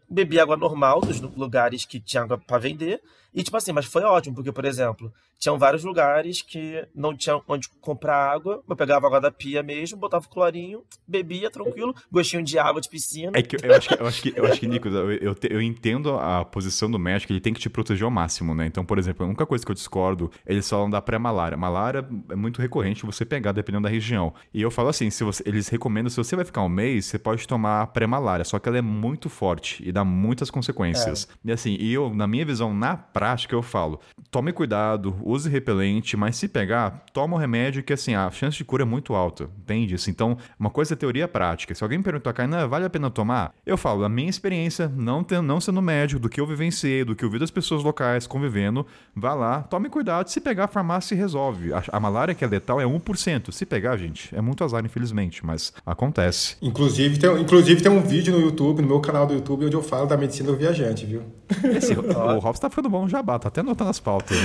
bebi água normal dos lugares que tinha água pra vender. E, tipo assim, mas foi ótimo, porque, por exemplo, tinham vários lugares que não tinham onde comprar água. Eu pegava água da pia mesmo, botava o clorinho, bebia tranquilo, gostinho de água de piscina. É que eu acho que Nico, eu entendo a posição do médico, ele tem que te proteger ao máximo, né? Então, por exemplo, a única coisa que eu discordo, eles falam da pré-malária. Malária é muito recorrente você pegar, dependendo da região. E eu falo assim, eles recomendam, se você vai ficar um mês, você pode tomar a pré-malária, só que ela é muito forte e dá muitas consequências. E assim, na minha visão, na prática, eu falo, tome cuidado, use repelente, mas se pegar, toma o remédio que, assim, a chance de cura é muito alta, entende? Então, uma coisa é teoria prática. Se alguém me perguntar, Kainan, vale a pena tomar? Eu falo, a minha experiência, não sendo médico, do que eu vivenciei, do que eu vi das pessoas locais convivendo, vá lá, tome cuidado, se pegar, a farmácia resolve. A malária que é letal é 1%. Se pegar, gente, é muito azar, infelizmente, mas acontece. Inclusive tem um vídeo no YouTube, no meu canal do YouTube, onde eu falo da medicina do viajante, viu? O Robson tá ficando bom jabá, tá até anotando as pautas.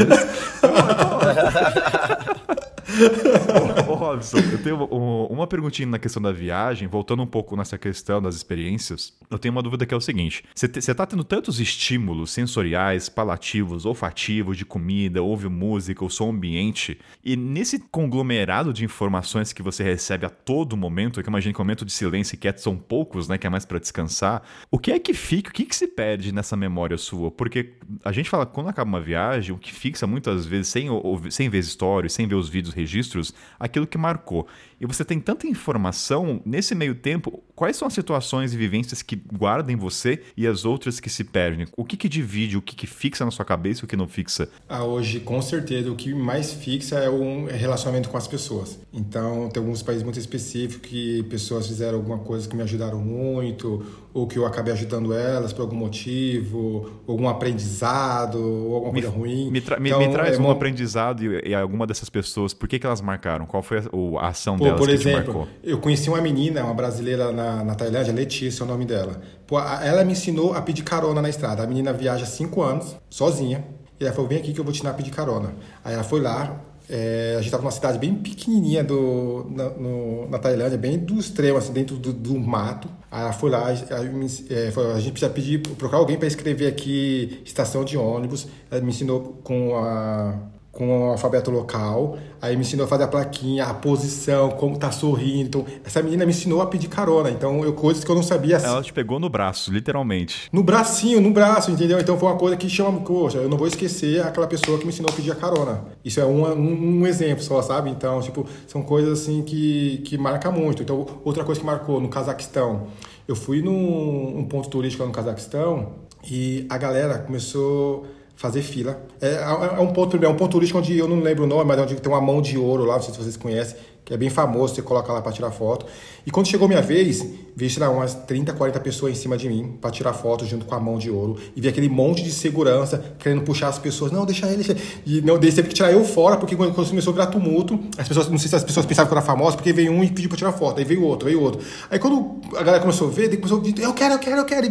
Ô Robson, eu tenho uma perguntinha na questão da viagem, voltando um pouco nessa questão das experiências. Eu tenho uma dúvida que é o seguinte: você tá tendo tantos estímulos sensoriais, palativos, olfativos, de comida, ouve música, ou som ambiente, e nesse conglomerado de informações que você recebe a todo momento, que eu imagino que o momento de silêncio e quieto são poucos, né, que é mais pra descansar, o que é que fica, o que se perde nessa memória sua? Porque a gente fala, quando acaba uma viagem, o que fixa muitas vezes, sem ver stories, sem ver os vídeos, registros, aquilo que marcou. E você tem tanta informação, nesse meio tempo, quais são as situações e vivências que guardam em você e as outras que se perdem? O que divide, o que fixa na sua cabeça e o que não fixa? Hoje, com certeza, o que mais fixa é o relacionamento com as pessoas. Então, tem alguns países muito específicos que pessoas fizeram alguma coisa que me ajudaram muito, ou que eu acabei ajudando elas por algum motivo, algum aprendizado, ou alguma coisa ruim. Me traz um aprendizado e alguma dessas pessoas, por que elas marcaram? Qual foi a ação delas por que exemplo, te marcou? Eu conheci uma menina, uma brasileira na Tailândia, Letícia é o nome dela. Ela me ensinou a pedir carona na estrada. A menina viaja 5 anos, sozinha, e ela falou, vem aqui que eu vou te ensinar a pedir carona. Aí ela foi lá, a gente estava numa cidade bem pequenininha na Tailândia, bem do extremo, assim, dentro do mato. Aí ela foi lá, a gente precisa procurar alguém para escrever aqui estação de ônibus. Ela me ensinou com o alfabeto local, aí me ensinou a fazer a plaquinha, a posição, como tá sorrindo. Então, essa menina me ensinou a pedir carona. Então, coisas que eu não sabia. Ela te pegou no braço, literalmente. No braço, entendeu? Então, foi uma coisa que chama... Poxa, eu não vou esquecer aquela pessoa que me ensinou a pedir a carona. Isso é um exemplo só, sabe? Então, tipo, são coisas assim que marcam muito. Então, outra coisa que marcou no Cazaquistão. Eu fui num ponto turístico lá no Cazaquistão e a galera começou... fazer fila. É um ponto turístico onde eu não lembro o nome, mas onde tem uma mão de ouro lá, não sei se vocês conhecem, que é bem famoso, você coloca lá para tirar foto. E quando chegou minha vez, veio, sei lá, umas 30, 40 pessoas em cima de mim para tirar foto junto com a mão de ouro. E vi aquele monte de segurança querendo puxar as pessoas. Não, deixa ele. E não, daí teve que tirar eu fora, porque quando começou a virar tumulto, as pessoas, não sei se as pessoas pensavam que eu era famosa, porque veio um e pediu para tirar foto. Aí veio outro. Aí quando a galera começou a ver, daí começou a dizer, eu quero.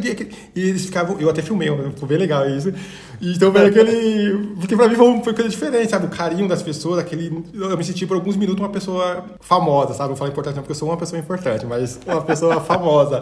E eles ficavam, eu até filmei, ficou bem legal isso. E então veio aquele... Porque pra mim foi coisa diferente, sabe? O carinho das pessoas, eu me senti por alguns minutos uma pessoa famosa, sabe? Eu falo importante não porque eu sou uma pessoa importante, mas uma pessoa famosa.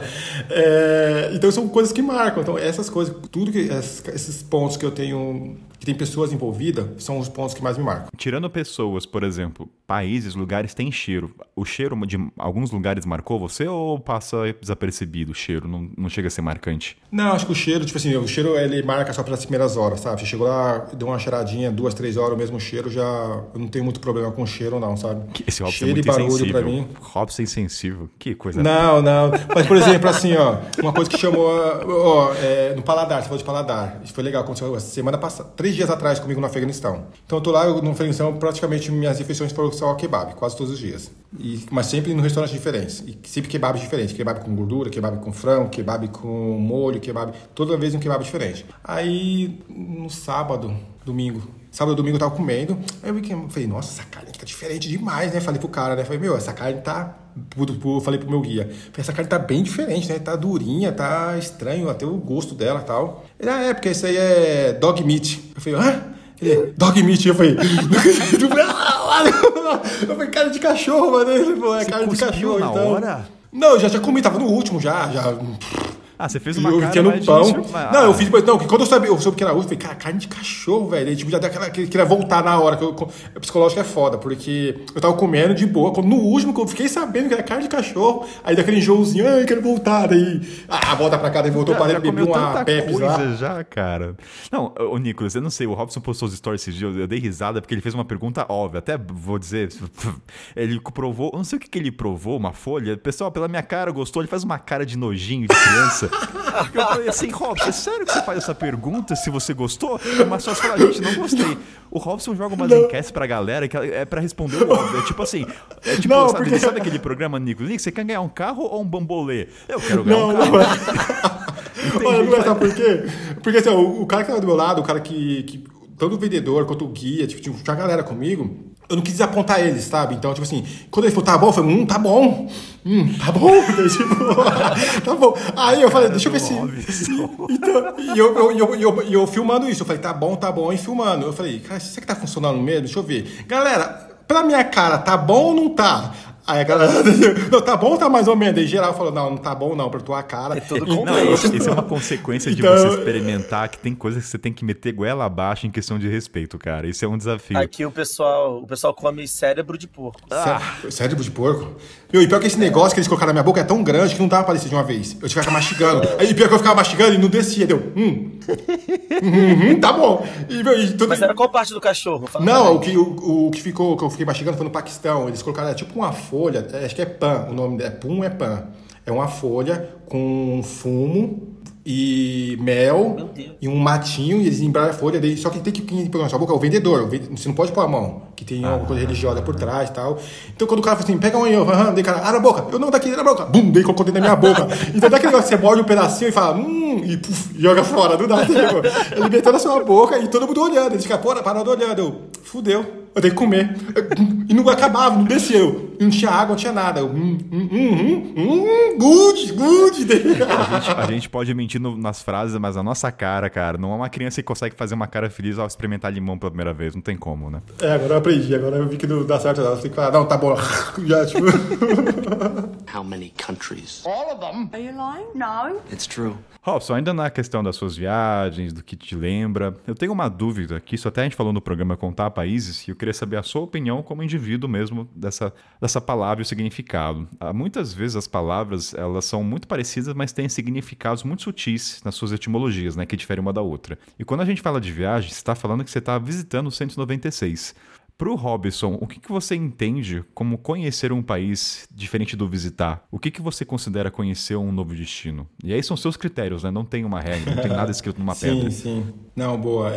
Então são coisas que marcam. Então essas coisas, esses pontos que eu tenho... que tem pessoas envolvidas, são os pontos que mais me marcam. Tirando pessoas, por exemplo, países, lugares têm cheiro. O cheiro de alguns lugares marcou você ou passa desapercebido o cheiro? Não chega a ser marcante? Não, acho que o cheiro, tipo assim, ele marca só pelas primeiras horas, sabe? Você chegou lá, deu uma cheiradinha, 2, 3 horas, o mesmo cheiro, eu não tenho muito problema com cheiro não, sabe? Esse Robson cheiro é muito e barulho insensível. pra mim. Robson é insensível. Que coisa. Não. Mas, por exemplo, assim, uma coisa que chamou, no paladar, você falou de paladar. Isso foi legal, aconteceu semana passada, 3 dias atrás comigo no Afeganistão. Então eu tô lá no Afeganistão, praticamente minhas refeições foram só kebab, quase todos os dias. Mas sempre em restaurantes diferentes. E sempre kebab diferente. Kebab com gordura, kebab com frango, kebab com molho, toda vez um kebab diferente. Aí, no domingo eu tava comendo. Aí eu falei, nossa, essa carne tá diferente demais, né? Falei pro cara, né? Falei, essa carne tá... Falei pro meu guia. Falei, essa carne tá bem diferente, né? Tá durinha, tá estranho, até o gosto dela e tal. Ele, porque isso aí é dog meat. Eu falei, hã? Ele, dog meat. Eu falei, carne de cachorro, mano. Ele falou, carne de cachorro, na então. hora? Não, eu já tinha comido, tava no último já. Ah, você fez E uma eu cara tinha no mais pão. difícil, mas- Não, eu fiz, não, que quando eu soube que era urso, eu falei, cara, carne de cachorro, velho. Aí, tipo, já deu aquela, queria voltar na hora, o psicológico é foda, porque eu tava comendo de boa, quando no último que eu fiquei sabendo que era carne de cachorro, aí daquele enjoozinho, ai, quero voltar, daí, volta pra cá, daí voltou, parei, bebi uma Pepsi lá. Já, cara. Não, ô Nicolas, eu não sei, o Robson postou os stories esses dias, eu dei risada porque ele fez uma pergunta óbvia, até vou dizer, ele provou, eu não sei o que ele provou, uma folha, pessoal, pela minha cara gostou, ele faz uma cara de nojinho de criança. Eu falei assim, Robson, é sério que você faz essa pergunta se você gostou? Mas só fala, gente, não gostei. O Robson joga umas enquetes pra galera que é pra responder o óbvio. É tipo assim, Não, sabe, porque- sabe aquele programa, Nicolas? Você quer ganhar um carro ou um bambolê? Eu quero ganhar um Não, carro. não. Olha, não é, sabe por quê? Porque assim, o cara que tava do meu lado, o cara que tanto o vendedor quanto o guia, tipo, tinha uma galera comigo, eu não quis desapontar eles, sabe? Então, tipo assim, quando ele falou, tá bom, eu falei, tá bom. Tá bom. Daí, tipo, tá bom. Aí eu falei, deixa eu ver se. Então, e eu filmando isso, eu falei, tá bom, e filmando. Eu falei, cara, isso aqui tá funcionando mesmo? Deixa eu ver. Galera, pela minha cara, tá bom ou não tá? Aí a galera, não, tá bom ou tá mais ou menos? Aí geral falou, não tá bom não, pra tua cara. É tudo Não, contexto. isso é uma consequência de Então- você experimentar que tem coisas que você tem que meter goela abaixo em questão de respeito, cara. Isso é um desafio. Aqui o pessoal come cérebro de porco. Cérebro de porco? Meu, e pior que esse negócio que eles colocaram na minha boca é tão grande que não dava pra descer de uma vez. Eu ficava mastigando. Aí pior que eu ficava mastigando e não descia. Deu, tá bom. E tudo... Mas era qual parte do cachorro? Fala Não, pra mim. o que ficou, que eu fiquei mastigando foi no Paquistão. Eles colocaram, tipo uma folha, acho que é pan, o nome é pum, é pan. É uma folha com fumo e mel Meu Deus. e um matinho, e eles embrulham a folha, daí, só que tem que pôr na sua boca é o vendedor. Você não pode pôr a mão, que tem alguma coisa religiosa por trás e tal. Então quando o cara fala assim, pega um aí, daí o cara, na boca, eu não, daqui na boca, bum, daí colocou dentro da minha boca. Então daquele negócio, você morde um pedacinho e fala, e puf, joga fora, do nada. Tipo, ele meteu na sua boca e todo mundo olhando. Ele fica, parado olhando. Eu, fudeu. Eu tenho que comer. E não acabava, não desceu. Não tinha água, não tinha nada. Eu, good. A gente pode mentir nas frases, mas a nossa cara, não é uma criança que consegue fazer uma cara feliz ao experimentar limão pela primeira vez. Não tem como, né? Agora eu aprendi. Agora eu vi que não dá certo. Eu tenho que falar, não, tá bom. Já, tipo... How many countries? Are you lying? No. It's true. Robson, ainda na questão das suas viagens, do que te lembra, eu tenho uma dúvida, que isso até a gente falou no programa Contar Países, e eu queria saber a sua opinião como indivíduo mesmo dessa palavra e o significado. Muitas vezes as palavras, elas são muito parecidas, mas têm significados muito sutis nas suas etimologias, né, que diferem uma da outra. E quando a gente fala de viagem, você está falando que você está visitando o 196. Pro Robson, o que você entende como conhecer um país diferente do visitar? O que você considera conhecer um novo destino? E aí são seus critérios, né? Não tem uma regra, não tem nada escrito numa pedra. Sim. Não, boa.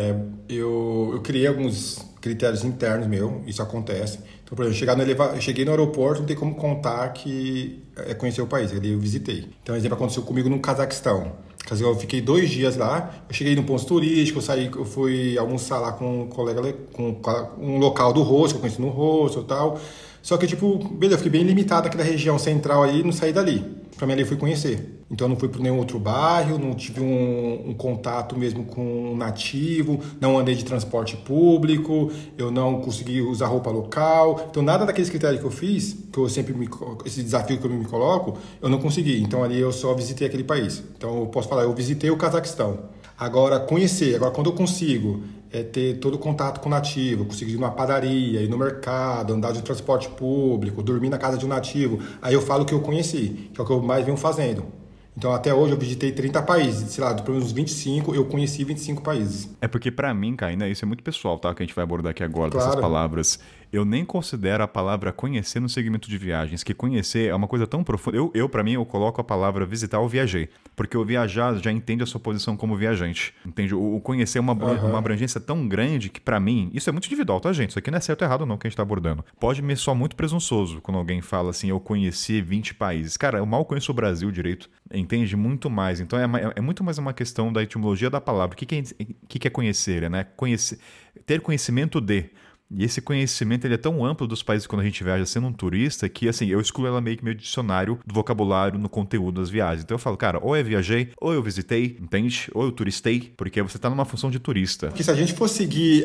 Eu criei alguns critérios internos meu, isso acontece. Então, por exemplo, eu cheguei no aeroporto, não tem como contar que é conhecer o país, ali eu visitei. Então, exemplo, aconteceu comigo no Cazaquistão. Eu fiquei 2 dias lá, eu cheguei num ponto turístico, eu fui almoçar lá com um colega, com um local do hostel, que eu conheci no hostel e tal. Só que, tipo, beleza, eu fiquei bem limitado aqui da região central aí, não saí dali. Pra mim ali eu fui conhecer. Então eu não fui para nenhum outro bairro, não tive um contato mesmo com um nativo, não andei de transporte público, eu não consegui usar roupa local. Então nada daqueles critérios que eu fiz, que eu sempre esse desafio que eu me coloco, eu não consegui. Então ali eu só visitei aquele país. Então eu posso falar, eu visitei o Cazaquistão. Agora quando eu consigo ter todo o contato com o nativo, conseguir ir numa padaria, ir no mercado, andar de transporte público, dormir na casa de um nativo, aí eu falo que eu conheci, que é o que eu mais venho fazendo. Então, até hoje, eu visitei 30 países. Sei lá, pelo menos 25, eu conheci 25 países. É porque, pra mim, Caína, isso é muito pessoal, tá? Que a gente vai abordar aqui agora, Claro. dessas palavras. Eu nem considero a palavra conhecer no segmento de viagens, que conhecer é uma coisa tão profunda. Pra mim, eu coloco a palavra visitar ou viajei. Porque o viajar já entende a sua posição como viajante. Entende? O conhecer é uma abrangência tão grande que, pra mim, isso é muito individual, tá, gente? Isso aqui não é certo ou errado, não, que a gente tá abordando. Pode me soar muito presunçoso quando alguém fala assim, eu conheci 20 países. Cara, eu mal conheço o Brasil direito. Entende? Muito mais. Então, é muito mais uma questão da etimologia da palavra. O que é conhecer, né? Ter conhecimento de... E esse conhecimento, ele é tão amplo dos países quando a gente viaja sendo um turista, que assim, eu excluo ela meio que meu dicionário do vocabulário no conteúdo das viagens. Então eu falo, cara, ou eu viajei, ou eu visitei, entende? Ou eu turistei, porque você tá numa função de turista. Porque se a gente for seguir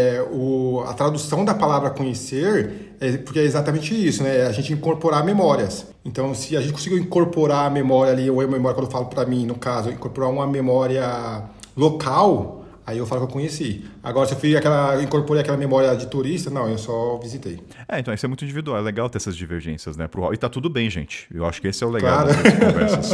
a tradução da palavra conhecer, porque é exatamente isso, né? A gente incorporar memórias. Então, se a gente conseguiu incorporar a memória ali, ou a memória, quando eu falo para mim, no caso, incorporar uma memória local, aí eu falo que eu conheci. Agora, se eu incorporei aquela memória de turista, não, eu só visitei. Então isso é muito individual, é legal ter essas divergências, né? E tá tudo bem, gente. Eu acho que esse é o legal das conversas.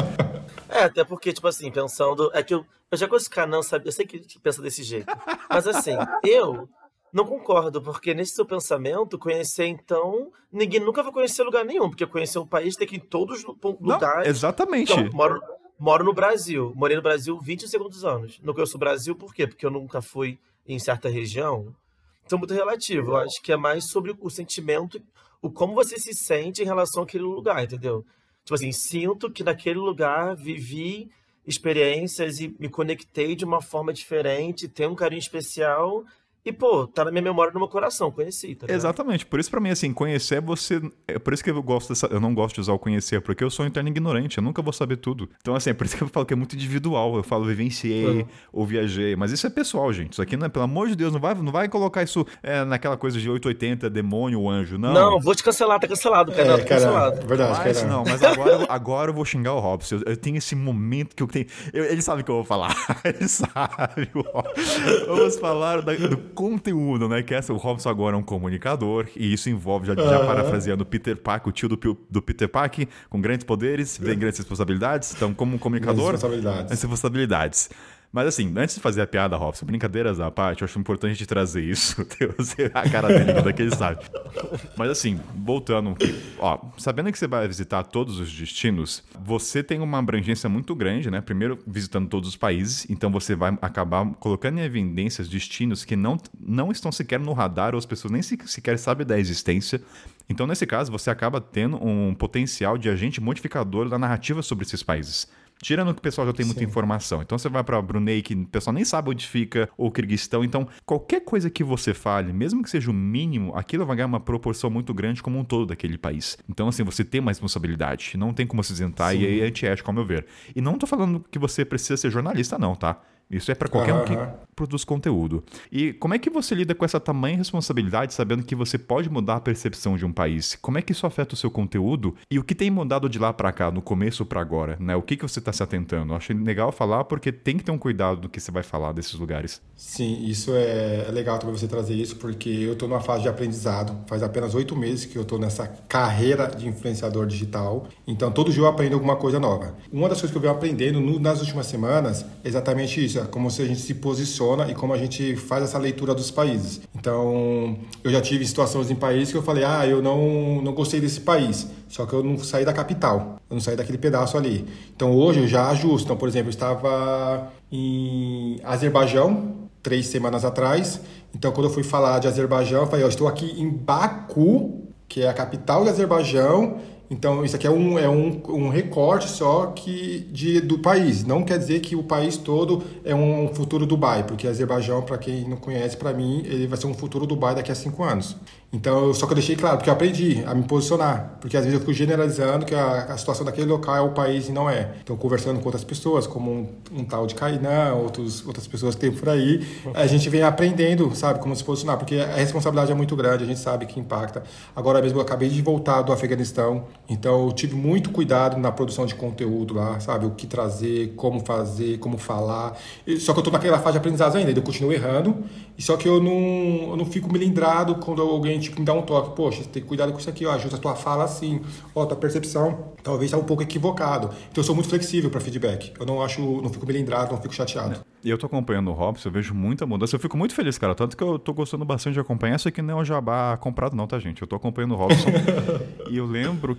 Até porque, tipo assim, pensando... É que eu já conheço esse canal, sabe? Eu sei que pensa desse jeito. Mas assim, eu não concordo, porque nesse seu pensamento, conhecer, então... Ninguém nunca vai conhecer lugar nenhum, porque conhecer um país tem que ir em todos os lugares. Não, exatamente. Então, moro no Brasil. Morei no Brasil 20 segundos anos. Não conheço o Brasil, por quê? Porque eu nunca fui em certa região. Então, muito relativo. Eu acho que é mais sobre o sentimento, o como você se sente em relação àquele lugar, entendeu? Tipo assim, sinto que naquele lugar vivi experiências e me conectei de uma forma diferente, tenho um carinho especial... E, pô, tá na minha memória, no meu coração, conheci, tá ligado? Exatamente, por isso pra mim, assim, conhecer é você... É por isso que eu não gosto de usar o conhecer, porque eu sou um interno ignorante, eu nunca vou saber tudo. Então, assim, é por isso que eu falo que é muito individual, eu falo vivenciei ou viajei, mas isso é pessoal, gente, isso aqui, não é, pelo amor de Deus, não vai colocar isso naquela coisa de 880, demônio ou anjo, não. Não, vou te cancelar, tá cancelado, cara, tá cancelado. Verdade, mas, não, mas agora eu vou xingar o Robson, eu tenho esse momento que eu tenho... Ele sabe o que eu vou falar, ele sabe, vamos falar do conteúdo, né? Que o Robson agora é um comunicador e isso envolve, já parafraseando Peter Parker, o tio do Peter Parker, com grandes poderes, vem grandes responsabilidades. Então, como um comunicador, responsabilidades. Mas assim, antes de fazer a piada, Robson, brincadeiras à parte, eu acho importante a gente trazer isso. A cara dele, que ele sabe. Mas assim, voltando aqui, sabendo que você vai visitar todos os destinos, você tem uma abrangência muito grande, né? Primeiro, visitando todos os países, então você vai acabar colocando em evidências destinos que não estão sequer no radar, ou as pessoas nem sequer sabem da existência. Então, nesse caso, você acaba tendo um potencial de agente modificador da narrativa sobre esses países. Tirando que o pessoal já tem muita informação. Então você vai para Brunei, que o pessoal nem sabe onde fica, ou Kirguistão. Então, qualquer coisa que você fale, mesmo que seja o mínimo, aquilo vai ganhar uma proporção muito grande como um todo daquele país. Então, assim, você tem uma responsabilidade. Não tem como se isentar e aí é antiético, ao meu ver. E não tô falando que você precisa ser jornalista, não, tá? Isso é para qualquer um que produz conteúdo. E como é que você lida com essa tamanha responsabilidade, sabendo que você pode mudar a percepção de um país? Como é que isso afeta o seu conteúdo? E o que tem mudado de lá para cá, no começo para agora? Né? O que você está se atentando? Eu achei legal falar, porque tem que ter um cuidado do que você vai falar desses lugares. Sim, isso é legal também você trazer isso, porque eu estou numa fase de aprendizado. Faz apenas 8 meses que eu estou nessa carreira de influenciador digital. Então, todo dia eu aprendo alguma coisa nova. Uma das coisas que eu venho aprendendo nas últimas semanas é exatamente isso. Como a gente se posiciona e como a gente faz essa leitura dos países. Então, eu já tive situações em países que eu falei, eu não gostei desse país, só que eu não saí da capital, eu não saí daquele pedaço ali. Então, hoje eu já ajusto. Então, por exemplo, eu estava em Azerbaijão 3 semanas atrás. Então, quando eu fui falar de Azerbaijão, eu falei, eu estou aqui em Baku, que é a capital do Azerbaijão. Então, isso aqui é um recorte só do país. Não quer dizer que o país todo é um futuro Dubai, porque Azerbaijão, para quem não conhece, para mim, ele vai ser um futuro Dubai daqui a 5 anos. Então, só que eu deixei claro, porque eu aprendi a me posicionar. Porque às vezes eu fico generalizando que a situação daquele local é o país e não é. Então, conversando com outras pessoas, como um tal de Kainan, outras pessoas que tem por aí, a gente vem aprendendo, sabe, como se posicionar. Porque a responsabilidade é muito grande, a gente sabe que impacta. Agora mesmo eu acabei de voltar do Afeganistão, então eu tive muito cuidado na produção de conteúdo lá, sabe, o que trazer, como fazer, como falar. Só que eu tô naquela fase de aprendizado ainda, eu continuo errando, e só que eu não fico melindrado quando alguém me dá um toque. Poxa, você tem que cuidar com isso aqui, ajusta a tua fala assim, tua percepção talvez está um pouco equivocado. Então eu sou muito flexível para feedback. Eu não fico melindrado, não fico chateado. E eu tô acompanhando o Robson, eu vejo muita mudança. Eu fico muito feliz, cara. Tanto que eu tô gostando bastante de acompanhar. Isso aqui não é um jabá comprado não, tá, gente? Eu tô acompanhando o Robson. E eu lembro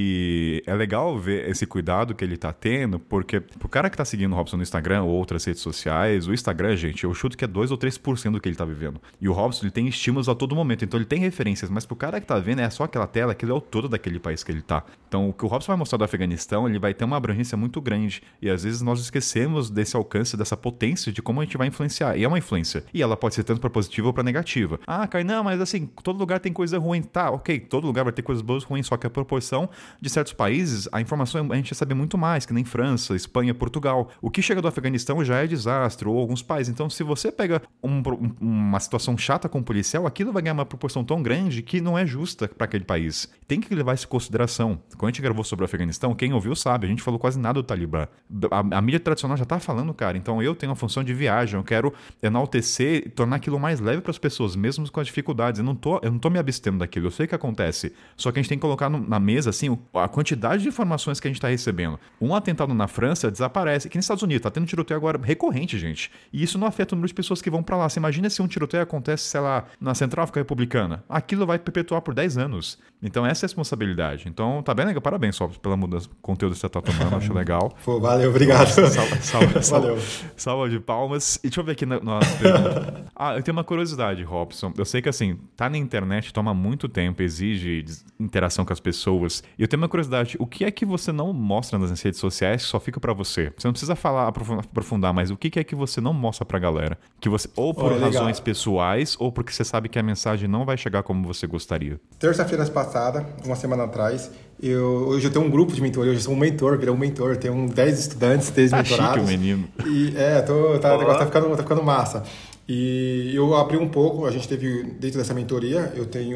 que é legal ver esse cuidado que ele tá tendo, porque pro cara que tá seguindo o Robson no Instagram ou outras redes sociais, o Instagram, gente, eu chuto que é 2 ou 3% do que ele tá vivendo. E o Robson, ele tem estímulos a todo momento. Então ele tem referências, mas pro cara que tá vendo é só aquela tela, aquilo é o todo daquele país que ele tá. Então, o que o Robson vai mostrar do Afeganistão, ele vai ter uma abrangência muito grande. E às vezes nós esquecemos desse alcance, dessa potência de como a gente vai influenciar. E é uma influência. E ela pode ser tanto para positiva ou para negativa. Ah, Kai, não, mas assim, todo lugar tem coisa ruim. Tá, ok, todo lugar vai ter coisas boas e ruins, só que a proporção de certos países, a informação a gente recebe muito mais, que nem França, Espanha, Portugal. O que chega do Afeganistão já é desastre, ou alguns países. Então, se você pega uma situação chata com o policial, aquilo vai ganhar uma proporção tão grande que não é justa para aquele país. Tem que levar isso em consideração. Quando a gente gravou sobre o Afeganistão, quem ouviu sabe, a gente falou quase nada do Talibã. A mídia tradicional já tá falando, cara. Então eu tenho a função de viagem, eu quero enaltecer e tornar aquilo mais leve para as pessoas, mesmo com as dificuldades. Eu não tô me abstendo daquilo, eu sei o que acontece. Só que a gente tem que colocar na mesa, assim, a quantidade de informações que a gente tá recebendo. Um atentado na França desaparece, que nos Estados Unidos tá tendo tiroteio agora recorrente, gente. E isso não afeta o número de pessoas que vão para lá. Você imagina se um tiroteio acontece, sei lá, na Central África Republicana. Aquilo vai perpetuar por 10 anos. Então essa é a responsabilidade. Então tá bem legal, parabéns só pela mudança do conteúdo que você tá tomando, acho legal. Pô, valeu, obrigado. Valeu. Salva de palmas. E deixa eu ver aqui eu tenho uma curiosidade, Robson. Eu sei que assim, tá na internet, toma muito tempo, exige interação com as pessoas. E eu tenho uma curiosidade, o que é que você não mostra nas redes sociais que só fica pra você? Você não precisa falar, aprofundar, mas o que é que você não mostra pra galera? Que você, ou por razões pessoais, ou porque você sabe que a mensagem não vai chegar como você gostaria. Terça-feira passada, uma semana atrás, hoje eu tenho um grupo de mentoria, hoje eu sou um mentor, virei um mentor, tenho 10 estudantes, 10 mentorados. Chique o menino. E o negócio tá ficando massa. E eu abri um pouco, a gente teve, dentro dessa mentoria, eu tenho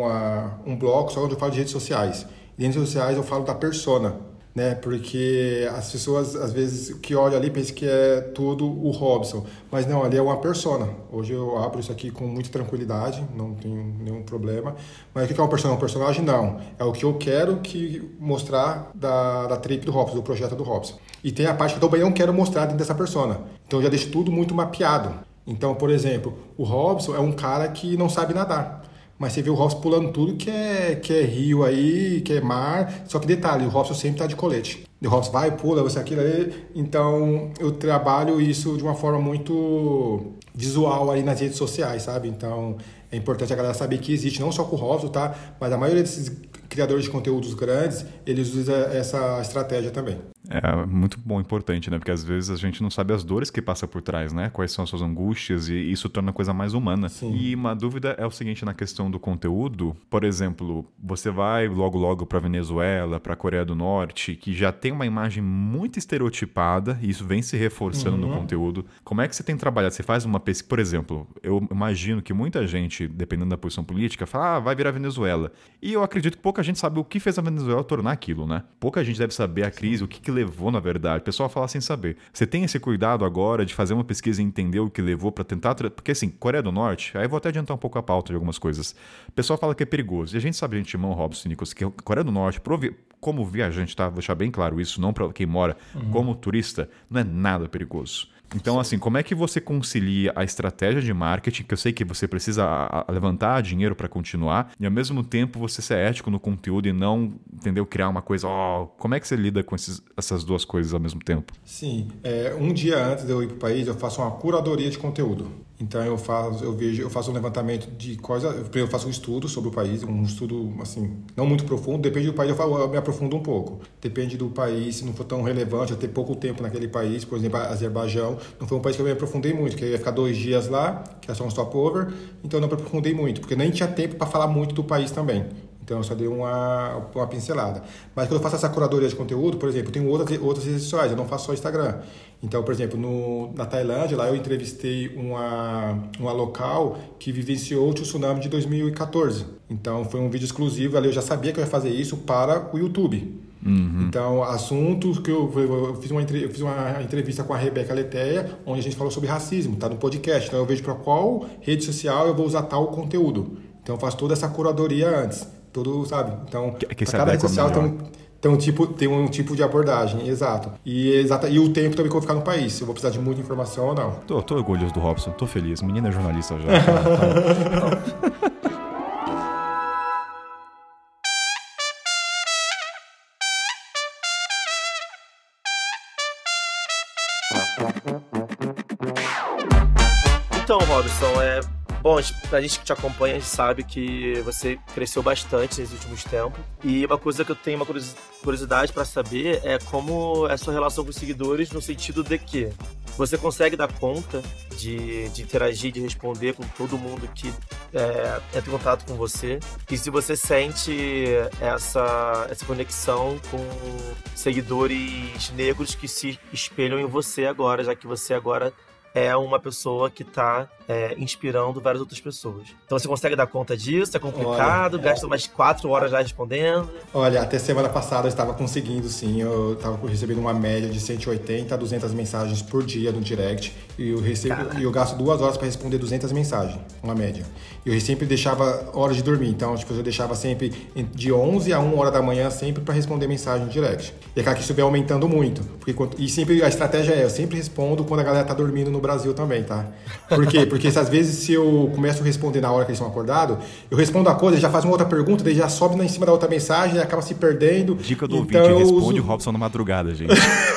um bloco só onde eu falo de redes sociais. E em redes sociais eu falo da persona, né? Porque as pessoas, às vezes, que olham ali pensam que é tudo o Robson. Mas não, ali é uma persona. Hoje eu abro isso aqui com muita tranquilidade, não tenho nenhum problema. Mas o que é uma persona? Um personagem? Não. É o que eu quero mostrar da trip do Robson, do projeto do Robson. E tem a parte que eu também não quero mostrar dentro dessa persona. Então eu já deixo tudo muito mapeado. Então, por exemplo, o Robson é um cara que não sabe nadar. Mas você vê o Robson pulando tudo que é rio aí, que é mar. Só que detalhe, o Robson sempre tá de colete. O Robson vai, pula, você aquilo aí. Então, eu trabalho isso de uma forma muito visual aí nas redes sociais, sabe? Então, é importante a galera saber que existe, não só com o Robson, tá? Mas a maioria desses criadores de conteúdos grandes, eles usam essa estratégia também. É muito bom, importante, né? Porque às vezes a gente não sabe as dores que passa por trás, né? Quais são as suas angústias, e isso torna a coisa mais humana. Sim. E uma dúvida é o seguinte na questão do conteúdo. Por exemplo, você vai logo para Venezuela, para Coreia do Norte, que já tem uma imagem muito estereotipada, e isso vem se reforçando no conteúdo. Como é que você tem trabalhado? Você faz uma pesquisa, por exemplo, eu imagino que muita gente, dependendo da posição política, fala, vai virar Venezuela. E eu acredito que pouca gente sabe o que fez a Venezuela tornar aquilo, né? Pouca gente deve saber a crise, o que levou, na verdade. O pessoal fala sem saber. Você tem esse cuidado agora de fazer uma pesquisa e entender o que levou para tentar... Porque assim, Coreia do Norte, aí eu vou até adiantar um pouco a pauta de algumas coisas. O pessoal fala que é perigoso. E a gente sabe, de antemão, Robson, Nicolas, que Coreia do Norte, como viajante, tá? Vou deixar bem claro isso, não para quem mora, como turista, não é nada perigoso. Então, assim, como é que você concilia a estratégia de marketing, que eu sei que você precisa levantar dinheiro para continuar, e ao mesmo tempo você ser ético no conteúdo e não, entendeu, criar uma coisa... como é que você lida com essas duas coisas ao mesmo tempo? Sim, um dia antes de eu ir para o país, eu faço uma curadoria de conteúdo. Então eu faço um levantamento de coisas, eu faço um estudo sobre o país, um estudo assim, não muito profundo, depende do país eu me aprofundo um pouco. Depende do país, se não for tão relevante, eu ter pouco tempo naquele país, por exemplo, Azerbaijão, não foi um país que eu me aprofundei muito, que eu ia ficar 2 dias lá, que era só um stopover, então eu não me aprofundei muito, porque nem tinha tempo para falar muito do país também. Então eu só dei uma pincelada. Mas quando eu faço essa curadoria de conteúdo, por exemplo, eu tenho outras redes sociais, eu não faço só Instagram. Então, por exemplo, na Tailândia, lá eu entrevistei uma local que vivenciou o tsunami de 2014. Então foi um vídeo exclusivo, ali eu já sabia que eu ia fazer isso para o YouTube. Então, assuntos que eu fiz uma entrevista com a Rebeca Leteia, onde a gente falou sobre racismo, tá no podcast. Então eu vejo para qual rede social eu vou usar tal conteúdo. Então eu faço toda essa curadoria antes. Tudo, sabe? Então, cada rede social tem um tipo de abordagem, exato. E o tempo também que eu vou ficar no país, se eu vou precisar de muita informação ou não. Tô orgulhoso do Robson, tô feliz. Menina é jornalista já. Então, Robson, Bom, pra gente que te acompanha, a gente sabe que você cresceu bastante nesses últimos tempos. E uma coisa que eu tenho uma curiosidade pra saber é como é a sua relação com os seguidores, no sentido de que você consegue dar conta de interagir, de responder com todo mundo que entra em contato com você. E se você sente essa conexão com seguidores negros que se espelham em você agora, já que você agora é uma pessoa que está inspirando várias outras pessoas. Então você consegue dar conta disso? É complicado? Gasta mais 4 horas já respondendo? Olha, até semana passada eu estava conseguindo, sim. Eu estava recebendo uma média de 180 a 200 mensagens por dia no direct. E eu gasto 2 horas para responder 200 mensagens, uma média. Eu sempre deixava horas de dormir. Então, eu deixava sempre de 11 a 1 hora da manhã sempre para responder mensagem no direct. E é claro que isso vem aumentando muito. E sempre a estratégia eu sempre respondo quando a galera tá dormindo no Brasil também, tá? Por quê? Porque às vezes se eu começo a responder na hora que eles estão acordados, eu respondo a coisa, ele já faz uma outra pergunta, daí já sobe em cima da outra mensagem e acaba se perdendo. Dica do ouvinte, responde o Robson na madrugada, gente.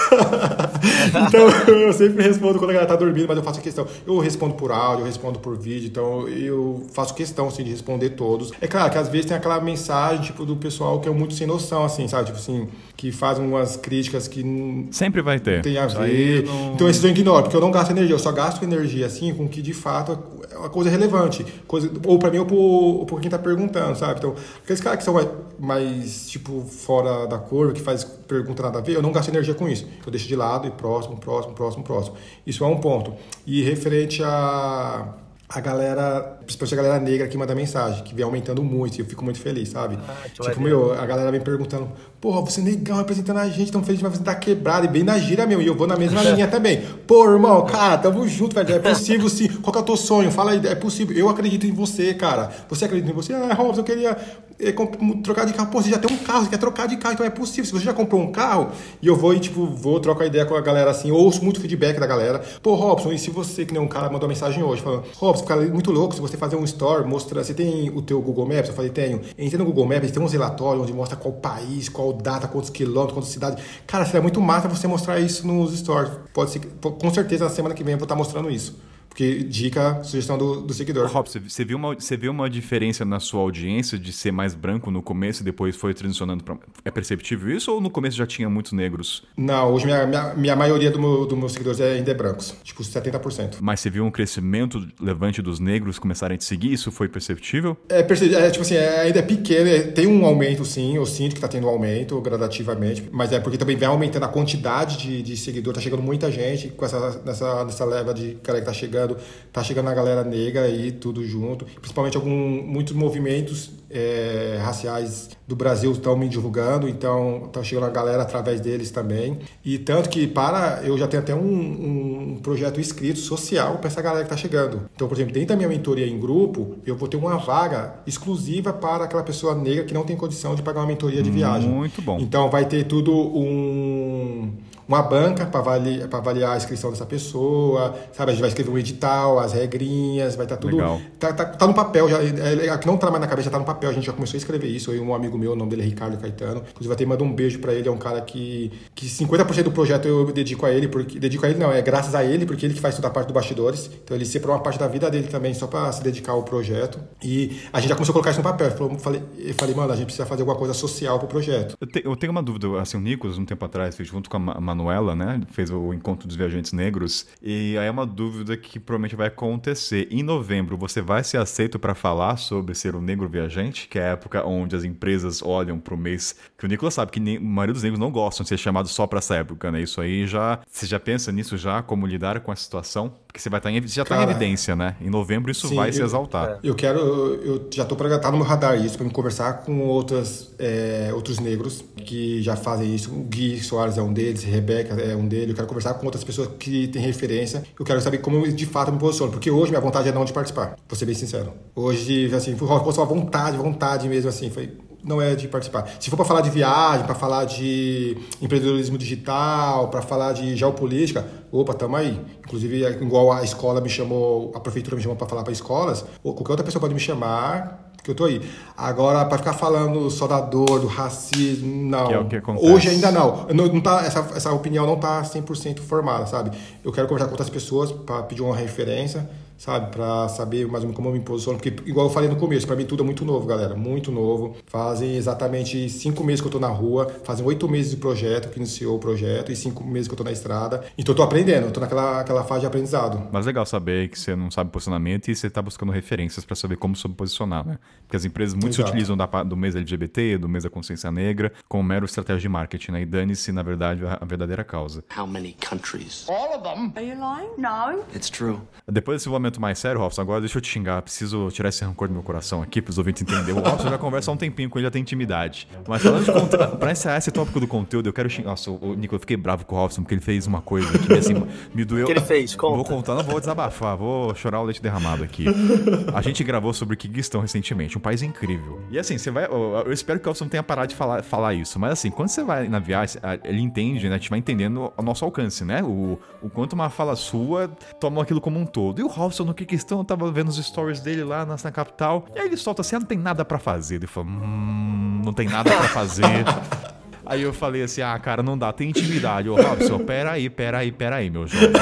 Então eu sempre respondo quando a galera tá dormindo, mas eu faço questão. Eu respondo por áudio, eu respondo por vídeo, então eu faço questão, assim, de responder todos. É claro que às vezes tem aquela mensagem, tipo, do pessoal que é muito sem noção, assim, sabe? Tipo assim, que faz umas críticas que sempre vai ter. Não tem a ver. Então esses eu ignoro, porque eu não gasto energia, eu só gasto energia, assim, com que de fato é uma coisa relevante. Ou pra mim ou por quem tá perguntando, sabe? Então, aqueles caras que são mais tipo, fora da curva, que faz pergunta nada a ver, eu não gasto energia com isso. Eu deixo de lado e próximo. Isso é um ponto. E referente a galera, principalmente a galera negra que manda mensagem, que vem aumentando muito, e eu fico muito feliz, sabe? Tipo, a galera vem perguntando, porra, você é negão representando a gente, tão feliz, mas você tá quebrado, e bem na gira, meu, e eu vou na mesma linha também. Pô, irmão, cara, tamo junto, velho, é possível sim. Qual que é o teu sonho? Fala aí, é possível, eu acredito em você, cara. Você acredita em você? Ah, Robson, eu queria trocar de carro. Pô, você já tem um carro, você quer trocar de carro, então é possível. Se você já comprou um carro, e eu vou e, tipo, trocar ideia com a galera assim, ouço muito feedback da galera. Pô, Robson, e se você, que nem um cara mandou uma mensagem hoje, falando, Robson, cara, é muito louco, se você fazer um story, mostra, você tem o teu Google Maps? Eu falei, tenho. Entra no Google Maps, tem uns relatórios onde mostra qual país, qual data, quantos quilômetros, quantas cidades. Cara, seria muito massa você mostrar isso nos stories. Pode ser, com certeza, na semana que vem eu vou estar mostrando isso. Porque dica, sugestão do seguidor. Robson, você viu uma diferença na sua audiência de ser mais branco no começo e depois foi transicionando para... É perceptível isso ou no começo já tinha muitos negros? Não, hoje minha maioria dos meus seguidores ainda é brancos. Tipo, 70%. Mas você viu um crescimento levante dos negros começarem a te seguir? Isso foi perceptível? Tipo assim, ainda é pequeno. Tem um aumento, sim. Eu sinto que tá tendo um aumento gradativamente. Mas é porque também vem aumentando a quantidade de seguidores. Tá chegando muita gente com nessa leva de cara que tá chegando a galera negra aí, tudo junto. Principalmente muitos movimentos raciais do Brasil estão me divulgando, então tá chegando a galera através deles também. E tanto que eu já tenho até um projeto escrito social para essa galera que tá chegando. Então, por exemplo, dentro da minha mentoria em grupo, eu vou ter uma vaga exclusiva para aquela pessoa negra que não tem condição de pagar uma mentoria de viagem. Muito bom. Então vai ter tudo uma banca para avaliar a inscrição dessa pessoa, sabe? A gente vai escrever um edital, as regrinhas, vai estar tudo... Legal. Tá no papel, já, que não tá mais na cabeça, já tá no papel, a gente já começou a escrever isso. Um amigo meu, o nome dele é Ricardo Caetano, inclusive até mando um beijo para ele, é um cara que 50% do projeto eu dedico a ele, é graças a ele, porque ele que faz toda a parte do bastidores, então ele separou uma parte da vida dele também só para se dedicar ao projeto, e a gente já começou a colocar isso no papel. Eu falei, mano, a gente precisa fazer alguma coisa social pro projeto. Eu tenho uma dúvida, assim, o Nicolas, um tempo atrás, fez junto com a Manuela, né, fez o Encontro dos Viajantes Negros, e aí é uma dúvida que provavelmente vai acontecer. Em novembro, você vai ser aceito para falar sobre ser um negro viajante, que é a época onde as empresas olham pro mês, que o Nicolas sabe que a maioria dos negros não gostam de ser chamados só para essa época, né, isso aí você já pensa nisso já, como lidar com essa situação? Porque você já tá em evidência, né, em novembro isso vai se exaltar. Eu já tô para tá no meu radar isso, para me conversar com outros negros que já fazem isso. O Gui Soares é um deles, Rebeca é um deles. Eu quero conversar com outras pessoas que têm referência. Eu quero saber como eu de fato me posiciono, porque hoje minha vontade é não de participar, vou ser bem sincero. Hoje, assim, foi uma vontade mesmo, assim, não é de participar. Se for para falar de viagem, para falar de empreendedorismo digital, para falar de geopolítica, opa, tamo aí. Inclusive, igual a escola me chamou, a prefeitura me chamou para falar para escolas, ou qualquer outra pessoa pode me chamar, que eu tô aí. Agora, para ficar falando só da dor, do racismo, não. Que é o que acontece. Hoje ainda não. Não tá, essa opinião não tá 100% formada, sabe? Eu quero conversar com outras pessoas para pedir uma referência. sabe? Pra saber mais ou menos como eu me posiciono. Porque, igual eu falei no começo, pra mim tudo é muito novo, galera. Muito novo. Fazem exatamente 5 meses que eu tô na rua. Fazem 8 meses de projeto, que iniciou o projeto. E 5 meses que eu tô na estrada. Então eu tô aprendendo. Eu tô naquela fase de aprendizado. Mas legal saber que você não sabe posicionamento e você tá buscando referências pra saber como se posicionar, né? Porque as empresas muito se utilizam do mês LGBT, do mês da consciência negra, como mero estratégia de marketing, né? E dane-se, na verdade, a verdadeira causa. How many countries? All of them. Are you lying? No. It's true. Depois desse momento mais sério, Robson, agora deixa eu te xingar. Preciso tirar esse rancor do meu coração aqui pros ouvintes entenderem. O Robson já conversa há um tempinho com ele, já tem intimidade. Mas falando de conteúdo, pra encerrar esse tópico do conteúdo, eu quero xingar. Nossa, o Nico, eu fiquei bravo com o Robson porque ele fez uma coisa que assim, me doeu. O que ele fez? Conta. Vou contar, não vou desabafar, vou chorar o leite derramado aqui. A gente gravou sobre o Quirguistão recentemente, um país incrível. E assim, você vai. Eu espero que o Robson tenha parado de falar isso. Mas assim, quando você vai na viagem, ele entende, né? A gente vai entendendo o nosso alcance, né? O quanto uma fala sua toma aquilo como um todo. E o Robson no Quirguistão, eu tava vendo os stories dele lá na capital. E aí ele solta assim: não tem nada pra fazer. Ele fala: não tem nada pra fazer. Aí eu falei assim, cara, não dá, tem intimidade. Ô, Robson, peraí, meu jovem.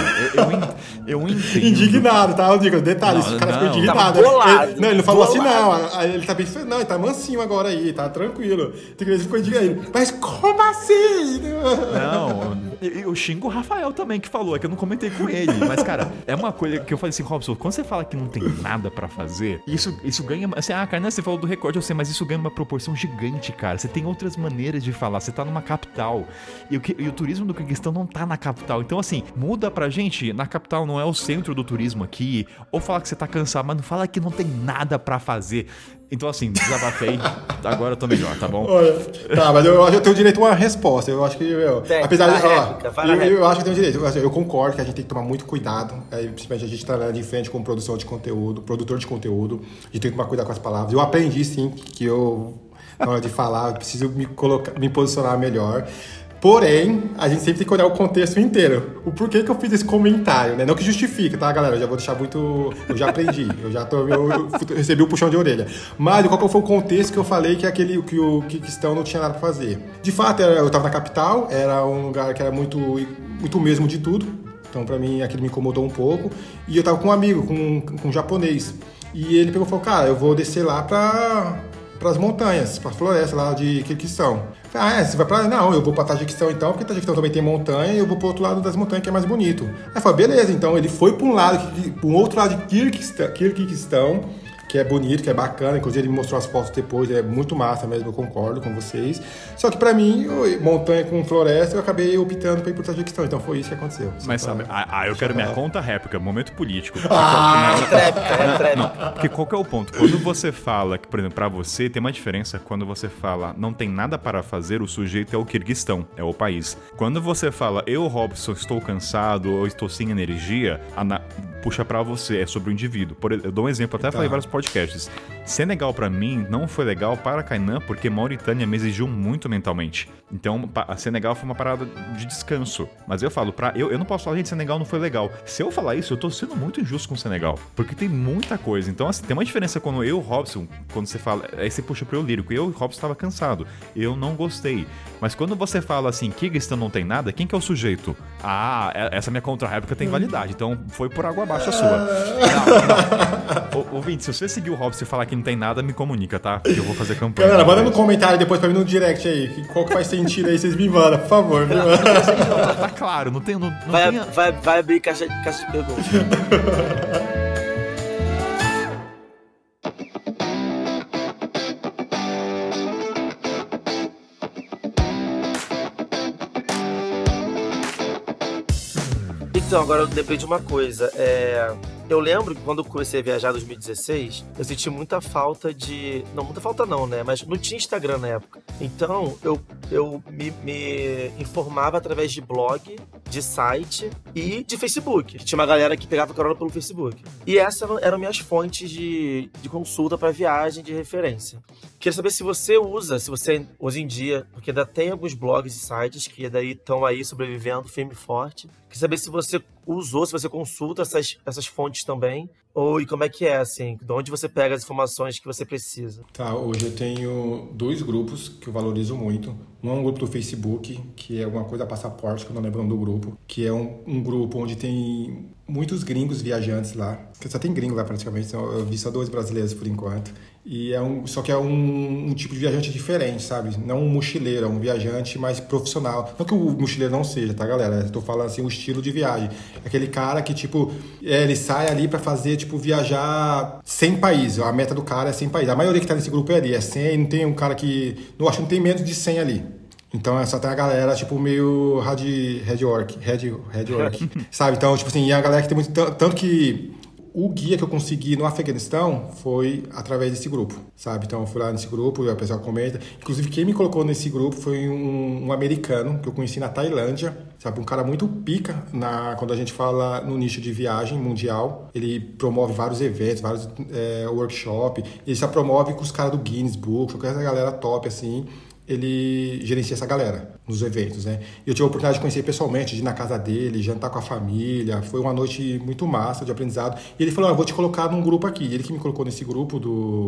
Eu entendo. Indignado, tá? Eu digo, detalhe, esse cara ficou indignado. Ele não falou assim, não. Aí ele tá bem, não, ele tá mansinho agora aí, tá tranquilo. Tem que ver se ficou indignado. Mas como assim? Não, eu xingo o Rafael também, que falou, é que eu não comentei com ele. Mas, cara, é uma coisa que eu falei assim, Robson, quando você fala que não tem nada pra fazer, isso ganha, assim, cara, você falou do recorde, eu sei, mas isso ganha uma proporção gigante, cara. Você tem outras maneiras de falar, você tá numa capital. E o turismo do Quirguistão não tá na capital. Então, assim, muda pra gente. Na capital não é o centro do turismo aqui. Ou fala que você tá cansado, mas não fala que não tem nada pra fazer. Então, assim, desabafei. Agora eu tô melhor, tá bom? Olha, tá, mas eu acho que eu tenho direito a uma resposta. Eu acho que, apesar de. Eu acho que eu tenho direito. Eu concordo que a gente tem que tomar muito cuidado. Principalmente a gente tá de frente com produção de conteúdo, produtor de conteúdo. A gente tem que tomar cuidado com as palavras. Eu aprendi, sim, que na hora de falar, eu preciso me posicionar melhor. Porém, a gente sempre tem que olhar o contexto inteiro. O porquê que eu fiz esse comentário, né? Não que justifica, tá, galera? Eu já vou deixar muito... Eu já aprendi. Eu recebi o puxão de orelha. Mas qual que foi o contexto que eu falei que o Quirguistão não tinha nada pra fazer? De fato, eu tava na capital, era um lugar que era muito mesmo de tudo. Então, pra mim, aquilo me incomodou um pouco. E eu tava com um amigo, com um japonês. E ele pegou e falou, cara, eu vou descer lá pras montanhas, pras florestas lá de Quirguistão. Você vai pra... Não, eu vou pra Tajiquistão então, porque Tajiquistão também tem montanha, e eu vou pro outro lado das montanhas, que é mais bonito. Aí eu falei, beleza, então ele foi pra um outro lado de Quirguistão, que é bonito, que é bacana, inclusive ele me mostrou as fotos depois, é muito massa mesmo, eu concordo com vocês. Só que pra mim, montanha com floresta, eu acabei optando pra ir pro Tajiquistão, então foi isso que aconteceu. Mas sabe, eu quero minha conta réplica, momento político. Porque qual que é o ponto? Quando você fala que, por exemplo, pra você, tem uma diferença quando você fala não tem nada para fazer, o sujeito é o Quirguistão, é o país. Quando você fala eu, Robson, estou cansado ou estou sem energia, puxa pra você, é sobre o indivíduo. Eu dou um exemplo, até falei vários podcasts. Senegal pra mim não foi legal para Kainan porque Mauritânia me exigiu muito mentalmente. Então, a Senegal foi uma parada de descanso. Mas eu falo, eu não posso falar, gente, Senegal não foi legal. Se eu falar isso, eu tô sendo muito injusto com o Senegal. Porque tem muita coisa. Então, assim, tem uma diferença quando eu, Robson, quando você fala, aí você puxa pro eu lírico. Eu, Robson, estava cansado. Eu não gostei. Mas quando você fala assim, Quirguistão não tem nada, quem que é o sujeito? Essa minha contra-réplica tem validade. Então, foi por água abaixo a sua. Não. Ouvinte, se você seguir o Robson e falar que não tem nada, me comunica, tá? Que eu vou fazer campanha. Galera, manda no comentário depois pra mim no direct aí. Qual que faz sentido aí, vocês me mandam, por favor. Tá claro, não tem... Vai abrir caixa de perguntas. Então, agora depende de uma coisa. Eu lembro que quando eu comecei a viajar em 2016, eu senti muita falta de... Não, muita falta não, né? Mas não tinha Instagram na época. Então, eu me informava através de blog, de site e de Facebook. Tinha uma galera que pegava carona pelo Facebook. E essas eram minhas fontes de consulta para viagem, de referência. Queria saber se você usa hoje em dia, porque ainda tem alguns blogs e sites que daí estão aí sobrevivendo firme e forte. Queria saber se você usou, se você consulta essas fontes também, ou e como é que é, assim, de onde você pega as informações que você precisa? Tá, hoje eu tenho 2 grupos que eu valorizo muito. Um é um grupo do Facebook, que é alguma coisa passaporte, que eu não lembro o nome do grupo, que é um grupo onde tem muitos gringos viajantes lá. Só tem gringo lá praticamente, eu vi só 2 brasileiros por enquanto. E só que é um tipo de viajante diferente, sabe? Não um mochileiro, é um viajante mais profissional. Não que o mochileiro não seja, tá, galera? Eu tô falando assim, o estilo de viagem. Aquele cara que, tipo, ele sai ali pra fazer, tipo, viajar 100 países. A meta do cara é 100 países. A maioria que tá nesse grupo é ali, é 100, não tem um cara que... Não, acho que não tem menos de 100 ali. Então, só tem a galera, tipo, meio head work, sabe? Então, tipo assim, e a galera que tem muito... Tanto que o guia que eu consegui no Afeganistão foi através desse grupo, sabe? Então, eu fui lá nesse grupo, e o pessoal comenta. Inclusive, quem me colocou nesse grupo foi um americano que eu conheci na Tailândia, sabe? Um cara muito pica quando a gente fala no nicho de viagem mundial. Ele promove vários eventos, vários workshops. Ele só promove com os caras do Guinness Book, com essa galera top, assim. Ele gerencia essa galera nos eventos, né? E eu tive a oportunidade de conhecer pessoalmente, de ir na casa dele, jantar com a família. Foi uma noite muito massa de aprendizado. E ele falou, eu vou te colocar num grupo aqui. Ele que me colocou nesse grupo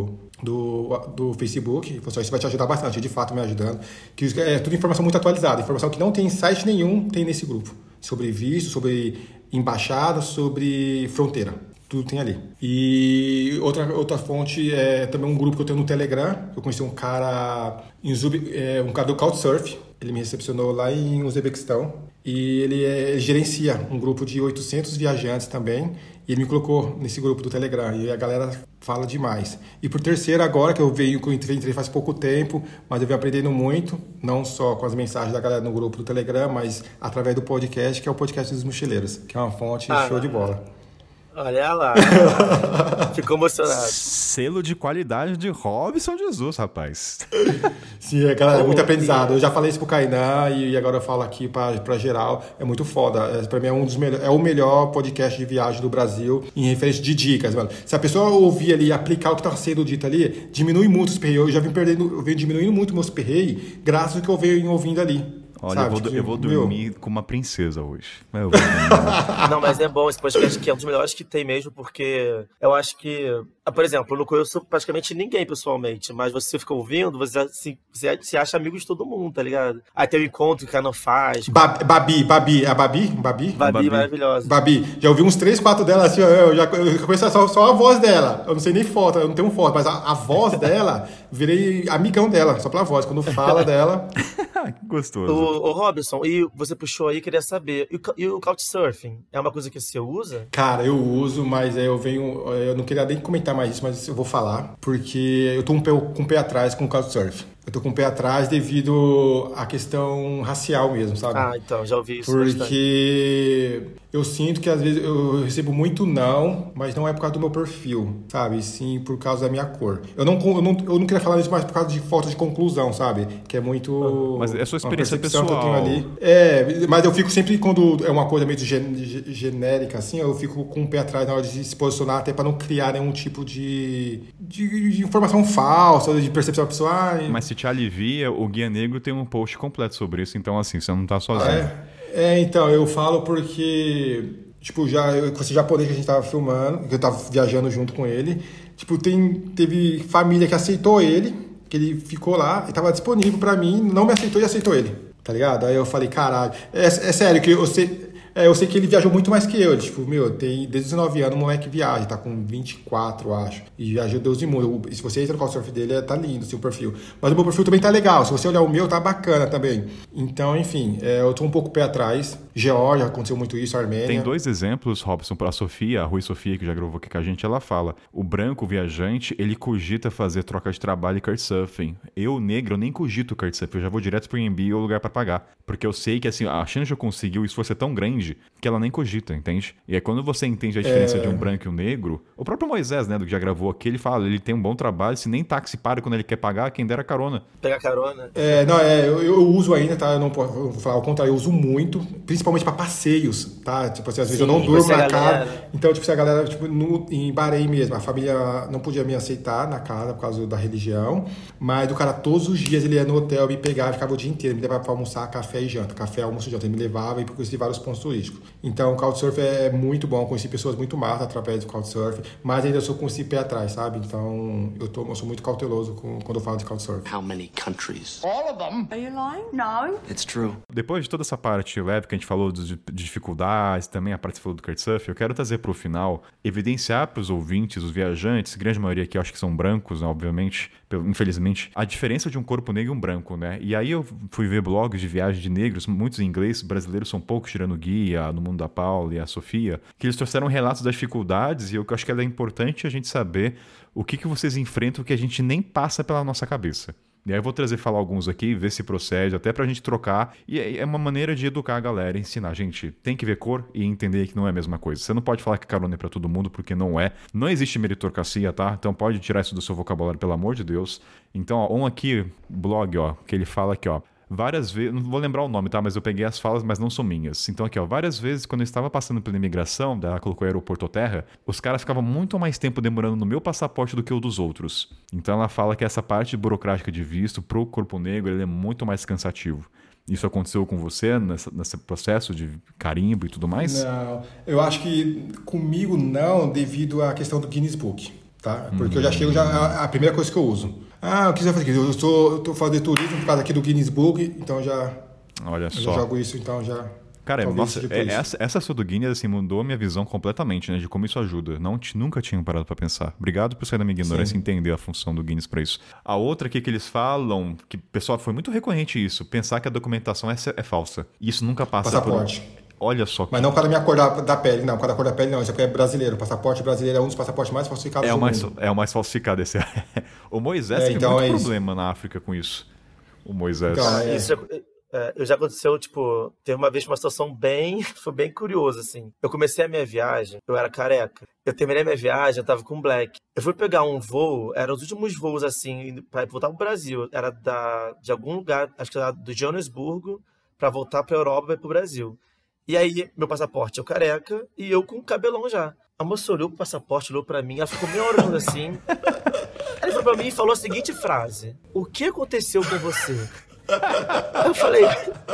do Facebook. Ele falou, isso vai te ajudar bastante, de fato me ajudando. Que é tudo informação muito atualizada. Informação que não tem em site nenhum, tem nesse grupo. Sobre visto, sobre embaixada, sobre fronteira. Tudo tem ali. E outra fonte é também um grupo que eu tenho no Telegram. Eu conheci um cara do Couchsurf. Ele me recepcionou lá em Uzbequistão. E ele gerencia um grupo de 800 viajantes também. E ele me colocou nesse grupo do Telegram. E a galera fala demais. E por terceiro, agora que eu entrei faz pouco tempo, mas eu venho aprendendo muito, não só com as mensagens da galera no grupo do Telegram, mas através do podcast, que é o podcast dos mochileiros, que é uma fonte show de bola. Olha lá. Ficou emocionado. Selo de qualidade de Robson Jesus, rapaz. Sim, galera, é muito aprendizado. Eu já falei isso pro Kainan e agora eu falo aqui pra geral. É muito foda. Pra mim é o melhor podcast de viagem do Brasil em referência de dicas, mano. Se a pessoa ouvir ali e aplicar o que tá sendo dito ali, diminui muito os perreios. Eu já venho diminuindo muito meus perreios graças ao que eu venho ouvindo ali. Olha, eu vou dormir com uma princesa hoje. Não, mas é bom esse podcast, que é um dos melhores que tem mesmo, porque eu acho que... Por exemplo, eu não conheço praticamente ninguém pessoalmente, mas você fica ouvindo, você se acha amigo de todo mundo, tá ligado? Aí tem o encontro que a não faz. Babi, maravilhosa. Babi, já ouvi uns 3, 4 dela, assim, eu conheço só a voz dela. Eu não sei nem foto, eu não tenho foto, mas a voz dela, virei amigão dela, só pela voz. Quando fala dela... Que gostoso. Ô Robson, e você puxou aí, queria saber, e o Couchsurfing? É uma coisa que você usa? Cara, eu uso, mas eu não queria nem comentar mais isso, mas eu vou falar, porque eu tô com o pé atrás com o Couchsurfing. Eu tô com o pé atrás devido à questão racial mesmo, sabe? Ah, então, já ouvi isso Porque bastante. Eu sinto que às vezes eu recebo muito não, mas não é por causa do meu perfil, sabe? Sim por causa da minha cor. Eu não queria falar isso mais por causa de falta de conclusão, sabe? Que é muito... Mas é sua experiência pessoal. Que eu tenho ali. Mas eu fico sempre, quando é uma coisa meio genérica, assim, eu fico com o pé atrás na hora de se posicionar, até pra não criar nenhum tipo de informação falsa, de percepção da pessoa. Mas se te alivia, o Guia Negro tem um post completo sobre isso, então assim, você não tá sozinho. Então, eu falo porque, tipo, com esse japonês que a gente tava filmando, que eu tava viajando junto com ele, tipo, teve família que aceitou ele, que ele ficou lá e tava disponível pra mim, não me aceitou e aceitou ele, tá ligado? Aí eu falei, caralho, é sério, que eu sei que ele viajou muito mais que eu. Ele, tipo, tem desde 19 anos o moleque viaja, tá com 24, acho. E viajou Deus e mundo. Se você entra no Couchsurf dele, tá lindo o seu perfil. Mas o meu perfil também tá legal. Se você olhar o meu, tá bacana também. Então, enfim, eu tô um pouco pé atrás. Geórgia, aconteceu muito isso, Armênia. Tem 2 exemplos, Robson, pra Sofia, a Rui Sofia, que já gravou aqui com a gente, ela fala: o branco viajante, ele cogita fazer troca de trabalho e Couchsurfing. Eu, negro, eu nem cogito Couchsurfing. Eu já vou direto pro Airbnb ou lugar pra pagar. Porque eu sei que, assim, a chance de eu conseguir o esforço é tão grande que ela nem cogita, entende? E aí quando você entende a diferença de um branco e um negro, o próprio Moisés, né, do que já gravou aqui, ele fala, ele tem um bom trabalho, se nem táxi para quando ele quer pagar, quem dera carona. Pegar carona. Eu uso ainda, tá? Eu não vou falar ao contrário, eu uso muito, principalmente pra passeios, tá? Tipo assim, às vezes eu não durmo na casa. Então, tipo, se a galera, tipo, em Bahrein mesmo, a família não podia me aceitar na casa por causa da religião, mas o cara, todos os dias ele ia no hotel, me pegava, ficava o dia inteiro, me levava pra almoçar, café e janta. Café, almoço e janta. Ele me levava e porque eu conheci vários pontos turístico. Então, o Couchsurf é muito bom, conheci pessoas muito massas através do Couchsurf, mas ainda sou com esse pé atrás, sabe? Então, eu sou muito cauteloso quando eu falo de Couchsurf. How many countries? All of them. Are you lying? No. It's true. Depois de toda essa parte leve que a gente falou de dificuldades, também a parte que você falou do Couchsurf, eu quero trazer para o final, evidenciar para os ouvintes, os viajantes, grande maioria aqui eu acho que são brancos, né, obviamente, infelizmente, a diferença de um corpo negro e um branco, né? E aí eu fui ver blogs de viagem de negros, muitos em inglês, brasileiros são poucos, tirando o Guia, No Mundo da Paula e a Sofia, que eles trouxeram relatos das dificuldades e eu acho que é importante a gente saber o que vocês enfrentam que a gente nem passa pela nossa cabeça. E aí eu vou falar alguns aqui, ver se procede, até pra gente trocar. E é uma maneira de educar a galera, ensinar. A gente tem que ver cor e entender que não é a mesma coisa. Você não pode falar que carona é pra todo mundo, porque não é. Não existe meritocracia, tá? Então pode tirar isso do seu vocabulário, pelo amor de Deus. Então, ó, um aqui, blog, ó, que ele fala aqui, ó. Várias vezes, não vou lembrar o nome, tá? Mas eu peguei as falas, mas não são minhas. Então aqui, ó, várias vezes quando eu estava passando pela imigração, ela colocou aeroporto ou terra, os caras ficavam muito mais tempo demorando no meu passaporte do que o dos outros. Então ela fala que essa parte burocrática de visto pro corpo negro, ele é muito mais cansativo. Isso aconteceu com você nesse processo de carimbo e tudo mais? Não, eu acho que comigo não, devido à questão do Guinness Book, tá? Porque eu já chego, a primeira coisa que eu uso. O que você vai fazer aqui? Eu tô fazendo turismo por causa aqui do Guinness Book, então Olha eu só. já jogo isso, então já... Cara, nossa, essa sua do Guinness assim, mudou minha visão completamente, né? De como isso ajuda. Nunca tinha parado pra pensar. Obrigado por sair da minha ignorância e entender a função do Guinness pra isso. A outra aqui que eles falam, que pessoal, foi muito recorrente isso, pensar que a documentação é falsa. E isso nunca passa Passaporte. Olha só. Mas não por causa da minha cor da pele, não. Por causa da cor da pele, não. Isso aqui é brasileiro. O passaporte brasileiro é um dos passaportes mais falsificados do mundo. É o mais falsificado esse. O Moisés teve então muito problema na África com isso. O Moisés. Então, Isso já aconteceu, tipo, teve uma vez uma situação foi bem curiosa, assim. Eu comecei a minha viagem, eu era careca. Eu terminei a minha viagem, eu tava com black. Eu fui pegar um voo, eram os últimos voos, assim, pra voltar pro Brasil. Era de algum lugar, acho que era do Joanesburgo, pra voltar pra Europa e pro Brasil. E aí, meu passaporte eu careca e eu com cabelão já. A moça olhou pro passaporte, olhou pra mim, ela ficou meia hora olhando assim. Ela falou pra mim e falou a seguinte frase: "O que aconteceu com você?" Eu falei: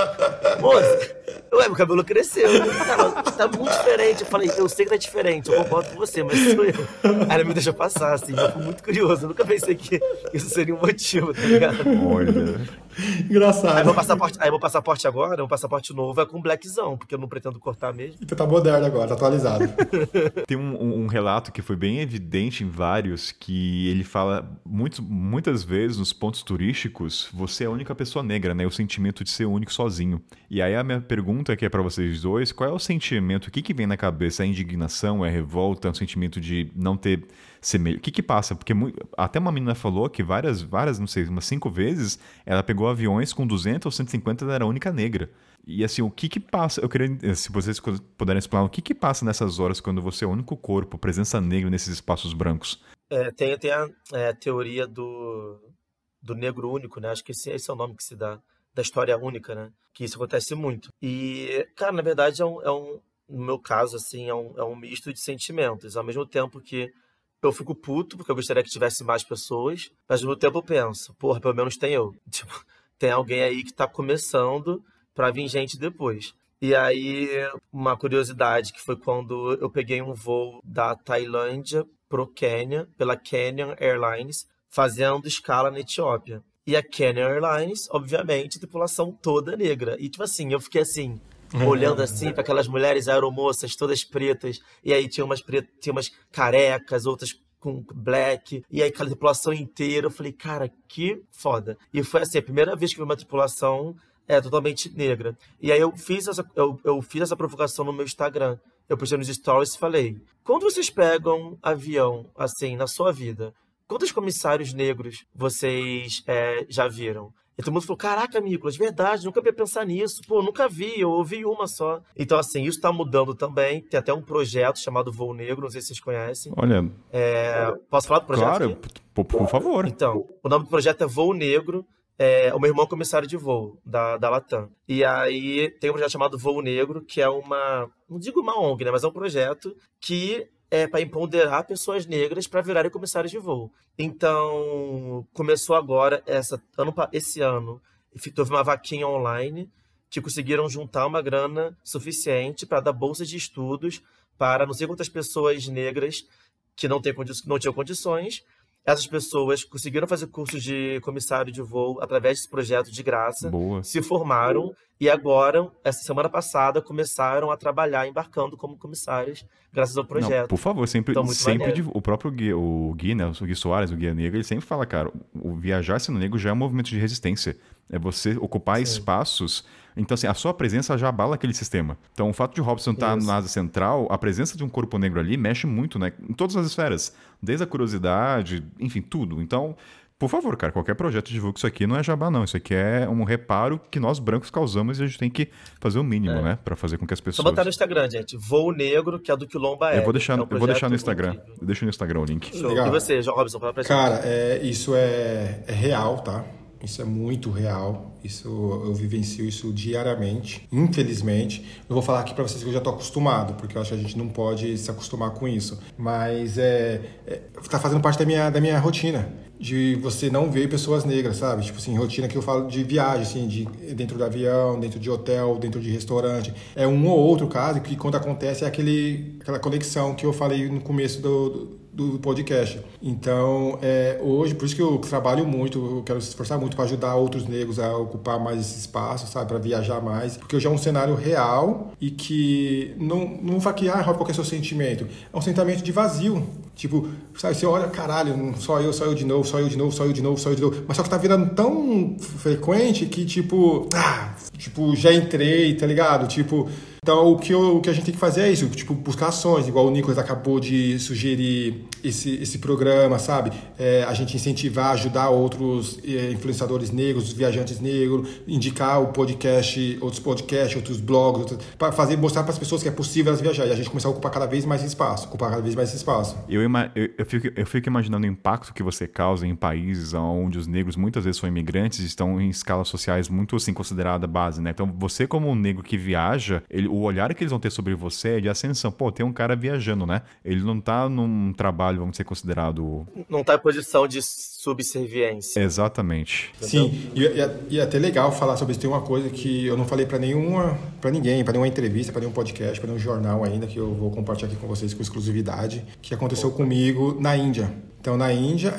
"Moça, meu cabelo cresceu. Ela, tá muito diferente." Eu falei: "Eu sei que tá diferente, eu concordo com você, mas sou eu." Aí ela me deixou passar, assim, eu fui muito curioso. Eu nunca pensei que isso seria um motivo, tá ligado? Olha. Engraçado. Aí meu passaporte agora, um passaporte novo, é com blackzão, porque eu não pretendo cortar mesmo. Então tá moderno agora, tá atualizado. Tem um relato que foi bem evidente em vários, que ele fala muitas vezes nos pontos turísticos, você é a única pessoa negra, né? O sentimento de ser único sozinho. E aí a minha pergunta aqui é pra vocês dois, qual é o sentimento, o que vem na cabeça? É indignação, é revolta, é um sentimento de não ter semelhança? O que passa? Porque até uma menina falou que várias, não sei, umas 5 vezes, ela pegou aviões com 200 ou 150, ela era a única negra. E assim, o que passa? Eu queria, se vocês puderem explicar, o que passa nessas horas quando você é o único corpo, presença negra nesses espaços brancos? Tem a teoria do negro único, né? Acho que esse é o nome que se dá, da história única, né? Que isso acontece muito. E, cara, na verdade, no meu caso, assim, é um misto de sentimentos. Ao mesmo tempo que eu fico puto, porque eu gostaria que tivesse mais pessoas, mas ao mesmo tempo eu penso, porra, pelo menos tem eu. Tipo, tem alguém aí que tá começando pra vir gente depois. E aí, uma curiosidade, que foi quando eu peguei um voo da Tailândia pro Quênia, pela Kenyan Airlines, fazendo escala na Etiópia. E a Kenyan Airlines, obviamente, tripulação toda negra. E tipo assim, eu fiquei assim, olhando assim para aquelas mulheres aeromoças todas pretas, e aí tinha umas carecas, outras com black, e aí aquela tripulação inteira. Eu falei, cara, que foda. E foi assim, a primeira vez que vi uma tripulação totalmente negra. E aí eu fiz essa provocação no meu Instagram. Eu postei nos stories e falei, quando vocês pegam avião, assim, na sua vida, quantos comissários negros vocês já viram? E todo mundo falou, caraca, Nicolas, verdade, nunca ia pensar nisso. Pô, nunca vi, eu ouvi uma só. Então, assim, isso tá mudando também. Tem até um projeto chamado Voo Negro, não sei se vocês conhecem. Olha... Posso falar do projeto? Claro, por favor. Então, o nome do projeto é Voo Negro. O meu irmão é comissário de voo da Latam. E aí tem um projeto chamado Voo Negro, que é não digo uma ONG, né, mas é um projeto que é para empoderar pessoas negras para virarem comissários de voo. Então, começou agora, esse ano, teve uma vaquinha online que conseguiram juntar uma grana suficiente para dar bolsa de estudos para não sei quantas pessoas negras que não tinham condições. Essas pessoas conseguiram fazer cursos de comissário de voo através desse projeto de graça, Boa. se formaram e agora, essa semana passada, começaram a trabalhar embarcando como comissários graças ao projeto. Não, por favor, sempre Então, muito maneiro. o próprio Gui, né, o Gui Soares, o Guia Negro, ele sempre fala, cara, o viajar sendo negro já é um movimento de resistência. É você ocupar espaços. Então, assim, a sua presença já abala aquele sistema. Então, o fato de Robson estar na asa central, a presença de um corpo negro ali mexe muito, né? Em todas as esferas. Desde a curiosidade, enfim, tudo. Então, por favor, cara, qualquer projeto divulgue isso aqui, não é jabá, não. Isso aqui é um reparo que nós brancos causamos e a gente tem que fazer o mínimo, né? Pra fazer com que as Só pessoas... botar no Instagram, gente. Voo Negro, que é do Quilomba Eu vou deixar, É um eu vou deixar no projeto Instagram. incrível. Eu deixo no Instagram o link. Show. Legal. E você, João Robson, fala pra gente. Cara, isso é real, tá? Isso é muito real. Isso eu vivencio isso diariamente. Infelizmente, não vou falar aqui pra vocês que eu já tô acostumado, porque eu acho que a gente não pode se acostumar com isso. Mas tá fazendo parte da minha rotina. De você não ver pessoas negras, sabe? Tipo assim, rotina que eu falo de viagem, assim, dentro do avião, dentro de hotel, dentro de restaurante. É um ou outro caso que quando acontece é aquela conexão que eu falei no começo do podcast. Então, hoje, por isso que eu trabalho muito, eu quero se esforçar muito para ajudar outros negros a ocupar mais esse espaço, sabe? Para viajar mais. Porque hoje é um cenário real e que não fala que, Rob, qual que é o seu sentimento? É um sentimento de vazio. Tipo, sabe, você olha, caralho, só eu de novo. Mas só que tá virando tão frequente que, tipo, já entrei, tá ligado? Tipo, então o que a gente tem que fazer é isso, tipo, buscar ações, igual o Nicolas acabou de sugerir esse programa, sabe? A gente incentivar, ajudar outros influenciadores negros, viajantes negros, indicar o podcast, outros blogs, para mostrar para as pessoas que é possível elas viajar e a gente começar a ocupar cada vez mais espaço. Eu fico imaginando o impacto que você causa em países onde os negros muitas vezes são imigrantes e estão em escalas sociais muito assim considerada base, né? Então você como um negro que viaja, o olhar que eles vão ter sobre você é de ascensão. Pô, tem um cara viajando, né? Ele não tá num trabalho, vamos ser considerado... Não tá em posição de subserviência. Exatamente. Sim, e é até legal falar sobre isso. Tem uma coisa que eu não falei para ninguém, para nenhuma entrevista, para nenhum podcast, para nenhum jornal ainda, que eu vou compartilhar aqui com vocês com exclusividade, que aconteceu comigo na Índia. Então, na Índia,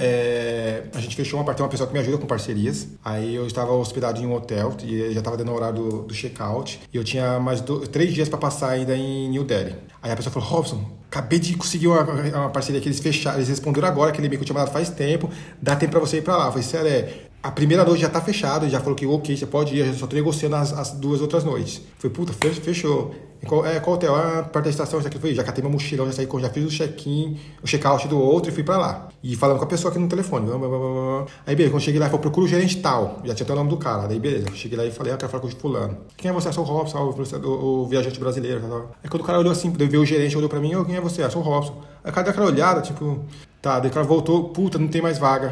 a gente fechou tem uma pessoa que me ajuda com parcerias. Aí eu estava hospedado em um hotel e já estava dando o horário do check-out. E eu tinha mais 3 dias para passar ainda em New Delhi. Aí a pessoa falou, Robson, acabei de conseguir uma parceria que eles fecharam. Eles responderam agora, aquele e-mail que eu tinha mandado faz tempo. Dá tempo para você ir para lá. Eu falei, sério, a primeira noite já tá fechada. Ele já falou que ok, você pode ir. Eu só tô negociando as 2 outras noites. Eu falei, puta, fechou. Qual hotel? Perto da estação, isso aqui. Eu falei, já catei meu mochilão, já fiz o check-in, o check-out do outro e fui pra lá. E falando com a pessoa aqui no telefone. Aí, beleza, quando cheguei lá, eu falei, procura o gerente tal. Já tinha até o nome do cara. Daí, beleza, cheguei lá e falei, quero falar com o fulano. Quem é você? Eu sou o Robson, o viajante brasileiro. Aí quando o cara olhou assim, daí veio o gerente, olhou pra mim, quem é você? Eu sou o Robson. Aí o cara deu aquela olhada, tipo, tá, daí o cara voltou, puta, não tem mais vaga.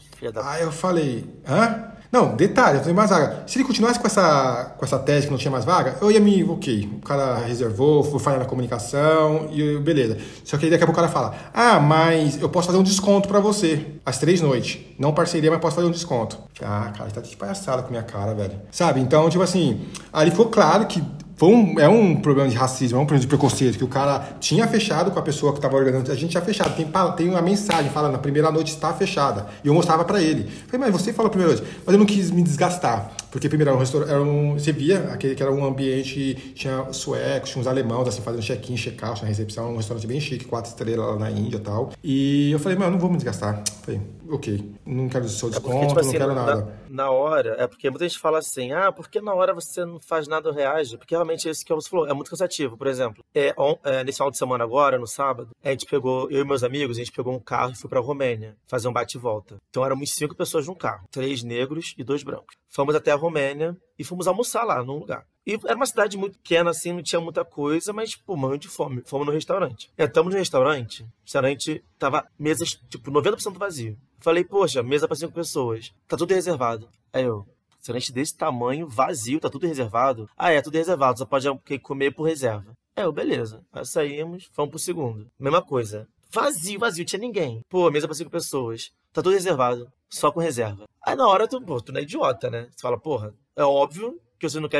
Aí eu falei, hã? Não, detalhe, não tem mais vaga. Se ele continuasse com essa tese que não tinha mais vaga, eu ia ok, o cara reservou, foi falhar na comunicação, e beleza. Só que aí daqui a pouco o cara fala, mas eu posso fazer um desconto pra você, às 3 noites. Não parceria, mas posso fazer um desconto. Cara, tá de palhaçada com a minha cara, velho. Sabe, então, tipo assim, ali ficou claro que é um problema de racismo, é um problema de preconceito, que o cara tinha fechado com a pessoa que estava organizando, a gente tinha fechado, tem uma mensagem falando, a primeira noite está fechada, e eu mostrava pra ele. Falei, mas você falou a primeira noite, mas eu não quis me desgastar, porque primeiro era um restaurante, você via aquele que era um ambiente, tinha suecos, tinha uns alemãos, assim, fazendo check-in, check-out na recepção, um restaurante bem chique, 4 estrelas lá na Índia e tal, e eu falei, eu não vou me desgastar. Falei, ok, não quero o seu desconto, tipo assim, não quero nada. Na hora, porque muita gente fala assim, por que na hora você não faz nada ou reage? Porque realmente é isso que você falou, é muito cansativo. Por exemplo, nesse final de semana agora, no sábado, eu e meus amigos, a gente pegou um carro e foi pra Romênia fazer um bate e volta. Então éramos 5 pessoas num carro, 3 negros e 2 brancos. Fomos até a Romênia e fomos almoçar lá num lugar. E era uma cidade muito pequena, assim, não tinha muita coisa, mas, morrendo de fome. Fomos no restaurante. Entramos no restaurante, o restaurante tava mesas, 90% vazio. Falei, poxa, mesa pra 5 pessoas. Tá tudo reservado. Aí restaurante desse tamanho, vazio, tá tudo reservado? Tudo reservado, só pode comer por reserva. Beleza. Aí saímos, fomos pro segundo. Mesma coisa. Vazio, tinha ninguém. Mesa pra 5 pessoas. Tá tudo reservado, só com reserva. Aí na hora tu não é idiota, né? Você fala, é óbvio que vocês não querem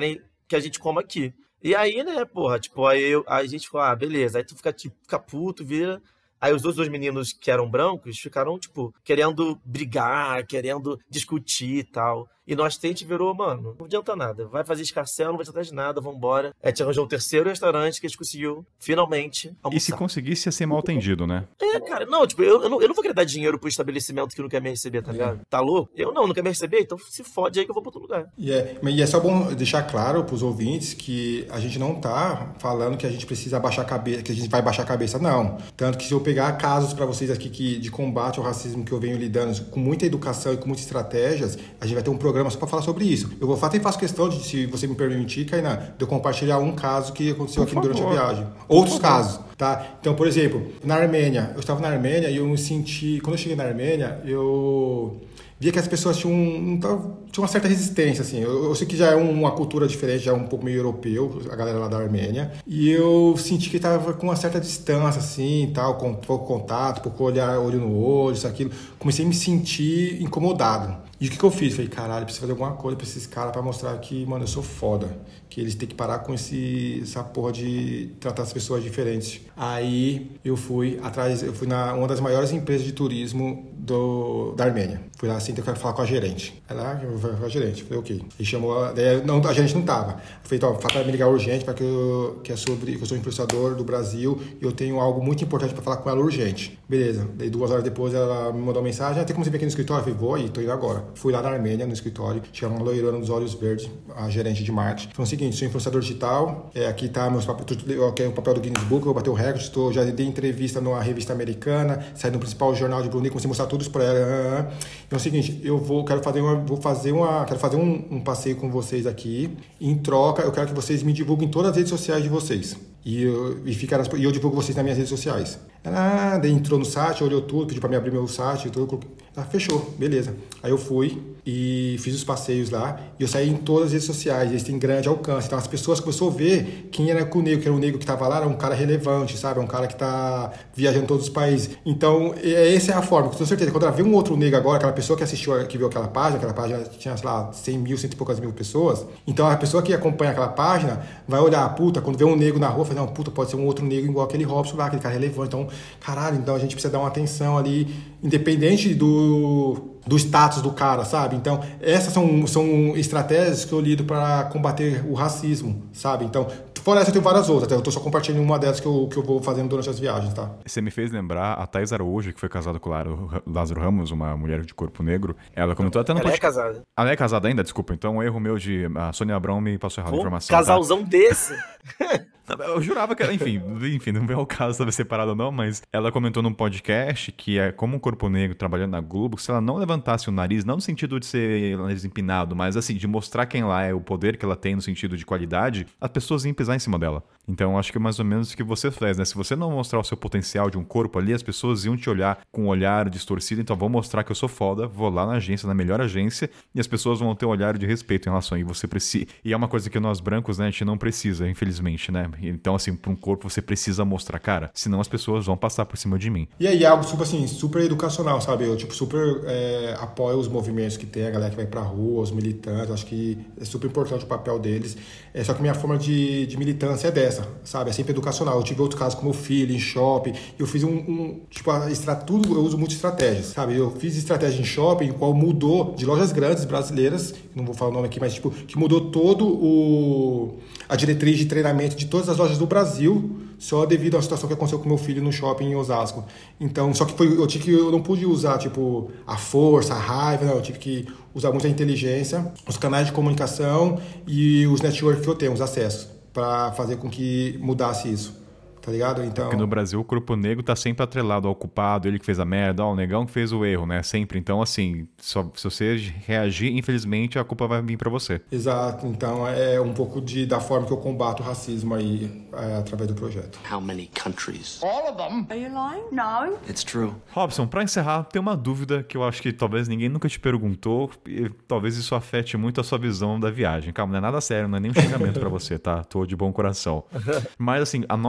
que a gente coma aqui. E aí, né, porra, tipo, a gente ficou, beleza. Aí tu fica puto, vira... Aí os outros 2 meninos que eram brancos ficaram, tipo, querendo brigar, querendo discutir e tal. E nós a gente virou, mano, não adianta nada. Vai fazer escarcel, não vai adiantar de nada, vambora. A gente arranjou um 3º restaurante que a gente conseguiu, finalmente, almoçar. E se conseguisse, ia ser mal atendido, né? Cara, não, tipo, eu não vou querer dar dinheiro pro estabelecimento que não quer me receber, tá ligado? Tá louco? Eu não quer me receber, então se fode aí que eu vou pra outro lugar. E é só bom deixar claro pros ouvintes que a gente não tá falando que a gente precisa abaixar a cabeça, que a gente vai baixar a cabeça, não. Tanto que se eu pegar casos pra vocês aqui de combate ao racismo que eu venho lidando com muita educação e com muitas estratégias, a gente vai ter um programa só pra falar sobre isso. Eu até faço questão de, se você me permitir, Kainá, de eu compartilhar um caso que aconteceu aqui durante a viagem. Outros casos, tá? Então, por exemplo, na Armênia, eu estava na Armênia e eu me senti... Quando eu cheguei na Armênia, eu via que as pessoas tinham uma certa resistência, assim. Eu sei que já é uma cultura diferente, já é um pouco meio europeu, a galera lá da Armênia. E eu senti que estava com uma certa distância, assim, tal, com pouco contato, pouco olhar olho no olho, isso, aquilo. Comecei a me sentir incomodado. E o que eu fiz? Falei, caralho, preciso fazer alguma coisa pra esses caras pra mostrar que, mano, eu sou foda. Que eles têm que parar com essa porra de tratar as pessoas diferentes. Aí eu fui uma das maiores empresas de turismo da Armênia. Fui lá assim, eu quero falar com a gerente. Aí lá, eu vou falar com a gerente. Falei, ok. Ele chamou, a gerente não tava. Eu falei, fala me ligar urgente, porque que eu sou influenciador do Brasil e eu tenho algo muito importante pra falar com ela urgente. Beleza. Daí 2 horas depois ela me mandou uma mensagem, tem como você vir aqui no escritório? Eu falei, vou aí, tô indo agora. Fui lá na Armênia, no escritório, tinha uma loirona dos olhos verdes, a gerente de marketing. Falou o seguinte, sou influenciador digital, aqui tá meus papéis, o papel do Guinness Book, eu vou bater o recorde, já dei entrevista numa revista americana, saí no principal jornal de Brunei, comecei a mostrar tudo isso pra ela. Então é o seguinte, quero fazer um passeio com vocês aqui, em troca, eu quero que vocês me divulguem todas as redes sociais de vocês. E eu divulgo vocês nas minhas redes sociais. Ela daí entrou no site, olhou tudo, pediu pra me abrir meu site, tudo. Ela fechou, beleza. Aí eu fui e fiz os passeios lá e eu saí em todas as redes sociais, eles têm grande alcance. Então as pessoas começaram a ver quem era o negro, que era o negro que estava lá, era um cara relevante, sabe? Um cara que tá viajando em todos os países. Então, essa é a forma, com certeza. Quando ela vê um outro negro agora, aquela pessoa que assistiu, que viu aquela página tinha, sei lá, 100 mil, 100 e poucas mil pessoas. Então a pessoa que acompanha aquela página vai olhar, puta, quando vê um negro na rua, fala, não, puta, pode ser um outro negro igual aquele Robson lá, aquele cara relevante. Então, caralho, então a gente precisa dar uma atenção ali, independente do status do cara, sabe? Então, essas são estratégias que eu lido para combater o racismo, sabe? Então, fora essa, eu tenho várias outras. Eu tô só compartilhando uma delas que eu vou fazendo durante as viagens, tá? Você me fez lembrar a Thaís Araújo, que foi casada com o Lázaro Ramos, uma mulher de corpo negro. Ela comentou até no podcast. Ela é casada. Ela é casada ainda? Desculpa. Então, um erro meu de... A Sônia Abrão me passou errado a informação. Casalzão desse? Eu jurava que ela, enfim, não é o caso se estava separado ou não, mas ela comentou num podcast que é como um corpo negro trabalhando na Globo, se ela não levantasse o nariz, não no sentido de ser nariz empinado, mas assim, de mostrar quem lá é, o poder que ela tem no sentido de qualidade, as pessoas iam pisar em cima dela. Então, acho que é mais ou menos o que você fez, né? Se você não mostrar o seu potencial de um corpo ali, as pessoas iam te olhar com um olhar distorcido, então vou mostrar que eu sou foda, vou lá na agência, na melhor agência, e as pessoas vão ter um olhar de respeito em relação a você precisa. E é uma coisa que nós brancos, né, a gente não precisa, infelizmente, né? Então, assim, para um corpo você precisa mostrar, cara, senão as pessoas vão passar por cima de mim. E aí, algo super educacional, sabe? Eu, super apoio os movimentos que tem, a galera que vai pra rua, os militantes, acho que é super importante o papel deles. Só que minha forma de militância é dessa, sabe? É sempre educacional. Eu tive outros casos com meu filho, em shopping, eu fiz tudo, eu uso muitas estratégias, sabe? Eu fiz estratégia em shopping, qual mudou de lojas grandes brasileiras, não vou falar o nome aqui, mas que mudou a diretriz de treinamento de todas as lojas do Brasil, só devido à situação que aconteceu com meu filho no shopping em Osasco. Então, só que eu não pude usar, a força, a raiva, não, eu tive que usar muita inteligência, os canais de comunicação e os networks que eu tenho, os acessos, para fazer com que mudasse isso. Tá ligado? Então... Porque no Brasil o corpo negro tá sempre atrelado ao culpado, ele que fez a merda, o negão que fez o erro, né? Sempre. Então, assim, se você reagir, infelizmente, a culpa vai vir pra você. Exato. Então, é um pouco da forma que eu combato o racismo aí, através do projeto. How many countries? All of them. Are you lying? No. It's true. Robson, pra encerrar, tem uma dúvida que eu acho que talvez ninguém nunca te perguntou e talvez isso afete muito a sua visão da viagem. Calma, não é nada sério, não é nem um xingamento pra você, tá? Tô de bom coração. Mas, assim, a nossa formação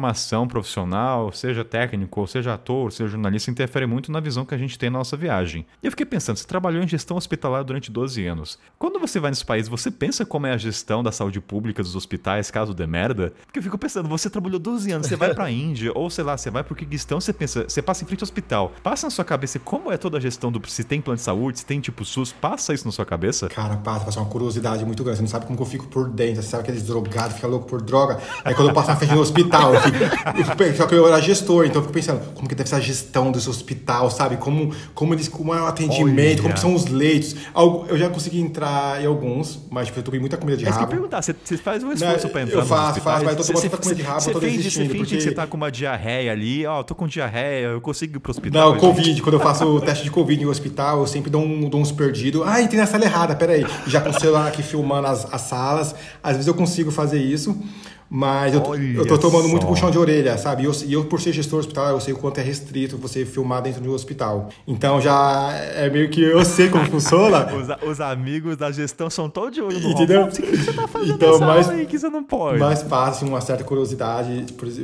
formação profissional, seja técnico, ou seja ator, seja jornalista, interfere muito na visão que a gente tem na nossa viagem. E eu fiquei pensando, você trabalhou em gestão hospitalar durante 12 anos. Quando você vai nesse país, você pensa como é a gestão da saúde pública dos hospitais, caso dê merda? Porque eu fico pensando, você trabalhou 12 anos, você vai pra Índia, ou sei lá, você vai pro Quirguistão, você pensa, você passa em frente ao hospital. Passa na sua cabeça como é toda a gestão se tem plano de saúde, se tem tipo SUS, passa isso na sua cabeça? Cara, passa uma curiosidade muito grande. Você não sabe como que eu fico por dentro. Você sabe aqueles drogados, fica louco por droga. Aí quando eu passo na frente do hospital, só que eu era gestor, então eu fico pensando, como que deve ser a gestão desse hospital, sabe? Como é o atendimento, como que são os leitos. Eu já consegui entrar em alguns, mas tipo, eu tomei muita comida de rabo. Mas que perguntar, você faz um esforço pra entrar nos hospitais? Mas eu tô tomando muita comida de rabo, eu tô desistindo. Você finge que você tá com uma diarreia ali, tô com diarreia, eu consigo ir pro hospital. Não, Covid, quando eu faço o teste de Covid no hospital, eu sempre dou uns perdidos. Entrei na sala errada, peraí. Já com o celular aqui filmando as salas. Às vezes eu consigo fazer isso, mas eu tô tomando muito puxão de orelha, sabe? E eu, por ser gestor hospitalar, eu sei o quanto é restrito você filmar dentro de um hospital. Então já é meio que eu sei como funciona. Os amigos da gestão são todos de olho no entendeu? O que você tá fazendo então, aí que você não pode? Mas passa uma certa curiosidade,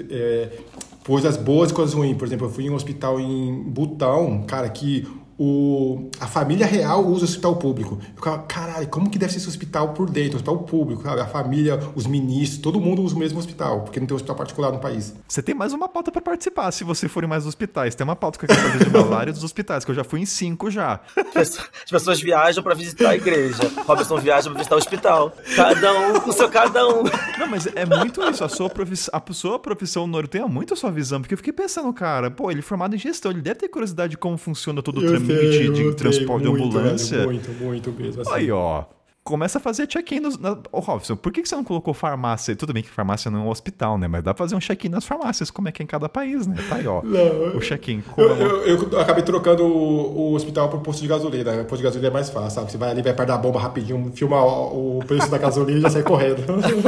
coisas boas e coisas ruins. Por exemplo, eu fui em um hospital em Butão, cara, que a família real usa o hospital público. Eu ficava, caralho, como que deve ser esse hospital por dentro? Hospital público, sabe? A família, os ministros, todo mundo usa o mesmo hospital, porque não tem hospital particular no país. Você tem mais uma pauta pra participar, se você for em mais hospitais. Tem uma pauta que eu quero fazer de malária dos hospitais, que eu já fui em 5 já. As pessoas viajam pra visitar a igreja. Robson viaja pra visitar o hospital. Cada um com seu cada um. Não, mas é muito isso. A sua profissão norteia muito a sua visão, porque eu fiquei pensando, cara, ele é formado em gestão, ele deve ter curiosidade de como funciona todo o trâmite de transporte de ambulância. Muito mesmo. Assim. Aí, começa a fazer check-in Robson, por que você não colocou farmácia? Tudo bem que farmácia não é um hospital, né? Mas dá pra fazer um check-in nas farmácias, como é que é em cada país, né? Tá aí, o check-in. Eu acabei trocando o hospital por posto de gasolina. O posto de gasolina é mais fácil, sabe? Você vai ali, vai perto da bomba rapidinho, filma o preço da gasolina e já sai correndo.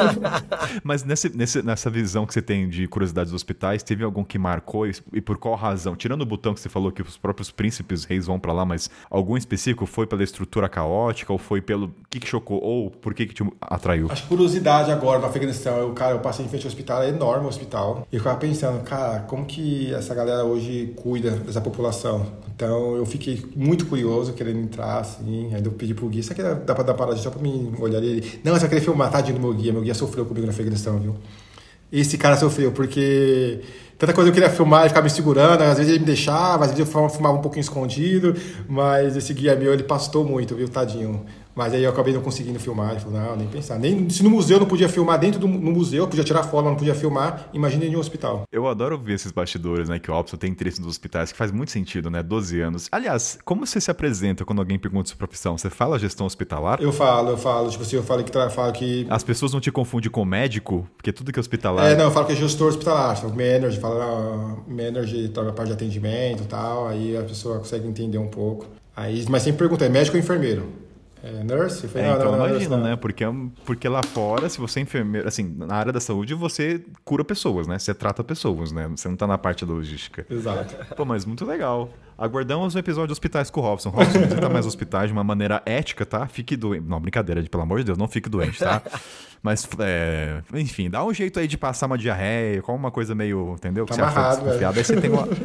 Mas nessa visão que você tem de curiosidades dos hospitais, teve algum que marcou e por qual razão? Tirando o Butão que você falou que os próprios príncipes reis vão pra lá, mas algum específico foi pela estrutura caótica ou foi pelo... que chocou ou por que te atraiu? Acho curiosidade agora no Afeganistão. Eu passei em frente ao hospital, é enorme o hospital. E eu ficava pensando, cara, como que essa galera hoje cuida dessa população? Então eu fiquei muito curioso, querendo entrar, assim. Aí eu pedi pro guia, será que dá pra dar paradinha só pra mim olhar ele? Não, você vai querer filmar, tadinho do meu guia. Meu guia sofreu comigo no Afeganistão, viu? Esse cara sofreu, porque tanta coisa eu queria filmar, ele ficava me segurando, às vezes ele me deixava, às vezes eu filmava um pouquinho escondido, mas esse guia meu, ele pastou muito, viu, tadinho. Mas aí eu acabei não conseguindo filmar. Ele falou, não, nem pensar. Nem se no museu eu não podia filmar, no museu eu podia tirar foto, mas não podia filmar, imagina em um hospital. Eu adoro ver esses bastidores, né, que o Robson tem interesse nos hospitais, que faz muito sentido, né, 12 anos. Aliás, como você se apresenta quando alguém pergunta sua profissão? Você fala gestão hospitalar? Eu falo, tipo assim, eu falo que... As pessoas não te confundem com médico? Porque tudo que é hospitalar... Não, eu falo que é gestor hospitalar, falo manager, manager, trabalha a parte de atendimento e tal, aí a pessoa consegue entender um pouco. Aí, mas sempre pergunta, é médico ou enfermeiro? Nurse? Então imagina, né? Porque lá fora, se você é enfermeiro, assim, na área da saúde, você cura pessoas, né? Você trata pessoas, né? Você não tá na parte da logística. Exato. Mas muito legal. Aguardamos um episódio de hospitais com o Robson. Robson, visita mais hospitais de uma maneira ética, tá? Fique doente. Não, brincadeira, pelo amor de Deus, não fique doente, tá? Mas, enfim, dá um jeito aí de passar uma diarreia, com uma coisa meio, entendeu? Tá que você acha desconfiado. Aí você tem uma...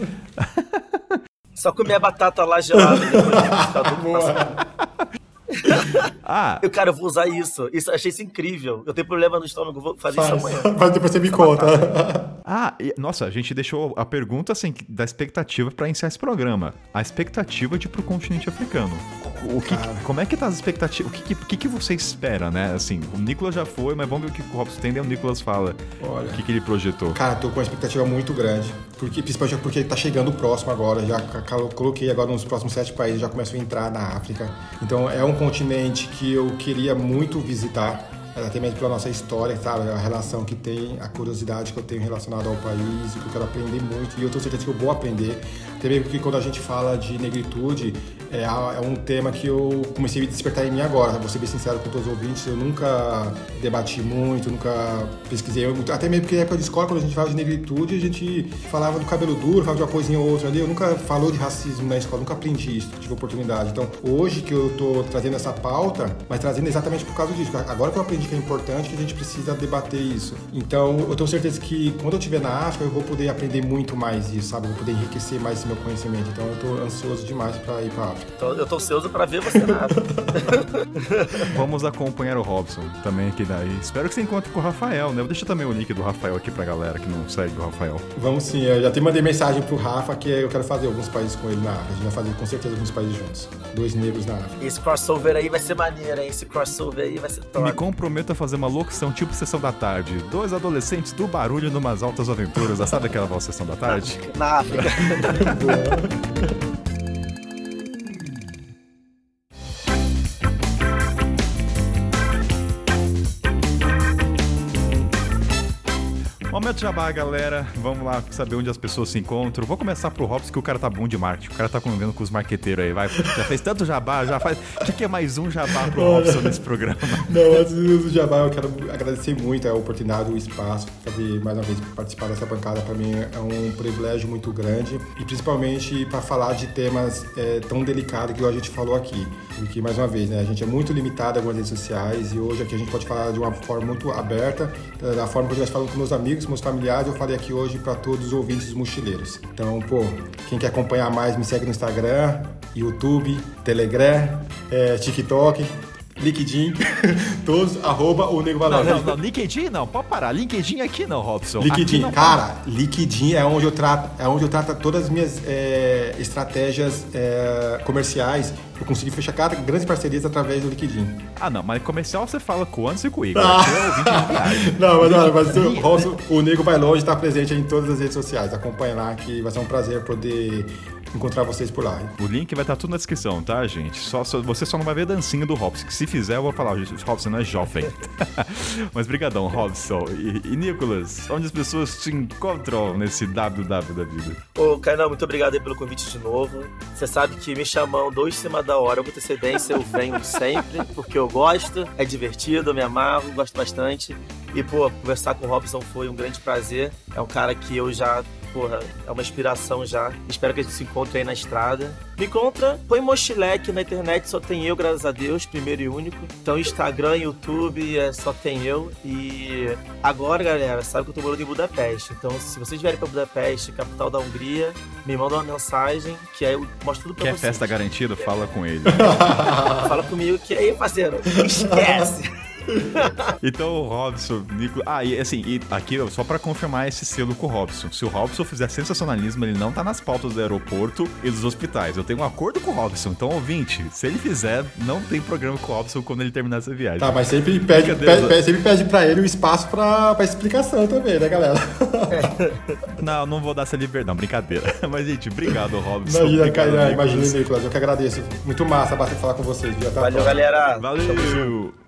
Só comer a batata lá gelada depois de Cara, eu vou usar isso. Achei isso incrível. Eu tenho problema no estômago, vou fazer isso amanhã. Mas depois você me conta. Nossa, a gente deixou a pergunta assim, da expectativa para iniciar esse programa. A expectativa de ir pro continente africano. Como é que tá as expectativas? O que você espera, né? Assim, o Nicolas já foi, mas vamos ver o que o Robson tem, daí o Nicolas fala. Olha, o que ele projetou. Cara, tô com uma expectativa muito grande. Principalmente porque ele tá chegando próximo agora. Já coloquei agora nos próximos 7 países, já começo a entrar na África. Então é um continente que eu queria muito visitar. Até mesmo pela nossa história, sabe? A relação que tem, a curiosidade que eu tenho relacionada ao país, que eu quero aprender muito. E eu tenho certeza que eu vou aprender. Também porque quando a gente fala de negritude, é um tema que eu comecei a me despertar em mim agora. Vou ser bem sincero com todos os ouvintes, eu nunca debati muito, nunca pesquisei muito. Até mesmo porque na época de escola, quando a gente fala de negritude, a gente falava do cabelo duro, falava de uma coisinha ou outra ali. Eu nunca falou de racismo na escola, nunca aprendi isso, tive oportunidade. Então, hoje que eu tô trazendo essa pauta, mas trazendo exatamente por causa disso. Agora que eu aprendi que é importante, que a gente precisa debater isso. Então, eu tenho certeza que quando eu estiver na África, eu vou poder aprender muito mais isso, sabe? Eu vou poder enriquecer mais esse meu conhecimento. Então, eu tô ansioso demais para ir para África. Então, eu tô ansioso para ver você na África. Vamos acompanhar o Robson também aqui daí. Espero que você encontre com o Rafael, né? Eu deixo também o link do Rafael aqui pra galera que não segue o Rafael. Vamos sim, eu já até mandei mensagem pro Rafa que eu quero fazer alguns países com ele na África. A gente vai fazer com certeza alguns países juntos. 2 negros na África. Esse crossover aí vai ser maneiro, hein? Esse crossover aí vai ser top. Me comprometo a fazer uma locução tipo Sessão da Tarde. 2 adolescentes do barulho numas altas aventuras. Sabe aquela voz Sessão da Tarde? Na África. Momento jabá, galera. Vamos lá saber onde as pessoas se encontram. Vou começar pro Robson, que o cara tá bom de marketing. O cara tá convivendo com os marqueteiros aí, vai. Já fez tanto jabá, já faz... O que é mais um jabá pro Robson nesse programa? Não, antes do jabá, eu quero agradecer muito a oportunidade, o espaço, fazer mais uma vez participar dessa bancada. Pra mim é um privilégio muito grande. E principalmente para falar de temas tão delicados que a gente falou aqui. Porque, mais uma vez, né, a gente é muito limitado em algumas redes sociais e hoje aqui a gente pode falar de uma forma muito aberta, da forma que eu já falo com meus amigos, meus familiares, eu falei aqui hoje para todos os ouvintes dos mochileiros. Então, quem quer acompanhar mais, me segue no Instagram, YouTube, Telegram, TikTok, LinkedIn, todos, @o Nego Vai Longe. Não, LinkedIn não, pode parar. LinkedIn aqui não, Robson. LinkedIn, não, cara, LinkedIn é onde eu trato todas as minhas estratégias comerciais. Eu consegui fechar grandes parcerias através do LinkedIn. Não, mas comercial você fala com o Anderson e com o Igor. Você é ouvinte de viagem. Não, mas o Nego Vai Longe está presente em todas as redes sociais. Acompanha lá que vai ser um prazer poder encontrar vocês por lá. O link vai estar tudo na descrição, tá, gente? Você só não vai ver a dancinha do Robson, que se fizer eu vou falar, Robson não é jovem. Mas brigadão, Robson. E Nicolas, onde as pessoas te encontram nesse WW da vida? Ô, Kainan, muito obrigado aí pelo convite de novo. Você sabe que me chamam 2 em cima da hora, com antecedência, eu venho sempre, porque eu gosto, é divertido, eu me amarro, gosto bastante. E, conversar com o Robson foi um grande prazer. É um cara que eu já... é uma inspiração já. Espero que a gente se encontre aí na estrada. Me encontra, põe Mochileque na internet, só tem eu, graças a Deus, primeiro e único. Então Instagram, YouTube, só tem eu. E agora, galera, sabe que eu tô morando em Budapeste. Então se vocês vierem pra Budapeste, capital da Hungria, me mandam uma mensagem, que aí eu mostro tudo pra vocês. Quer festa garantida? Fala com ele. Fala comigo que aí, parceiro, esquece. Então o Robson, Nico... e assim, aqui só pra confirmar esse selo com o Robson. Se o Robson fizer sensacionalismo, ele não tá nas pautas do aeroporto e dos hospitais. Eu tenho um acordo com o Robson, então ouvinte, se ele fizer, não tem programa com o Robson quando ele terminar essa viagem. Tá, mas sempre pede pra ele o espaço pra explicação também, né, galera? Não vou dar essa liberdade, não, brincadeira. Mas, gente, obrigado, Robson. Imagina, Nicolas, eu que agradeço. Muito massa, basta falar com vocês. Valeu, galera. Valeu.